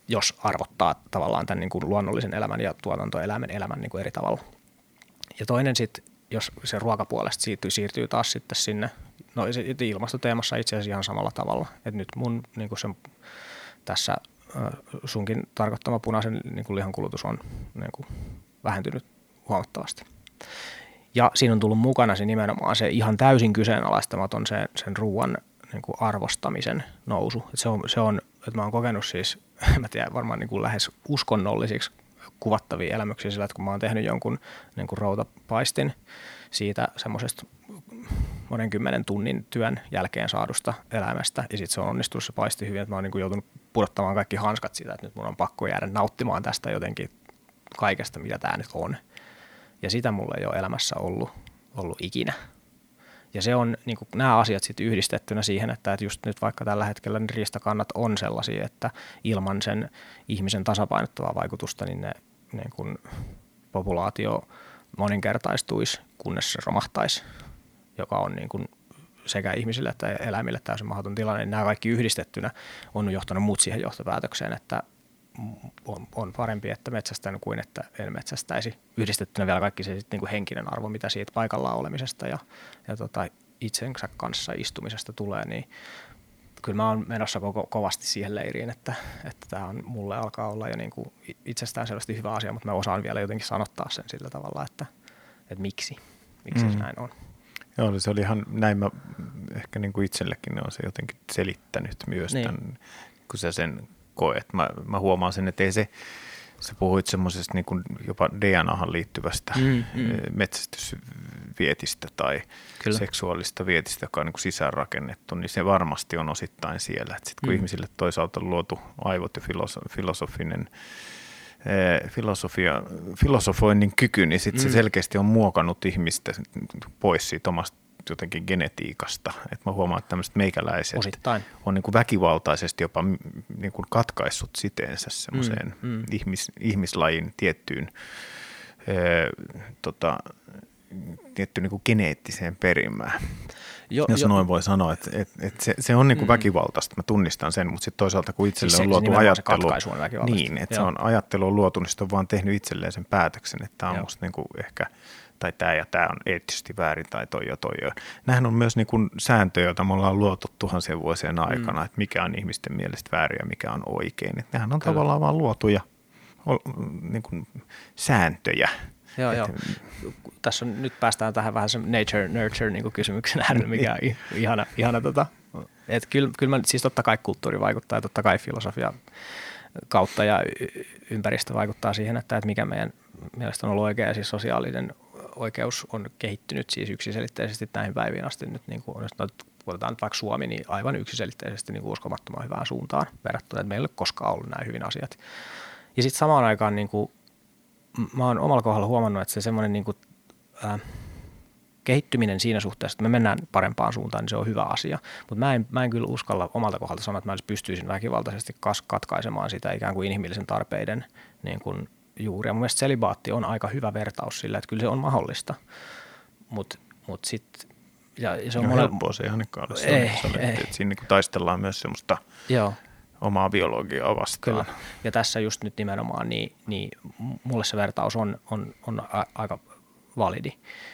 jos arvottaa tavallaan tämän niin kuin luonnollisen elämän ja tuotantoeläimen elämän niin kuin eri tavalla. Ja toinen sitten, jos se ruokapuolesta siirtyy taas sitten sinne, no ilmastoteemassa itse asiassa ihan samalla tavalla. Et nyt mun niin kuin se, tässä sunkin tarkoittama punaisen niin kuin lihan kulutus on niin kuin vähentynyt huomattavasti. Ja siinä on tullut mukana se nimenomaan se ihan täysin kyseenalaistamaton sen ruoan niin kuin arvostamisen nousu. Se on, että mä oon kokenut siis, mä tiedän, varmaan niin kuin lähes uskonnollisiksi kuvattavia elämyksiä sillä, että kun mä oon tehnyt jonkun niin kuin routapaistin siitä semmoisesta monen 10 tunnin työn jälkeen saadusta elämästä, ja sitten se on onnistunut se paisti hyvin, että mä oon niin kuin joutunut pudottamaan kaikki hanskat siitä, että nyt mun on pakko jäädä nauttimaan tästä jotenkin kaikesta, mitä tää nyt on. Ja sitä mulla ei ole elämässä ollut ikinä. Ja se on niin kuin nämä asiat sitten yhdistettynä siihen, että just nyt vaikka tällä hetkellä niin riistakannat on sellaisia, että ilman sen ihmisen tasapainottavaa vaikutusta, niin ne niin kuin populaatio moninkertaistuisi, kunnes se romahtaisi, joka on niin kuin sekä ihmisille että eläimille täysin mahdoton tilanne. Nämä kaikki yhdistettynä on johtanut muut siihen johtopäätökseen, että on parempi, että metsästän kuin että en metsästäisi. Yhdistettynä vielä kaikki se sit niinku henkinen arvo, mitä siitä paikallaan olemisesta ja itsensä kanssa istumisesta tulee, niin kyllä mä oon menossa kovasti siihen leiriin, että tämä on mulle alkaa olla jo niinku itsestään selvästi hyvä asia, mutta mä osaan vielä jotenkin sanottaa sen sillä tavalla, että miksi se näin on. Joo, se oli ihan näin, mä ehkä niin kuin itsellekin on se jotenkin selittänyt myös niin. Tämän, kun sä sen koet. Mä huomaan sen, että ei sä puhuit semmoisesta niin kuin jopa DNAhan liittyvästä metsästysvietistä tai Kyllä. seksuaalista vietistä, joka on niin kuin sisäänrakennettu, niin se varmasti on osittain siellä. Sitten kun ihmisille toisaalta on luotu aivot ja filosofoinnin kyky, niin sitten se selkeästi on muokannut ihmistä pois siitä omasta jotenkin genetiikasta. Et mä huomaan, että tämmöiset meikäläiset osittain on niin kuin väkivaltaisesti jopa niin kuin katkaissut siteensä semmoiseen ihmislajin tiettyyn tietty niin kuin geneettiseen perimään. Jos noin voi sanoa, että se on niin kuin väkivaltaista, mä tunnistan sen, mutta sitten toisaalta kun itselle on luotu ajattelu, niin, että se on ajattelu on luotu, niin sitten on vaan tehnyt itselleen sen päätöksen, että tämä on musta niin kuin ehkä, tai tämä ja tämä on eettisesti väärin, tai toi ja toi. Nämähän on myös niin kuin sääntöjä, joita me ollaan luotu tuhansien vuosien aikana, että mikä on ihmisten mielestä väärin ja mikä on oikein. Että nehän on tavallaan vaan luotuja niin kuin sääntöjä. Joo. Tässä on, nyt päästään tähän vähän sen nature-nurture niin kysymyksen äärelle, mikä on ihana. Että kyllä mä, siis totta kai kulttuuri vaikuttaa ja totta kai filosofia kautta ja ympäristö vaikuttaa siihen, että mikä meidän mielestä on ollut oikea. Siis sosiaalinen oikeus on kehittynyt siis yksiselitteisesti näihin päiviin asti. Nyt niin kuin, jos otetaan nyt vaikka Suomi, niin aivan yksiselitteisesti niin kuin uskomattoman hyvään suuntaan verrattuna, että meillä ei ole koskaan ollut näin hyvin asiat. Ja sitten samaan aikaan niin kuin, mä oon omalla kohdalla huomannut, että se semmoinen niin kuin, kehittyminen siinä suhteessa, että me mennään parempaan suuntaan, niin se on hyvä asia. Mutta mä en kyllä uskalla omalta kohdalta sanoa, että mä pystyisin väkivaltaisesti katkaisemaan sitä ikään kuin inhimillisen tarpeiden niin kuin juuria. Mun mielestä selibaatti on aika hyvä vertaus sillä, että kyllä se on mahdollista. Mut sitten ja se on helppoa se ihan ei. Että siinä niin taistellaan myös semmoista omaa biologiaa vastaan. Kyllä. Ja tässä just nyt nimenomaan niin mulle se vertaus on aika validi.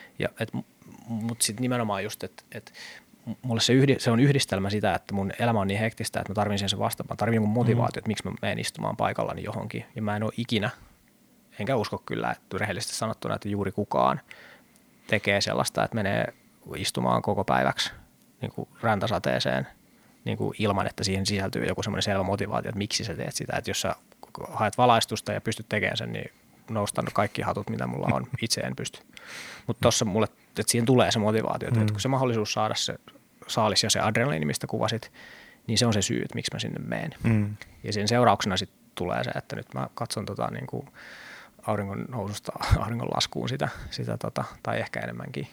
Mutta sitten nimenomaan just, että mulle se on yhdistelmä sitä, että mun elämä on niin hektistä, että mä tarvitsen sen vastaamaan. Mä tarvitsen jonkun motivaatio, että miksi mä menen istumaan paikallani johonkin. Ja mä en ole ikinä, enkä usko kyllä, että rehellisesti sanottuna, että juuri kukaan tekee sellaista, että menee istumaan koko päiväksi niin kuin räntäsateeseen niin kuin ilman, että siihen sisältyy joku semmoinen selvä motivaatio, että miksi sä teet sitä. Että jos sä haet valaistusta ja pystyt tekemään sen, niin noustan kaikki hatut, mitä mulla on. Itse en pysty. Mutta tuossa mulle, että siihen tulee se motivaatio, että kun se mahdollisuus saada se saalis ja se adrenaliini, mistä kuvasit, niin se on se syy, että miksi mä sinne menen. Ja sen seurauksena sitten tulee se, että nyt mä katson niin kuin auringon noususta auringon laskuun sitä tai ehkä enemmänkin.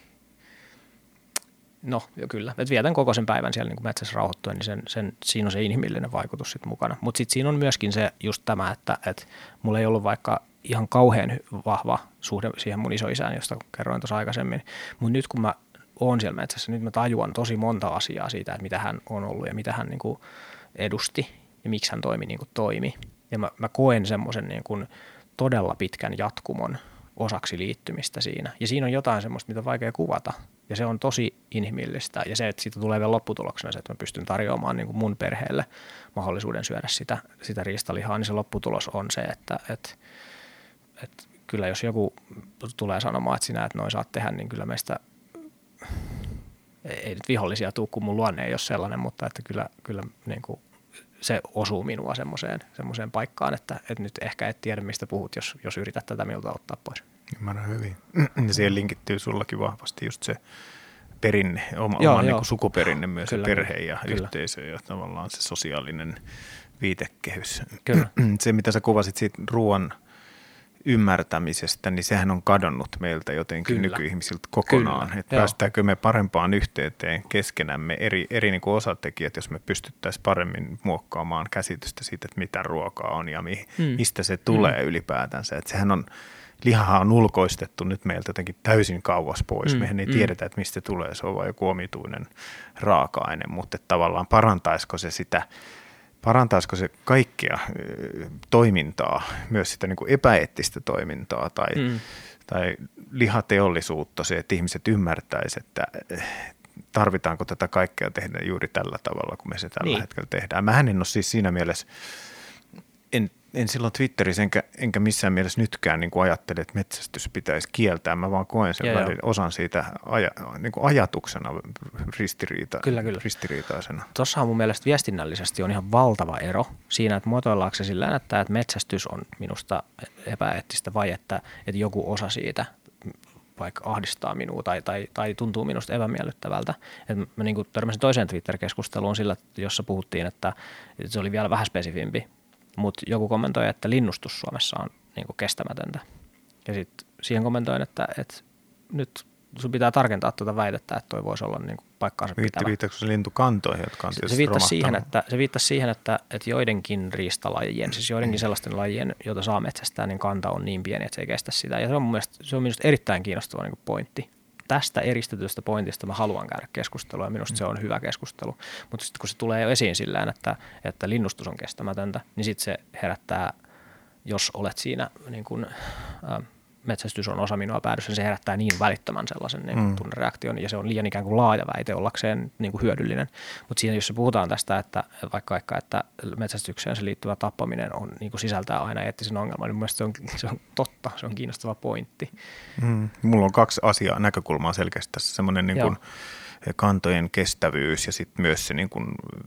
No, jo kyllä. Et vietän koko sen päivän siellä niin metsässä rauhoittuen, niin siinä on se inhimillinen vaikutus sit mukana. Mutta sitten siinä on myöskin se just tämä, että mulla ei ollut vaikka ihan kauhean vahva suhde siihen mun isoisään, josta kerroin tuossa aikaisemmin. Mutta nyt kun mä oon siellä metsässä, nyt mä tajuan tosi monta asiaa siitä, että mitä hän on ollut ja mitä hän niin kuin edusti ja miksi hän toimi niin kuin toimi. Ja mä koen semmoisen niin kuin todella pitkän jatkumon osaksi liittymistä siinä. Ja siinä on jotain semmoista, mitä on vaikea kuvata. Ja se on tosi inhimillistä. Ja se, että siitä tulee vielä lopputuloksena se, että mä pystyn tarjoamaan niin kuin mun perheelle mahdollisuuden syödä sitä riistalihaa, niin se lopputulos on se, että kyllä jos joku tulee sanomaan, että sinä et noin saat tehdä, niin kyllä meistä ei nyt vihollisia tule, kun mun luonne ei ole sellainen, mutta että kyllä niin kuin se osuu minua semmoiseen paikkaan, että nyt ehkä et tiedä, mistä puhut, jos yrität tätä minulta ottaa pois. Ymmärrän hyvin. Ja siihen linkittyy sullakin vahvasti just se perinne, oma niin kuin sukuperinne myös, kyllä, perhe ja kyllä, yhteisö ja tavallaan se sosiaalinen viitekehys. Kyllä. Se, mitä sä kuvasit siitä ruoan ymmärtämisestä, niin sehän on kadonnut meiltä jotenkin kyllä, nykyihmisiltä kokonaan. Että päästäänkö me parempaan yhteyteen keskenämme eri niin kuin osatekijät, jos me pystyttäisiin paremmin muokkaamaan käsitystä siitä, että mitä ruokaa on ja mistä se tulee ylipäätänsä. Että sehän on, lihahan on ulkoistettu nyt meiltä jotenkin täysin kauas pois. Mehän ei tiedetä, että mistä se tulee. Se on vain joku omituinen raaka-aine, mutta tavallaan parantaisiko se kaikkea toimintaa, myös sitä niin kuin epäeettistä toimintaa tai lihateollisuutta, se, että ihmiset ymmärtäisivät, että tarvitaanko tätä kaikkea tehdä juuri tällä tavalla, kun me se tällä hetkellä tehdään. Mähän en ole siis siinä mielessä, en silloin Twitterissä enkä missään mielessä nytkään niin kuin ajattele, että metsästys pitäisi kieltää. Mä vaan koen sen osan siitä niin kuin ajatuksena ristiriitaisena. Tuossa on mun mielestä viestinnällisesti on ihan valtava ero siinä, että muotoillaanko se sillä, että metsästys on minusta epäeettistä vai että joku osa siitä vaikka ahdistaa minua tai tuntuu minusta epämiellyttävältä. Et mä niin kuin törmäsin toiseen Twitter-keskusteluun sillä, jossa puhuttiin, että se oli vielä vähän spesifimpi. Mutta joku kommentoi, että linnustus Suomessa on niinku kestämätöntä. Ja sitten siihen kommentoin, että nyt sun pitää tarkentaa tuota väitettä, että toi voisi olla niinku paikkaansa pitävä. Viittaako se lintukantoihin, jotka on tietysti se viittasi siihen, että joidenkin riistalajien, siis joidenkin sellaisten lajien, joita saa metsästää, niin kanta on niin pieni, että se ei kestä sitä. Ja se on minusta erittäin kiinnostava niinku pointti. Tästä eristetystä pointista mä haluan käydä keskustelua ja minusta se on hyvä keskustelu. Mutta sitten kun se tulee jo esiin sillään, että linnustus on kestämätöntä, niin sitten se herättää, jos olet siinä niin kun, metsästys on osa minua päädyssä, niin se herättää niin välittömän sellaisen niin kun tunnereaktion ja se on liian ikään kuin laaja väite ollakseen niin kuin hyödyllinen. Mutta siinä jos se puhutaan tästä, että vaikka että metsästykseen se liittyvä tappaminen on, niin kuin sisältää aina eettisen ongelman, niin mun mielestä se on totta, se on kiinnostava pointti. Mulla on kaksi näkökulmaa selkeästi tässä, semmoinen niin kuin kantojen kestävyys ja sitten myös se niin kuin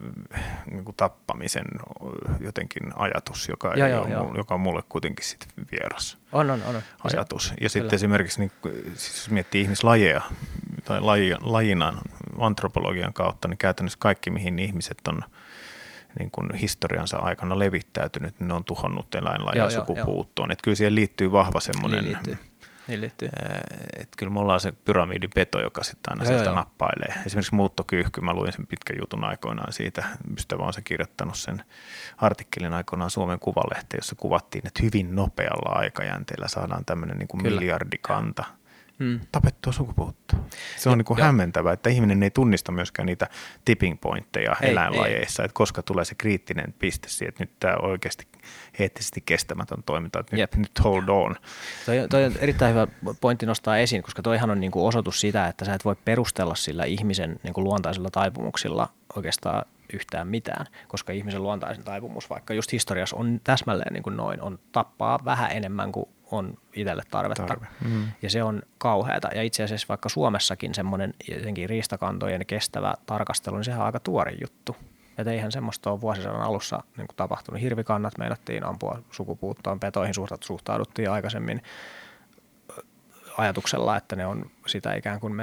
tappamisen jotenkin ajatus, joka on mulle kuitenkin sitten vieras ajatus. Ja sitten esimerkiksi niin, siis jos miettii ihmislajeja tai lajina antropologian kautta, niin käytännössä kaikki, mihin ihmiset on niin kuin historiansa aikana levittäytynyt, niin ne on tuhonnut eläinlajia sukupuuttoon. Että kyllä siihen liittyy vahva semmoinen. Että kyllä me ollaan se pyramidipeto, joka sitten aina sieltä nappailee. Esimerkiksi muuttokyyhky, mä luin sen pitkän jutun aikoinaan siitä. Ystävä on se kirjoittanut sen artikkelin aikoinaan Suomen Kuvalehteen, jossa kuvattiin, että hyvin nopealla aikajänteellä saadaan tämmöinen niin kuin miljardikanta tapettua sukupuuttoa. Se on niin kuin hämmentävää, että ihminen ei tunnista myöskään niitä tipping pointteja eläinlajeissa, että koska tulee se kriittinen piste siihen, että nyt tämä on oikeasti eettisesti kestämätön toiminta, että nyt hold on. Toi on erittäin hyvä pointti nostaa esiin, koska toihan on niin kuin osoitus sitä, että sä et voi perustella sillä ihmisen niin kuin luontaisilla taipumuksilla oikeastaan yhtään mitään, koska ihmisen luontaisen taipumus, vaikka just historiassa on täsmälleen niin kuin noin, on tappaa vähän enemmän kuin on itselle tarvetta. Ja se on kauheata. Ja itse asiassa vaikka Suomessakin semmoinen jotenkin riistakantojen kestävä tarkastelu, niin sehän on aika tuori juttu. Että eihän semmoista ole vuosisadan alussa niin kuin tapahtunut. Hirvikannat meinattiin ampua sukupuuttoon, petoihin suhtauduttiin aikaisemmin ajatuksella, että ne on sitä ikään kuin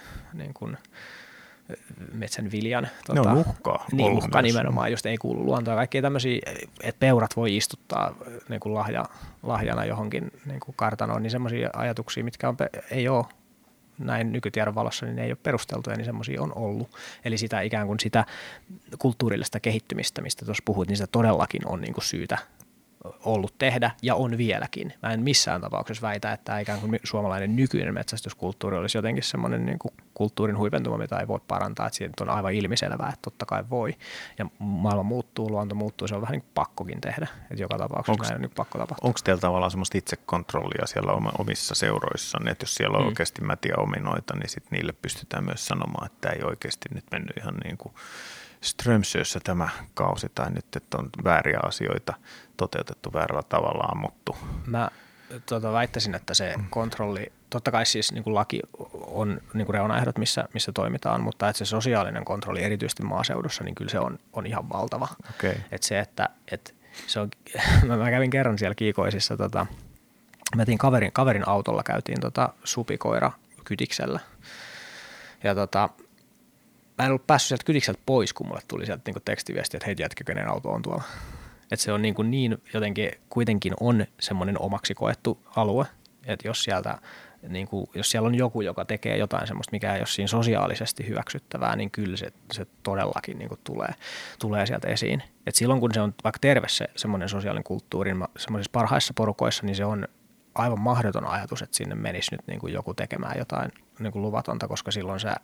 metsän viljan. Ne on uhkaa. Niin, uhka nimenomaan, just ei kuulu luontoon. Kaikkia tämmöisiä, että peurat voi istuttaa niin kuin lahjana johonkin niin kuin kartanoon, niin semmoisia ajatuksia, mitkä ei ole näin nykytiedon valossa, niin ne ei ole perusteltuja, niin semmoisia on ollut. Eli sitä ikään kuin sitä kulttuurillista kehittymistä, mistä tuossa puhuit, niin sitä todellakin on niin kuin syytä ollut tehdä ja on vieläkin. Mä en missään tapauksessa väitä, että ikään kuin suomalainen nykyinen metsästyskulttuuri olisi jotenkin semmoinen niin kuin kulttuurin huipentuma, mitä ei voi parantaa, että siitä on aivan ilmiselvää, että totta kai voi. Ja maailma muuttuu, luonto muuttuu, se on vähän niin kuin pakkokin tehdä, että joka tapauksessa näin on nyt pakko tapahtua. Onko teillä tavallaan semmoista itsekontrollia siellä omissa seuroissanne, että jos siellä on oikeasti mätiä ominoita, niin sitten niille pystytään myös sanomaan, että ei oikeasti nyt mennyt ihan niin kuin Strömsössä tämä kausi tai nyt, että on vääriä asioita toteutettu väärällä tavalla ammuttu. Mä väittäisin, että se kontrolli, totta kai siis niin kuin laki on niin kuin reunaehdot, missä toimitaan, mutta että se sosiaalinen kontrolli erityisesti maaseudussa, niin kyllä se on ihan valtava. Okay. Että se, että se on, mä kävin kerran siellä Kiikoisissa, mä tein kaverin autolla, käytiin supikoira Kytiksellä ja mä en ollut päässyt sieltä Kytikseltä pois, kun mulle tuli sieltä niin tekstiviesti, että hei, jätkä, kenen auto on tuolla. Että se on niin jotenkin kuitenkin on semmoinen omaksi koettu alue, että jos siellä on joku, joka tekee jotain semmoista, mikä ei ole siinä sosiaalisesti hyväksyttävää, niin kyllä se todellakin niin kuin tulee sieltä esiin. Et silloin kun se on vaikka terve se semmoinen sosiaalinen kulttuuri, semmoisissa parhaissa porukoissa, niin se on aivan mahdoton ajatus, että sinne menisi nyt niin kuin joku tekemään jotain niin kuin luvatonta, koska silloin sä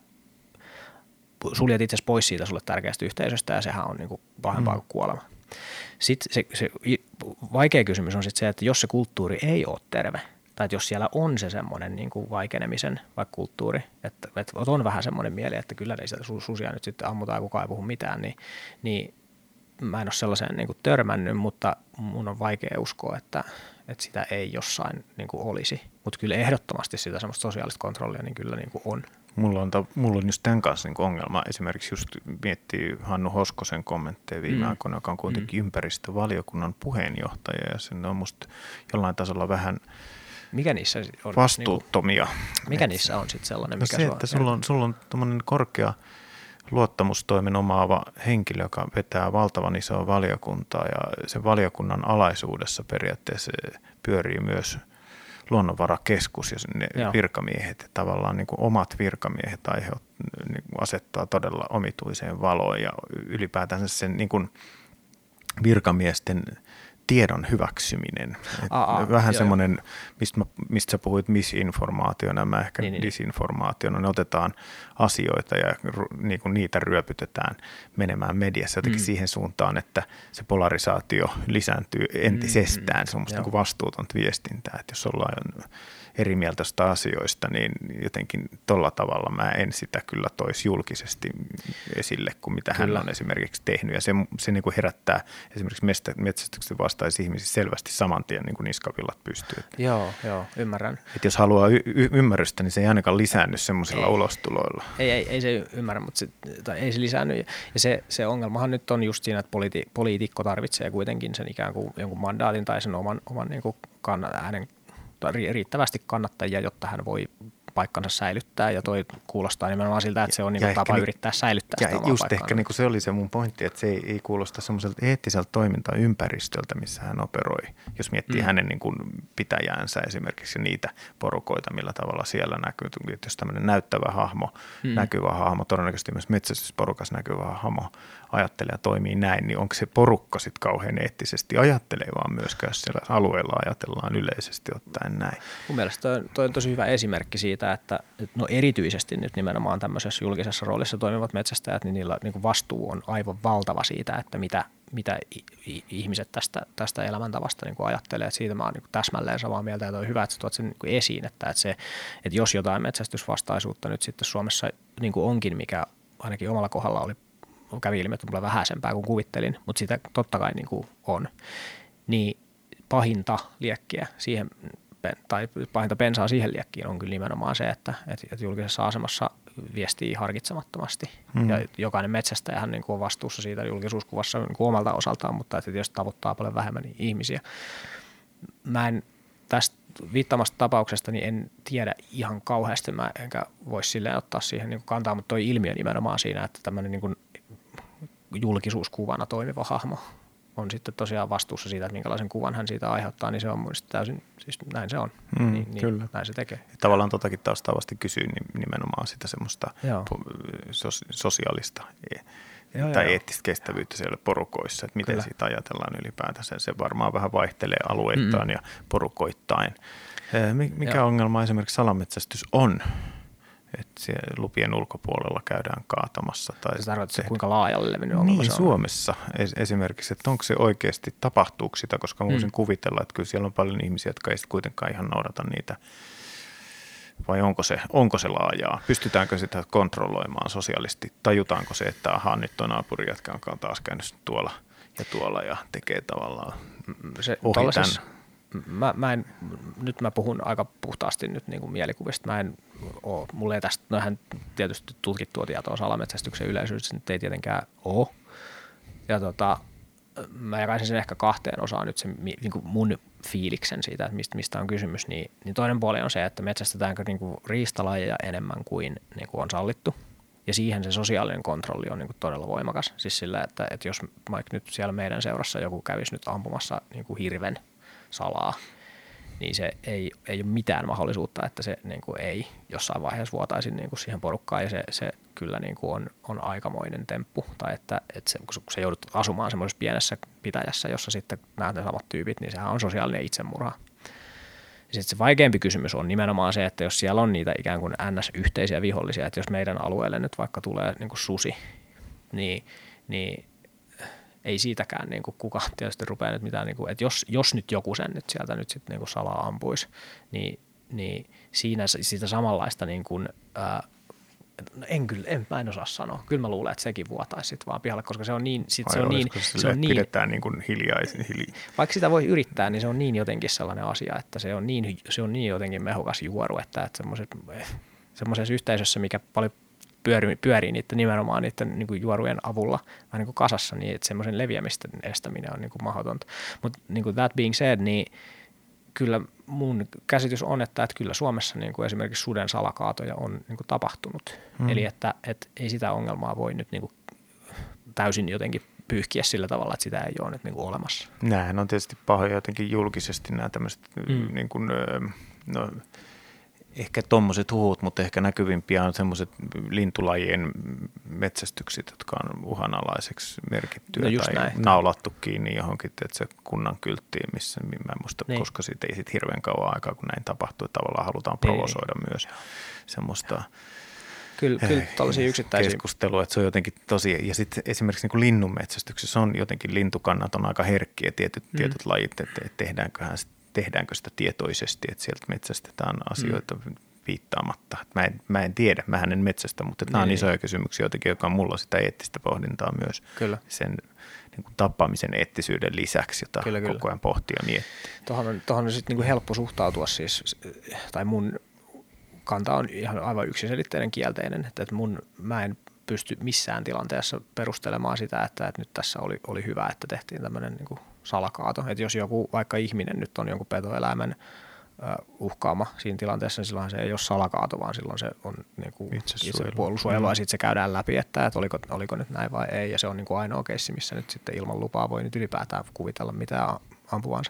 suljet itse pois siitä sulle tärkeästä yhteisöstä ja sehän on niin kuin pahempaa kuin kuolema. Sitten se vaikea kysymys on sitten se, että jos se kulttuuri ei ole terve, tai että jos siellä on se semmoinen niin kuin vaikenemisen vaikka kulttuuri, että on vähän semmoinen mieli, että kyllä ei sitä susia nyt sitten ammutaan, kukaan ei puhu mitään, niin mä en ole sellaiseen niin kuin törmännyt, mutta mun on vaikea uskoa, että sitä ei jossain niin kuin olisi. Mutta kyllä ehdottomasti sitä semmoista sosiaalista kontrollia niin kyllä niin kuin on. Mulla on just tämän kanssa niin ongelma. Esimerkiksi just miettii Hannu Hoskosen kommentteja viime aikoina, joka on kuitenkin ympäristövaliokunnan puheenjohtaja, ja sen on musta jollain tasolla vähän mikä niissä on, vastuuttomia. Mikä niissä on sitten sellainen? Mikä se, että sulla on tommoinen korkea luottamustoimen omaava henkilö, joka vetää valtavan isoa valiokuntaa, ja sen valiokunnan alaisuudessa periaatteessa pyörii myös luonnonvarakeskus ja ne virkamiehet, tavallaan niin kuin omat virkamiehet niin kuin asettaa todella omituiseen valoon ja ylipäätään sen niin kuin virkamiesten tiedon hyväksyminen. Vähän semmoinen, mistä sä puhuit misinformaationa, mä ehkä disinformaationa, ne otetaan asioita ja niin kuin niitä ryöpytetään menemään mediassa jotenkin siihen suuntaan, että se polarisaatio lisääntyy entisestään, semmoista niin kuin vastuutonta viestintää, että jos ollaan eri mieltä asioista, niin jotenkin tolla tavalla mä en sitä kyllä toisi julkisesti esille, kuin mitä hän on esimerkiksi tehnyt. Ja se niin kuin herättää esimerkiksi metsästyksen vastaisia ihmisiä selvästi saman tien niin kuin niskavillat pystyy. Joo, ymmärrän. Että jos haluaa ymmärrystä, niin se ei ainakaan lisäänny semmoisilla ulostuloilla. Ei se ymmärrä, mutta ei se lisäänny. Ja se ongelmahan nyt on just siinä, että poliitikko tarvitsee kuitenkin sen ikään kuin jonkun mandaatin tai sen oman niin kuin äänen riittävästi kannattajia, jotta hän voi paikkansa säilyttää, ja toi kuulostaa nimenomaan siltä, että se on niin tapa yrittää säilyttää sitä omaa just paikkaansa. Ehkä niin se oli se mun pointti, että se ei kuulosta semmoiselta eettiseltä toimintaympäristöltä, missä hän operoi, jos miettii hänen niin kuin pitäjäänsä esimerkiksi niitä porukoita, millä tavalla siellä näkyy, että jos tämmöinen näyttävä hahmo, näkyvä hahmo, todennäköisesti myös metsästysporukas näkyvä hahmo ajattelija toimii näin, niin onko se porukka sitten kauhean eettisesti ajattelevaa myöskään, jos siellä alueella ajatellaan yleisesti ottaen näin? Mun mielestä toi on tosi hyvä esimerkki siitä, että erityisesti nyt nimenomaan tämmöisessä julkisessa roolissa toimivat metsästäjät, niin niillä niin kuin vastuu on aivan valtava siitä, että mitä ihmiset tästä elämäntavasta niin kuin ajattelee. Että siitä mä oon niin kuin täsmälleen samaa mieltä, ja toi hyvä, että sä tuot sen niin kuin esiin, että jos jotain metsästysvastaisuutta nyt sitten Suomessa niin kuin onkin, mikä ainakin omalla kohdalla kävi ilmi, että mulla vähäisempää kuin kuvittelin, mutta sitä totta kai niin kuin on, niin pahinta liekkiä siihen, tai pahinta bensaa siihen liekkiin on kyllä nimenomaan se, että julkisessa asemassa viestii harkitsemattomasti. Ja jokainen metsästäjähän niin kuin on vastuussa siitä julkisuuskuvassa niin kuin omalta osaltaan, mutta että jos tavoittaa paljon vähemmän ihmisiä. Mä en tästä viittaamasta tapauksesta niin en tiedä ihan kauheasti, mä enkä voisi silleen ottaa siihen niin kuin kantaa, mutta toi ilmiö nimenomaan siinä, että tämmöinen niin kuin julkisuuskuvana toimiva hahmo on sitten tosiaan vastuussa siitä, että minkälaisen kuvan hän siitä aiheuttaa, niin se on mielestäni täysin, siis näin se on, niin kyllä. Näin se tekee. Tavallaan totakin taustaa vasti kysyy nimenomaan sitä semmoista sosiaalista tai eettistä kestävyyttä siellä porukoissa, että miten Kyllä. siitä ajatellaan ylipäätänsä. Se varmaan vähän vaihtelee alueittain ja porukoittain. Mikä ongelma esimerkiksi salametsästys on? Että siellä lupien ulkopuolella käydään kaatamassa. Tai se tarkoittaa, kuinka laajalle levinnyt ongelma niin, se on. Suomessa esimerkiksi, että onko se oikeasti, tapahtuuko sitä, koska mä voisin kuvitella, että kyllä siellä on paljon ihmisiä, jotka ei sitten kuitenkaan ihan noudata niitä. Vai onko se laajaa? Pystytäänkö sitä kontrolloimaan sosiaalisesti? Tajutaanko se, että ahaa, nyt on naapuri, jotka on taas käynyt tuolla ja tekee tavallaan ohi tämän? Nyt mä puhun aika puhtaasti nyt niin kuin mielikuvista. Mulla ei tästä, tietysti tutkittua tietoa salametsästyksen yleisyydestä nyt ei tietenkään ole. Ja mä jakaisin sen ehkä kahteen osaan nyt sen niin kuin mun fiiliksen siitä, että mistä on kysymys. Niin toinen puoli on se, että metsästetäänkö niin kuin riistalajeja enemmän kuin on sallittu. Ja siihen se sosiaalinen kontrolli on niin kuin todella voimakas. Siis sillä, että jos vaikka nyt siellä meidän seurassa joku kävisi nyt ampumassa niin kuin hirven salaa, niin se ei ole mitään mahdollisuutta, että se niin kuin ei jossain vaiheessa vuotaisi niin kuin siihen porukkaan, ja se kyllä niin kuin on aikamoinen temppu, tai että kun se joudut asumaan semmoisessa pienessä pitäjässä, jossa sitten näet ne samat tyypit, niin sehän on sosiaalinen itsemurha. Ja sitten se vaikeampi kysymys on nimenomaan se, että jos siellä on niitä ikään kuin NS-yhteisiä vihollisia, että jos meidän alueelle nyt vaikka tulee niin kuin susi, niin ei siitäkään niin kuin kukaan tietysti rupea nyt mitään, niin kuin, että jos nyt joku sen nyt sieltä nyt sitten niin kuin salaa ampuisi, niin siinä sitä samanlaista niin kuin, mä en osaa sanoa. Kyllä mä luulen, että sekin vuotaisi sitten vaan pihalle, koska se on niin, pidetään niin kuin hiljaisin. Vaikka sitä voi yrittää, niin se on niin jotenkin sellainen asia, että se on niin jotenkin mehukas juoru, että semmoisessa yhteisössä, mikä paljon pyörii nimenomaan niiden niin kuin juorujen avulla vähän niin kuin kasassa, niin että semmoisen leviämistä estäminen on niin kuin mahdotonta. Mutta niin kuin that being said, niin kyllä mun käsitys on, että kyllä Suomessa niin kuin esimerkiksi suden salakaatoja on niin kuin tapahtunut. Eli että ei sitä ongelmaa voi nyt niin kuin täysin jotenkin pyyhkiä sillä tavalla, että sitä ei ole nyt niin kuin olemassa. Nämähän on tietysti pahoja jotenkin julkisesti nämä tämmöiset niin kuin, ehkä tommoset huhut, mutta ehkä näkyvimpiä on semmoiset lintulajien metsästykset, jotka on uhanalaiseksi merkittyä tai naulattu kiinni johonkin, että se kunnan kylttiin, missä mä en muista, koska siitä ei sit hirveän kauan aikaa, kun näin tapahtuu, että tavallaan halutaan provosoida myös semmoista Kyllä tällaisia yksittäisiä keskustelua, että se on jotenkin tosi, ja sitten esimerkiksi niin kuin linnunmetsästyksessä on jotenkin lintukannat on aika herkkiä tietyt lajit, että tehdäänkö sitä tietoisesti, että sieltä metsästetään asioita viittaamatta. Mä en tiedä, mähän en metsästä, mutta nämä on isoja kysymyksiä jotenkin, joka on mulla sitä eettistä pohdintaa myös Kyllä. sen niin kuin tappamisen eettisyyden lisäksi, jota koko ajan pohtia ja miettiä. Tuohon on sitten niin kuin helppo suhtautua siis, tai mun kanta on ihan aivan yksiselitteinen kielteinen, että mä en pysty missään tilanteessa perustelemaan sitä, että nyt tässä oli hyvä, että tehtiin tämmöinen niin kuin salakaato. Että jos joku vaikka ihminen nyt on jonkun petoeläimen uhkaama siinä tilanteessa, niin silloin se ei ole salakaato, vaan silloin se on niin kuin itsepuolussuojelua ja sitten se käydään läpi, että oliko nyt näin vai ei. Ja se on niin kuin ainoa keissi, missä nyt sitten ilman lupaa voi nyt ylipäätään kuvitella mitään ampuvansa.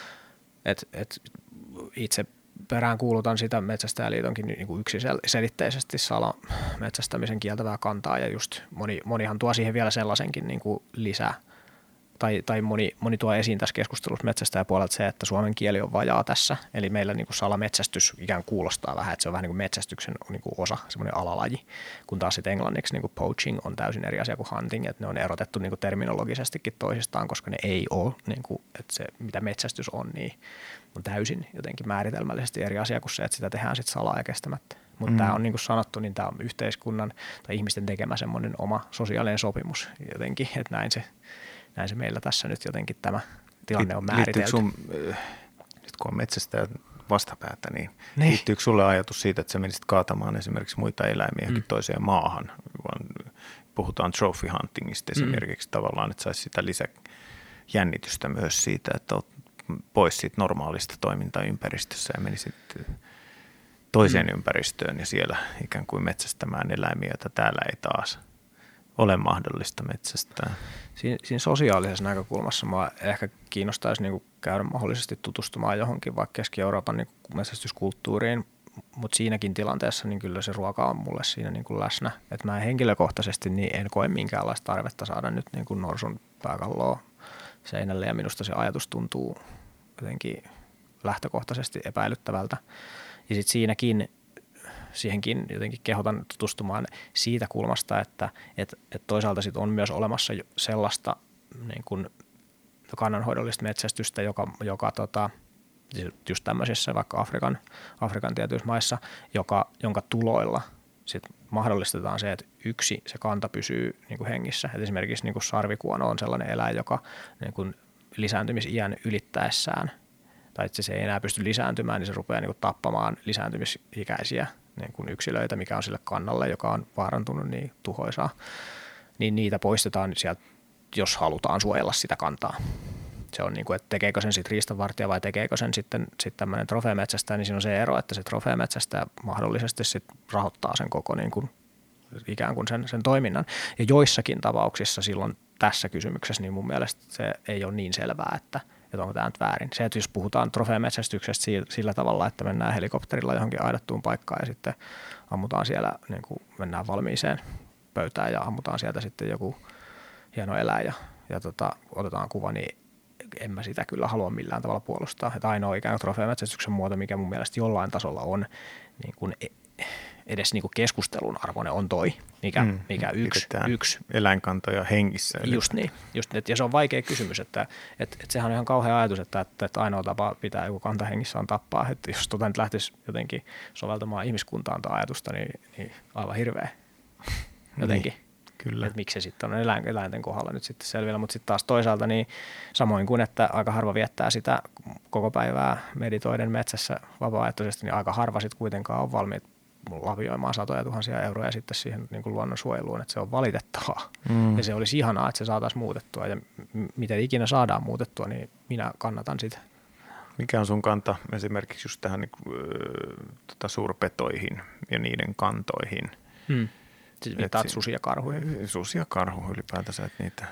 Itse perään kuulutan sitä Metsästäjäliitonkin niin kuin yksiselitteisesti salametsästämisen kieltävää kantaa ja just monihan tuo siihen vielä sellaisenkin niin kuin lisää. Tai moni tuo esiin tässä keskustelussa metsästäjäpuolelta se, että suomen kieli on vajaa tässä. Eli meillä niin kuin salametsästys ikään kuulostaa vähän, että se on vähän niin kuin metsästyksen niin kuin osa, semmoinen alalaji. Kun taas sitten englanniksi niin kuin poaching on täysin eri asia kuin hunting, että ne on erotettu niin kuin terminologisestikin toisistaan, koska ne ei ole, niin kuin, että se mitä metsästys on, niin on täysin jotenkin määritelmällisesti eri asia kuin se, että sitä tehdään sitten salaa ja kestämättä. Mutta tämä on niin kuin sanottu, niin tämä on yhteiskunnan tai ihmisten tekemä semmoinen oma sosiaalinen sopimus jotenkin, että näin se meillä tässä nyt jotenkin tämä tilanne on määritelty. Nyt kun on metsästä vastapäätä, niin liittyykö sulle ajatus siitä, että sä menisit kaatamaan esimerkiksi muita eläimiä toiseen maahan? Puhutaan trophy huntingista esimerkiksi tavallaan, että saisi sitä lisäjännitystä myös siitä, että olet pois siitä normaalista toimintaympäristössä ja menisit toiseen ympäristöön ja siellä ikään kuin metsästämään eläimiä, joita täällä ei taas ole mahdollista metsästää. Siinä sosiaalisessa näkökulmassa minua ehkä kiinnostaisi niin kuin käydä mahdollisesti tutustumaan johonkin vaikka Keski-Euroopan niin kuin metsästyskulttuuriin Mut siinäkin tilanteessa niin kyllä se ruoka on mulle siinä niin kuin läsnä. Että mä henkilökohtaisesti niin en koe minkäänlaista tarvetta saada nyt niin kuin norsun pääkalloa seinälle ja minusta se ajatus tuntuu jotenkin lähtökohtaisesti epäilyttävältä. Ja sitten siihenkin jotenkin kehotan tutustumaan siitä kulmasta, että toisaalta sit on myös olemassa sellaista niin kuin kannanhoidollista metsästystä, joka just tämmöisissä vaikka Afrikan tietyissä maissa, jonka tuloilla sit mahdollistetaan se, että se kanta pysyy niin kuin hengissä. Et esimerkiksi niin kuin sarvikuono on sellainen eläin, joka niin kuin lisääntymisiän ylittäessään, tai itse se ei enää pysty lisääntymään, niin se rupeaa niin kuin tappamaan lisääntymisikäisiä niin kuin yksilöitä, mikä on sille kannalle, joka on vaarantunut niin tuhoisaa. Niin niitä poistetaan sieltä, jos halutaan suojella sitä kantaa. Se on niin kuin, että tekeekö sen sitten riistanvartija vai tekeekö sen sitten tämmöinen trofeemetsästäjä, niin siinä on se ero, että se trofeemetsästäjä mahdollisesti sitten rahoittaa sen koko niin kuin, ikään kuin sen toiminnan. Ja joissakin tapauksissa silloin tässä kysymyksessä, niin mun mielestä se ei ole niin selvää, että onko tämä nyt väärin. Se, että jos puhutaan trofeemetsästyksestä sillä tavalla, että mennään helikopterilla johonkin aidattuun paikkaan ja sitten ammutaan siellä, niin kuin mennään valmiiseen pöytään ja ammutaan sieltä sitten joku hieno eläin ja otetaan kuva, niin en mä sitä kyllä halua millään tavalla puolustaa. Että ainoa ikään kuin trofeemetsästyksen muoto, mikä mun mielestä jollain tasolla on niin kuin edes niin kuin keskustelun arvoinen on mikä yksi eläinkantoja hengissä. Just niin. Ja se on vaikea kysymys, että sehän on ihan kauhea ajatus, että ainoa tapa pitää joku kanta hengissä on tappaa. Että jos nyt lähtisi jotenkin soveltamaan ihmiskuntaan tuota ajatusta, niin aivan hirveä jotenkin. Niin. Kyllä. Että miksi se sitten on eläinten kohdalla nyt sitten selvillä, mutta sitten taas toisaalta niin samoin kuin, että aika harva viettää sitä koko päivää meditoiden metsässä vapaaehtoisesti, niin aika harva sitten kuitenkaan on valmiit lapioimaan satoja tuhansia euroja sitten siihen niin kuin luonnonsuojeluun, että se on valitettavaa. Ja se olisi ihanaa, että se saataisiin muutettua ja miten ikinä saadaan muutettua, niin minä kannatan sitä. Mikä on sun kanta esimerkiksi just tähän niin kuin, suurpetoihin ja niiden kantoihin? Viittaat susi ja karhuihin. Susi ja karhu ylipäätänsä, että niitä,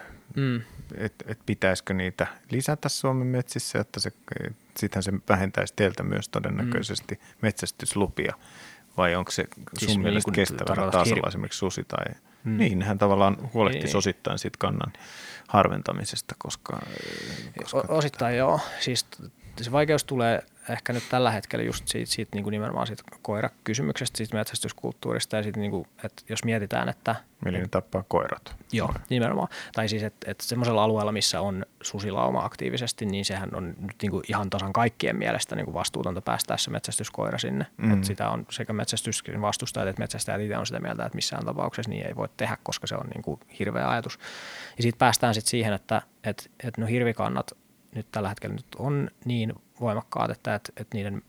että pitäisikö niitä lisätä Suomen metsissä, että sittenhän se vähentäisi teiltä myös todennäköisesti metsästyslupia, vai onko se sun mielestä niin kestävällä tasolla esimerkiksi susi tai niin, nehän tavallaan huolehtisi osittain siitä kannan harventamisesta, koska osittain joo, siis se vaikeus tulee ehkä nyt tällä hetkellä just siitä niin kuin nimenomaan siitä koirakysymyksestä, siitä metsästyskulttuurista ja siitä, niin kuin, että jos mietitään, että eli ne tappaa koirat. Joo, nimenomaan. Tai siis, että semmoisella alueella, missä on susilauma aktiivisesti, niin sehän on nyt niin kuin ihan tasan kaikkien mielestä niin kuin vastuutonta päästää se metsästyskoira sinne. Että sitä on sekä metsästyskin vastustajat että metsästäjät itse on sitä mieltä, että missään tapauksessa niin ei voi tehdä, koska se on niin kuin hirveä ajatus. Ja sitten päästään sitten siihen, että no hirvikannat nyt tällä hetkellä nyt on niin voimakkaat, että niiden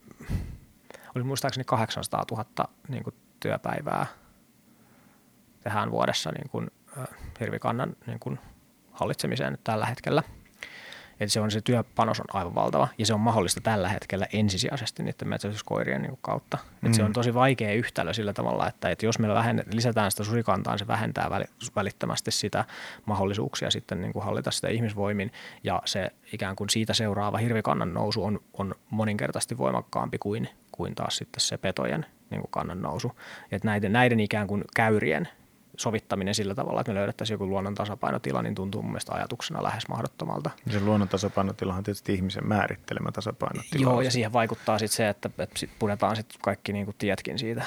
oli muistaakseni 800 000 niin kuin työpäivää tehdään vuodessa niin kuin hirvikannan niin kuin hallitsemiseen nyt tällä hetkellä. Että se työpanos on aivan valtava ja se on mahdollista tällä hetkellä ensisijaisesti niiden metsästyskoirien niin kuin kautta. Että se on tosi vaikea yhtälö sillä tavalla, että jos meillä lisätään sitä susikantaa, niin se vähentää välittömästi sitä mahdollisuuksia sitten niin kuin hallita sitä ihmisvoimin ja se ikään kuin siitä seuraava hirvikannan nousu on moninkertaisesti voimakkaampi kuin taas sitten se petojen niin kuin kannan nousu. Että näiden ikään kuin käyrien sovittaminen sillä tavalla, että me löydettäisiin joku luonnon tasapainotila, niin tuntuu mun mielestä ajatuksena lähes mahdottomalta. Se luonnon tasapainotila on tietysti ihmisen määrittelemä tasapainotila. Joo, ja siihen vaikuttaa sitten se, että sit puretaan sitten kaikki niin kuin tietkin siitä,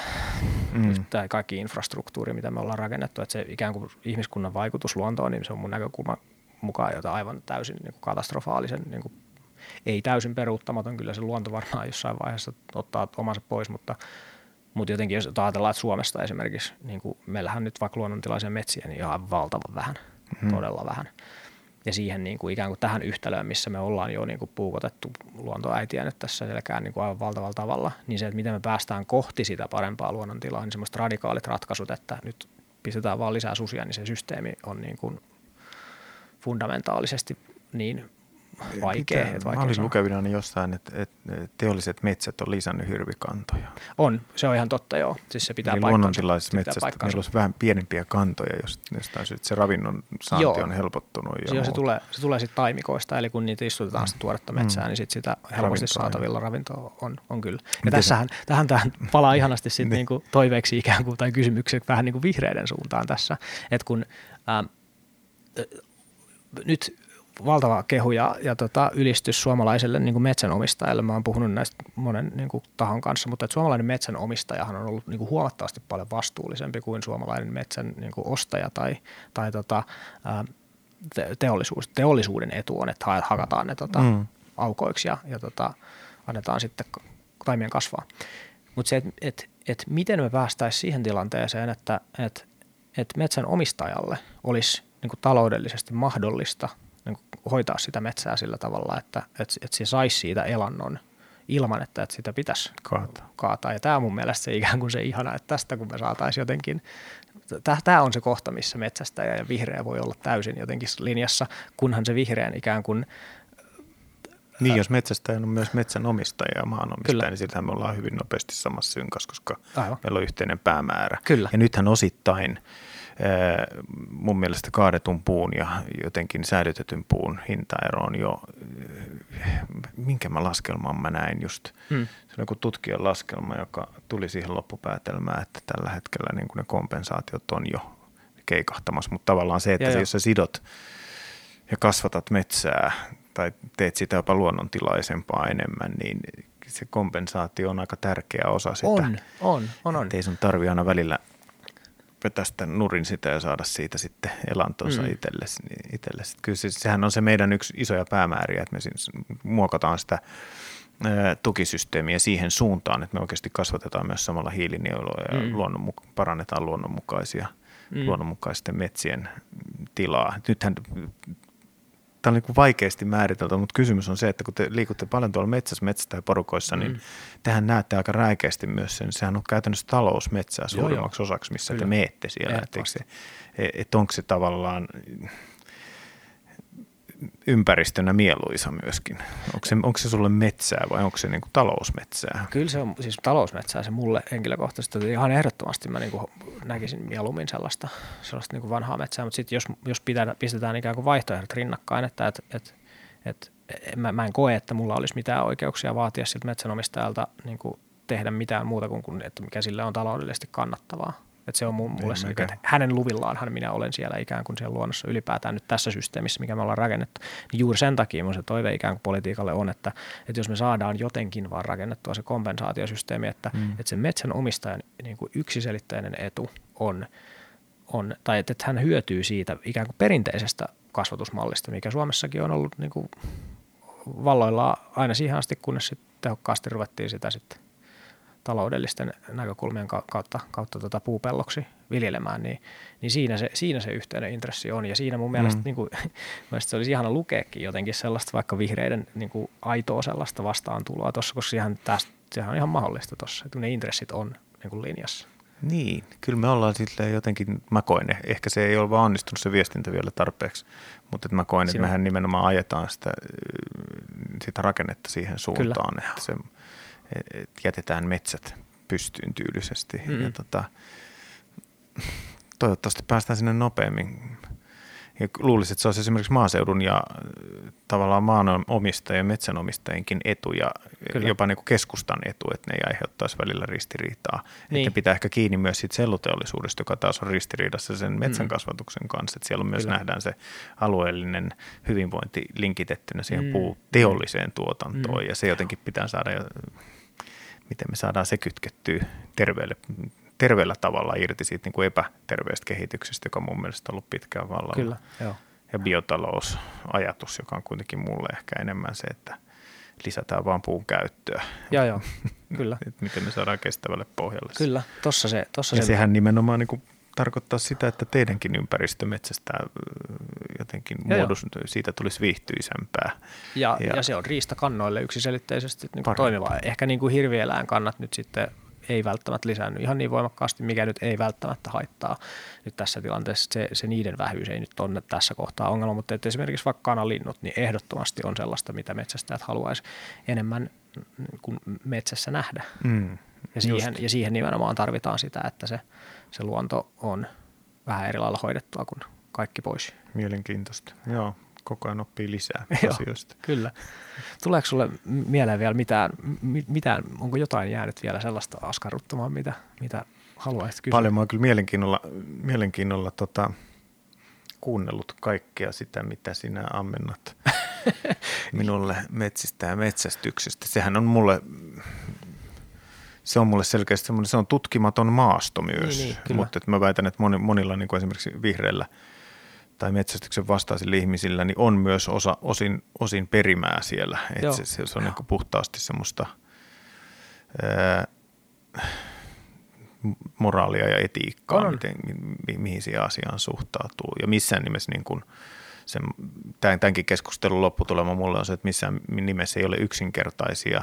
tai kaikki infrastruktuuri, mitä me ollaan rakennettu, että se ikään kuin ihmiskunnan vaikutus luontoon, niin se on mun näkökulma mukaan jotain aivan täysin niin kuin katastrofaalisen, niin kuin, ei täysin peruuttamaton, kyllä se luonto varmaan jossain vaiheessa ottaa omansa pois, mutta jotenkin jos ajatellaan, että Suomesta esimerkiksi, niin kuin meillähän nyt vaikka luonnontilaisia metsiä, niin ihan valtavan vähän, todella vähän. Ja siihen niin kuin ikään kuin tähän yhtälöön, missä me ollaan jo niin kuin puukotettu luontoäitiä nyt tässä selkään niin kuin aivan valtavalla tavalla, niin se, että miten me päästään kohti sitä parempaa luonnontilaa, niin semmoiset radikaalit ratkaisut, että nyt pistetään vaan lisää susia, niin se systeemi on niin kuin fundamentaalisesti niin vaikea. Mä olin lukevinani jossain, että teolliset metsät on lisännyt hirvikantoja. On, se on ihan totta, joo. Siis se pitää eli paikkansa. Luonnontilaisessa metsästä meillä olisi vähän pienempiä kantoja, jos se ravinnon saanti on helpottunut. Joo, se tulee sitten taimikoista, eli kun niitä istutetaan sitä tuoretta metsää, niin sit sitä helposti saatavilla ravintoa on kyllä. Ja tähän palaa ihanasti sitten niinku toiveeksi ikään kuin, tai kysymykseksi vähän niin kuin vihreiden suuntaan tässä, että kun nyt valtava kehu ja ylistys suomalaiselle niin kuin metsänomistajalle. Mä oon puhunut näistä monen niin kuin tahon kanssa, mutta että suomalainen metsänomistajahan on ollut niin kuin huomattavasti paljon vastuullisempi kuin suomalainen metsän niin kuin ostaja tai teollisuuden etu on, että hakataan ne aukoiksi ja annetaan sitten taimien kasvaa. Mutta se, että miten me päästäisiin siihen tilanteeseen, että metsän omistajalle olisi niin kuin taloudellisesti mahdollista niin hoitaa sitä metsää sillä tavalla, että se saisi siitä elannon ilman, että sitä pitäisi kaataa. Ja tämä on mun mielestä se ikään kuin se ihana, että tästä kun me saataisiin jotenkin, tämä on se kohta, missä metsästäjä ja vihreä voi olla täysin jotenkin linjassa, kunhan se vihreän ikään kuin niin, jos metsästäjä on myös metsänomistaja ja maanomistaja, niin siltähän me ollaan hyvin nopeasti samassa synkässä, koska meillä on yhteinen päämäärä. Kyllä. Ja nythän osittain mun mielestä kaadetun puun ja jotenkin säilytetyn puun hintaero on jo, minkä laskelman mä näin just. Se on joku tutkijan laskelma, joka tuli siihen loppupäätelmään, että tällä hetkellä niin kuin ne kompensaatiot on jo keikahtamassa, mutta tavallaan se, että jos sä sidot ja kasvatat metsää tai teet sitä jopa luonnontilaisempaa enemmän, niin se kompensaatio on aika tärkeä osa sitä. On. Ei sun tarvitse aina välillä tästä nurin sitä ja saada siitä sitten elantonsa itsellesi. Kyllä sehän on se meidän yksi isoja päämääriä, että me siis muokataan sitä tukisysteemiä siihen suuntaan, että me oikeasti kasvatetaan myös samalla hiilinieluja ja parannetaan luonnonmukaisten metsien tilaa. Nythän tämä on niin kuin vaikeasti määritelty, mutta kysymys on se, että kun te liikutte paljon tuolla metsästä ja porukoissa, niin tehän näette aika räikeästi myös sen. Sehän on käytännössä talousmetsää suurimmaksi osaksi, missä te meette siellä. Että onko se tavallaan ympäristönä mieluisa myöskin? Onko se sulle metsää vai onko se niin kuin talousmetsää? Kyllä se on siis talousmetsää se mulle henkilökohtaisesti. Ihan ehdottomasti mä niin kuin näkisin mieluummin sellaista niin kuin vanhaa metsää, mutta sitten jos pistetään ikään kuin vaihtoehdot rinnakkain, että mä en koe, että mulla olisi mitään oikeuksia vaatia siltä metsänomistajalta niin kuin tehdä mitään muuta kuin että mikä sille on taloudellisesti kannattavaa. Että se on mulle se, että hänen luvillaanhan minä olen siellä ikään kuin siellä luonnossa ylipäätään nyt tässä systeemissä, mikä me ollaan rakennettu. Niin juuri sen takia mun se toive ikään kuin politiikalle on, että jos me saadaan jotenkin vaan rakennettua se kompensaatiosysteemi, että se metsän omistajan niin kuin yksiselitteinen etu on tai että hän hyötyy siitä ikään kuin perinteisestä kasvatusmallista, mikä Suomessakin on ollut niin kuin valloillaan aina siihen asti, kunnes sitten tehokkaasti ruvettiin sitä sitten taloudellisten näkökulmien kautta puupelloksi viljelemään, niin siinä se yhteinen intressi on. Ja siinä mun mielestä, niin kuin, mielestä se olisi ihana lukeekin jotenkin sellaista vaikka vihreiden niin kuin aitoa sellaista vastaantuloa tuossa, koska sehän on ihan mahdollista tuossa, että ne intressit on niin kuin linjassa. Niin, kyllä me ollaan silleen jotenkin, mä koen, ehkä se ei ole vaan onnistunut se viestintä vielä tarpeeksi, mutta mä koen, että mehän nimenomaan ajetaan sitä rakennetta siihen suuntaan, kyllä, että se jätetään metsät pystyyn tyylisesti ja toivottavasti päästään sinne nopeammin. Ja luulisin, että se olisi esimerkiksi maaseudun ja tavallaan maanomistajien ja metsänomistajienkin etu ja jopa niin kuin keskustan etu, että ne ei aiheuttaisi välillä ristiriitaa. Niin. Että pitää ehkä kiinni myös siitä selluteollisuudesta, joka taas on ristiriidassa sen metsän kasvatuksen kanssa. Että siellä myös nähdään se alueellinen hyvinvointi linkitettynä siihen puuteolliseen tuotantoon ja se jotenkin pitää saada, miten me saadaan se kytkettyä terveellä tavalla irti siitä niin kuin epäterveestä kehityksestä, joka mun mielestä on ollut pitkään vallalla. Kyllä, joo. Ja biotalousajatus, joka on kuitenkin mulle ehkä enemmän se, että lisätään vaan puun käyttöä. Joo, kyllä. Miten me saadaan kestävälle pohjalle. Kyllä, tossa se. Ja sehän nimenomaan niin kuin tarkoittaa sitä, että teidänkin ympäristömetsästä jotenkin siitä tulisi viihtyisämpää. Ja se on riistakannoille yksiselitteisesti niin kuin toimiva. Ehkä niin kuin hirvieläinkannat nyt sitten ei välttämättä lisännyt ihan niin voimakkaasti, mikä nyt ei välttämättä haittaa nyt tässä tilanteessa. Se niiden vähyys ei nyt ole tässä kohtaa ongelma, mutta että esimerkiksi vaikka kanalinnut, niin ehdottomasti on sellaista, mitä metsästäjät haluaisi enemmän kuin metsässä nähdä. Ja siihen nimenomaan tarvitaan sitä, että se luonto on vähän eri lailla hoidettua kuin kaikki pois. Mielenkiintoista. Joo, koko ajan oppii lisää asioista. Kyllä. Tuleeko sulle mieleen vielä mitään, onko jotain jäänyt vielä sellaista askarruttamaan, mitä haluaisit kysyä? Paljon mä oon kyllä mielenkiinnolla kuunnellut kaikkea sitä, mitä sinä ammennat minulle metsistä ja metsästyksestä. Sehän on mulle... Se on mulle selkeästi semmoinen, se on tutkimaton maasto myös, niin, mutta mä väitän, että monilla niin kuin esimerkiksi vihreillä tai metsästyksen vastaisilla ihmisillä niin on myös osin perimää siellä, että se on niin kuin puhtaasti semmoista moraalia ja etiikkaa, mihin siihen asiaan suhtautuu ja missään nimessä niin kuin tämänkin keskustelun lopputulema mulle on se, että missään nimessä ei ole yksinkertaisia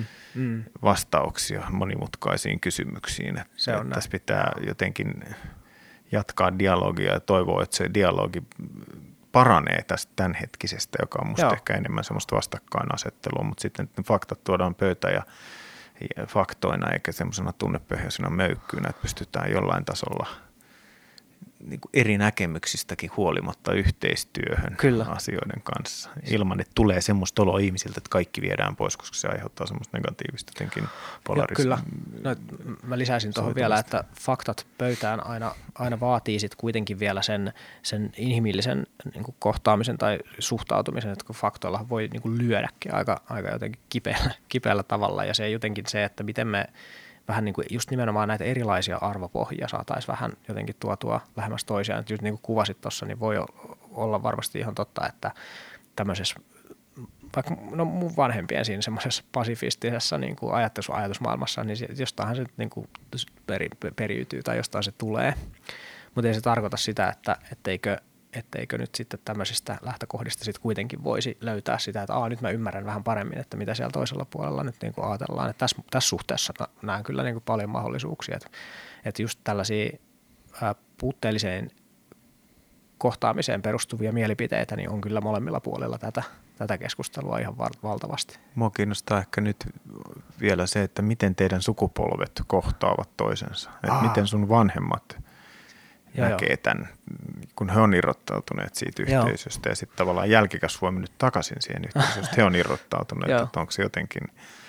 vastauksia monimutkaisiin kysymyksiin. Tässä pitää jotenkin jatkaa dialogia ja toivoa, että se dialogi paranee tästä tämänhetkisestä, joka on musta ehkä enemmän semmoista vastakkainasettelua, mutta sitten faktat tuodaan pöytään ja faktoina eikä semmoisena tunnepohjaisena möykkyynä, että pystytään jollain tasolla niin kuin eri näkemyksistäkin huolimatta yhteistyöhön asioiden kanssa. Ilman, että tulee semmoista oloa ihmisiltä, että kaikki viedään pois, koska se aiheuttaa semmoista negatiivista jotenkin Kyllä. No, mä lisäisin tuohon vielä, että faktat pöytään aina vaatii sitten kuitenkin vielä sen inhimillisen niin kuin kohtaamisen tai suhtautumisen, että kun faktoilla voi niin kuin lyödäkin aika jotenkin kipeällä tavalla ja se jotenkin se, että miten me vähän niin kuin just nimenomaan näitä erilaisia arvopohjia saataisiin vähän jotenkin tuotua lähemmäs toisiaan. Just niin kuin kuvasit tuossa, niin voi olla varmasti ihan totta, että tämmöisessä, vaikka mun vanhempien siinä semmoisessa pasifistisessa niin kuin ajatusmaailmassa, niin jostainhan se niin kuin periytyy tai jostain se tulee. Mutta ei se tarkoita sitä, etteikö nyt sitten tämmöisistä lähtökohdista sitten kuitenkin voisi löytää sitä, että nyt mä ymmärrän vähän paremmin, että mitä siellä toisella puolella nyt niin kuin ajatellaan. Että tässä suhteessa näen kyllä niin kuin paljon mahdollisuuksia, että just tällaisia puutteelliseen kohtaamiseen perustuvia mielipiteitä niin on kyllä molemmilla puolilla tätä keskustelua ihan valtavasti. Mua kiinnostaa ehkä nyt vielä se, että miten teidän sukupolvet kohtaavat toisensa. Että miten sun vanhemmat näkee tämän, kun he on irrottautuneet siitä yhteisöstä ja sitten tavallaan jälkikasvu on mennyt takaisin siihen yhteisöstä, he on irrottautuneet, että onko se jotenkin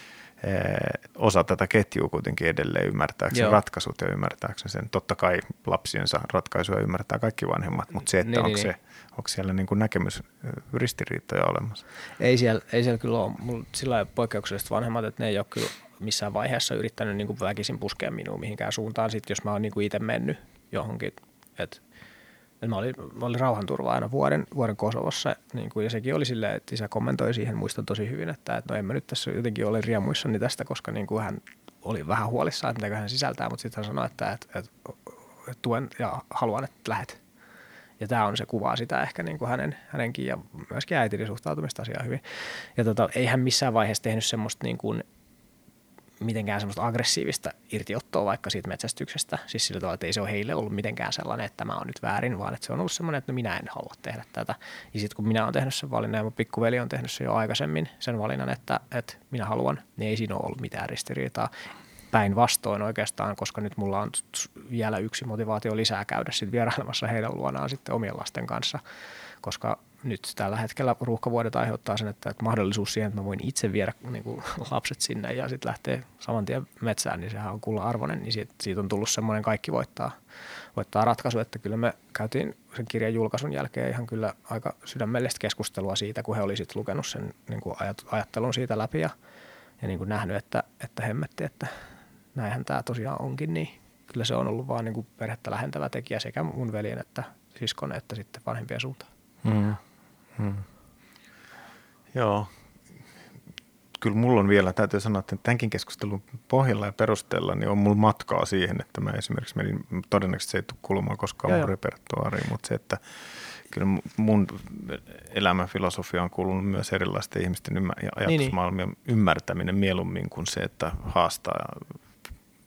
osa tätä ketjua kuitenkin edelleen ymmärtääkseen ratkaisut ja ymmärtääkseen sen. Totta kai lapsiensa ratkaisuja ymmärtää kaikki vanhemmat, mutta se, että onko siellä niin kuin näkemysristiriitoja olemassa? Ei siellä kyllä ole. Mulla sillä lailla poikkeukselliset vanhemmat, että ne ei ole kyllä missään vaiheessa yrittänyt niin kuin väkisin puskea minua mihinkään suuntaan, sit jos mä oon niin kuin itse mennyt johonkin. Mä olin rauhanturvaajana vuoden Kosovossa niin kuin, ja sekin oli silleen, että isä kommentoi siihen, muistan tosi hyvin, että en mä nyt tässä jotenkin ole riemuissani tästä, koska niin kuin hän oli vähän huolissaan, että mitä hän sisältää, mutta sitten hän sanoi, että tuen ja haluan, että lähet. Ja tämä on se kuvaa sitä ehkä niin kuin hänenkin ja myöskin äitini suhtautumista asiaan hyvin. Ja ei hän missään vaiheessa tehnyt semmoista niin kuin mitenkään semmoista aggressiivista irtiottoa vaikka siitä metsästyksestä. Siis sillä tavalla, että ei se ole heille ollut mitenkään sellainen, että tämä on nyt väärin, vaan että se on ollut semmoinen, että minä en halua tehdä tätä. Ja sitten kun minä olen tehnyt sen valinnan ja mun pikkuveli on tehnyt sen jo aikaisemmin sen valinnan, että minä haluan, niin ei siinä ole ollut mitään ristiriitaa. Päinvastoin oikeastaan, koska nyt mulla on vielä yksi motivaatio lisää käydä sitten vierailemassa heidän luonaan sitten omien lasten kanssa, koska nyt tällä hetkellä ruuhkavuodet aiheuttaa sen, että mahdollisuus siihen, että mä voin itse viedä niin kuin lapset sinne ja sitten lähteä saman tien metsään, niin sehän on kullan-arvoinen, niin siitä on tullut semmoinen kaikki voittaa ratkaisu, että kyllä me käytiin sen kirjan julkaisun jälkeen ihan kyllä aika sydämellistä keskustelua siitä, kun he oli sitten lukenut sen niin kuin ajattelun siitä läpi ja niin kuin nähnyt, että hemmetti, että näinhän tämä tosiaan onkin, niin kyllä se on ollut vaan niin kuin perhettä lähentävä tekijä sekä mun veljen että siskon että sitten vanhempien suuntaan. Joo. Kyllä mulla on vielä, täytyy sanoa, että tämänkin keskustelun pohjalla ja perusteella niin on mulla matkaa siihen, että mä esimerkiksi menin, todennäköisesti se ei tule kulumaan koskaan mun repertuaariin, mutta se, että kyllä mun elämän filosofia on kuulunut myös erilaisten ihmisten ajatusmaailmien ymmärtäminen mieluummin kuin se, että haastaa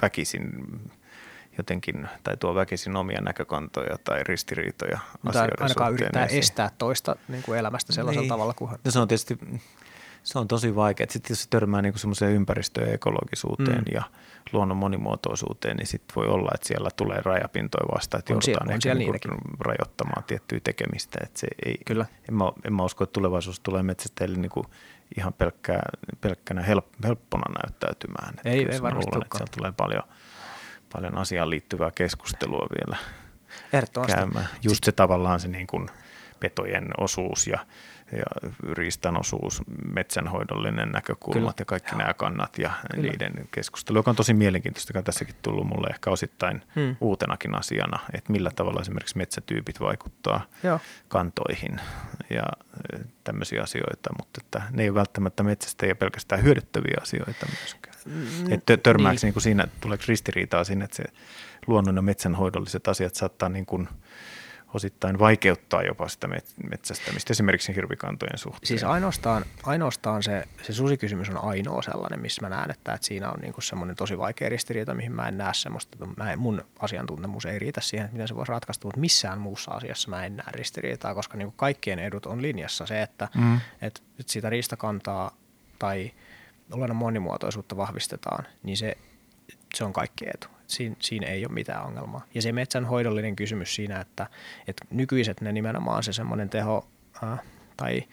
väkisin jotenkin, tai tuo väkisin omia näkökantoja tai ristiriitoja asioiden ainakaan suhteen. yrittää estää toista niin kuin elämästä sellaisella tavalla kuin... No se on tietysti, se on tosi vaikea. Sitten jos se törmää niin kuin semmoiseen ympäristöön ja ekologisuuteen ja luonnon monimuotoisuuteen, niin sitten voi olla, että siellä tulee rajapintoja vastaan, että joudutaan ehkä niin rajoittamaan tiettyä tekemistä. Että se ei, Kyllä. En mä usko, että tulevaisuus tulee metsästäjille niin kuin ihan pelkkänä helppona näyttäytymään. Ei varmasti luulen, että siellä tulee paljon asiaan liittyvää keskustelua vielä käymään. Just se tavallaan se niin kuin petojen osuus ja riistan osuus, metsänhoidollinen näkökulmat ja kaikki nämä kannat ja niiden keskustelu, joka on tosi mielenkiintoista, joka on tässäkin tullut mulle ehkä osittain uutenakin asiana, että millä tavalla esimerkiksi metsätyypit vaikuttaa kantoihin ja tämmöisiä asioita, mutta että ne ei ole välttämättä metsästä ja pelkästään hyödyttäviä asioita myöskään. Että törmääkö niin kuin siinä, tuleeko ristiriitaa siinä, että se luonnon ja metsänhoidolliset asiat saattaa niin kuin osittain vaikeuttaa jopa sitä metsästämistä, esimerkiksi hirvikantojen suhteen. Siis ainoastaan se susikysymys on ainoa sellainen, missä mä näen, että siinä on niinku semmoinen tosi vaikea ristiriita, mihin mä en näe semmoista, mun asiantuntemus ei riitä siihen, että miten se voisi ratkaista, mutta missään muussa asiassa mä en näe ristiriitaa, koska niinku kaikkien edut on linjassa se, että et sitä riistakantaa tai luonnon monimuotoisuutta vahvistetaan, niin se on kaikki etu. Siinä ei ole mitään ongelmaa. Ja se metsänhoidollinen kysymys siinä, että nykyiset ne nimenomaan se semmoinen teho tai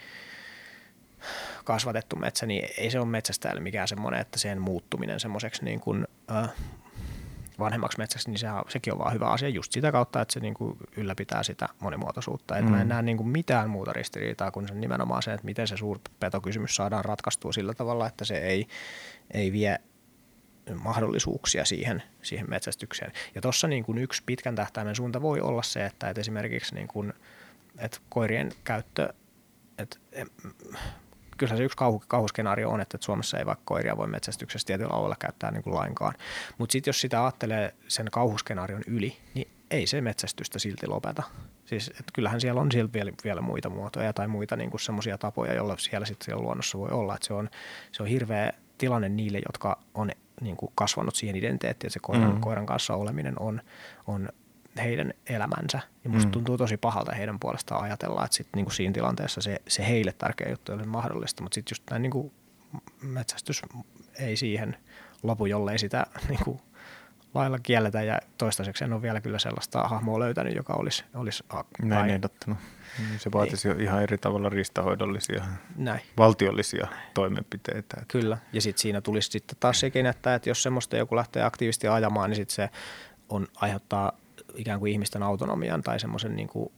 kasvatettu metsä, niin ei se ole metsästäjälle mikään semmoinen, että sen muuttuminen semmoiseksi niin kuin vanhemmaksi metsäksi, niin sekin on vaan hyvä asia just sitä kautta, että se niin kuin ylläpitää sitä monimuotoisuutta. Että mä en näe niin kuin mitään muuta ristiriitaa kuin sen nimenomaan se, että miten se suurpetokysymys saadaan ratkaistua sillä tavalla, että se ei vie mahdollisuuksia siihen metsästykseen. Ja tuossa niin kuin yksi pitkän tähtäimen suunta voi olla se, että esimerkiksi niin kuin, että koirien käyttö, kyllä se yksi kauhuskenaario on, että Suomessa ei vaikka koiria voi metsästyksessä tietyllä alueella käyttää niin kuin lainkaan. Mutta sitten jos sitä ajattelee sen kauhuskenaarion yli, niin ei se metsästystä silti lopeta. Siis, että kyllähän siellä on silti vielä muita muotoja tai muita niin kuin semmoisia tapoja, joilla siellä sitten siellä luonnossa voi olla. Että se on hirveä tilanne niille, jotka on niin kuin kasvanut siihen identiteettiin, että se koiran kanssa oleminen on heidän elämänsä. Ja musta tuntuu tosi pahalta heidän puolestaan ajatella, että sit niin kuin siinä tilanteessa se heille tärkeä juttu ei ole mahdollista, mutta sitten just näin niin kuin metsästys ei siihen lopu, jollei sitä niin kuin lailla kielletä, ja toistaiseksi en ole vielä kyllä sellaista hahmoa löytänyt, joka olisi näin ehdottanut. Se vaatisi jo ihan eri tavalla riistahoidollisia, valtiollisia toimenpiteitä. Kyllä, ja sitten siinä tulisi sitten taas sekin, että jos semmoista joku lähtee aktiivisesti ajamaan, niin sitten se aiheuttaa ikään kuin ihmisten autonomian tai semmoisen niin kuin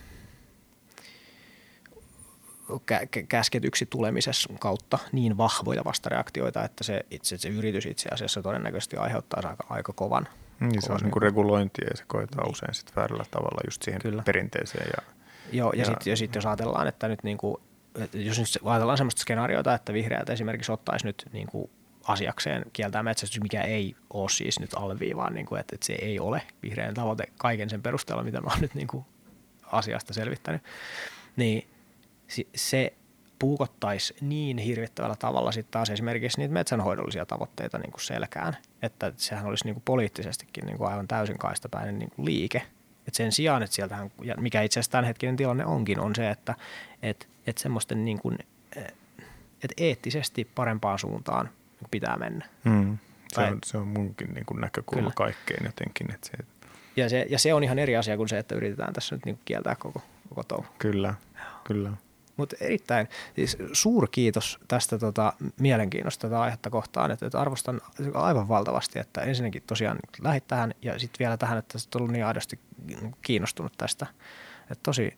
käsketyksi tulemisessa kautta niin vahvoja vastareaktioita, että se yritys itse asiassa todennäköisesti aiheuttaa aika kovan. Se on niin kuin regulointia ja se koetaan usein sitten väärällä tavalla just siihen perinteeseen. Joo, ja sitten jos ajatellaan, että nyt niin kuin, jos nyt ajatellaan semmoista skenaariota, että vihreät esimerkiksi ottaisi nyt niin kuin asiakseen kieltää metsästys, mikä ei ole siis nyt alleviivaan, niin kuin, että se ei ole vihreän tavoite kaiken sen perusteella, mitä mä oon nyt niin kuin asiasta selvittänyt, niin se puukottaisi niin hirvittävällä tavalla sitten taas esimerkiksi niitä metsänhoidollisia tavoitteita niin kuin selkään, että sehän olisi niin kuin poliittisestikin niin kuin aivan täysin kaistapäinen niin kuin liike. Et sen sijaan, että sieltähän, mikä itse asiassa tämänhetkinen tilanne onkin, on se, että semmoisten niin kuin, että eettisesti parempaan suuntaan pitää mennä. Se on munkin niin kuin näkökulma kaikkeen jotenkin. Että ja se on ihan eri asia kuin se, että yritetään tässä nyt niin kuin kieltää koko touhu. Kyllä. Mutta erittäin, siis suurkiitos tästä mielenkiinnosta tätä aihetta kohtaan, että arvostan aivan valtavasti, että ensinnäkin tosiaan lähdit tähän ja sitten vielä tähän, että olet ollut niin aidosti kiinnostunut tästä, että tosi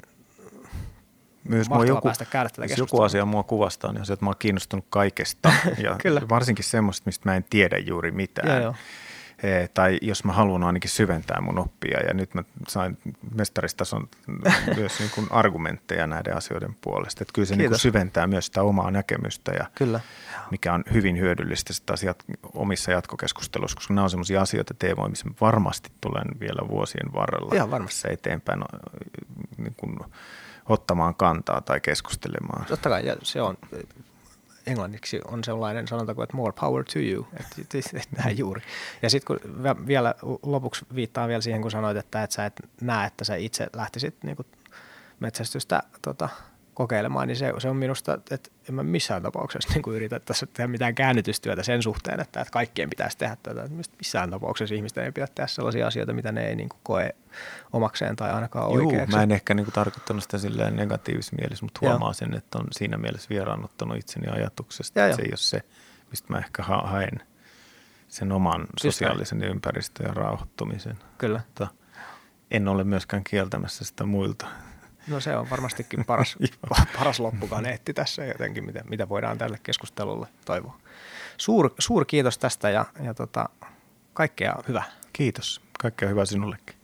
myös mahtavaa päästä käydä tätä keskustelua. Joku asia mua kuvastaa, niin on se, että mä oon kiinnostunut kaikesta ja varsinkin semmoista, mistä mä en tiedä juuri mitään. Joo. Tai jos mä haluan ainakin syventää mun oppia, ja nyt mä sain mestaristason myös niin kuin argumentteja näiden asioiden puolesta. Että kyllä se niin kuin syventää myös sitä omaa näkemystä, ja mikä on hyvin hyödyllistä sitä asiat omissa jatkokeskusteluissa, koska nämä on sellaisia asioita, teemoja, missä varmasti tulen vielä vuosien varrella ihan varmasti eteenpäin niin kuin ottamaan kantaa tai keskustelemaan. Totta kai, ja se on englanniksi on sellainen sanonta että more power to you, että näin juuri. Ja sitten kun vielä lopuksi viittaan vielä siihen, kun sanoit, että sä et näe, että sä itse lähtisit niin kuin metsästystä kokeilemaan, niin se on minusta, että en mä missään tapauksessa niin yritä tässä tehdä mitään käännytystyötä sen suhteen, että kaikkien pitäisi tehdä tätä. Missään tapauksessa ihmisten ei pidä tehdä sellaisia asioita, mitä ne ei niin kuin koe omakseen tai ainakaan oikeaksi. Mä en ehkä niin kuin tarkoittanut sitä silleen negatiivisessa mielessä, mutta huomaa sen, että on siinä mielessä vieraannuttanut itseni ajatuksesta. Että se ei ole se, mistä mä ehkä haen sen oman sosiaalisen ympäristön ja rauhoittumisen. Kyllä. Mutta en ole myöskään kieltämässä sitä muilta. No se on varmastikin paras loppukaneetti tässä jotenkin, mitä voidaan tälle keskustelulle toivoa. Suur kiitos tästä ja kaikkea hyvää. Kiitos. Kaikkea hyvää sinullekin.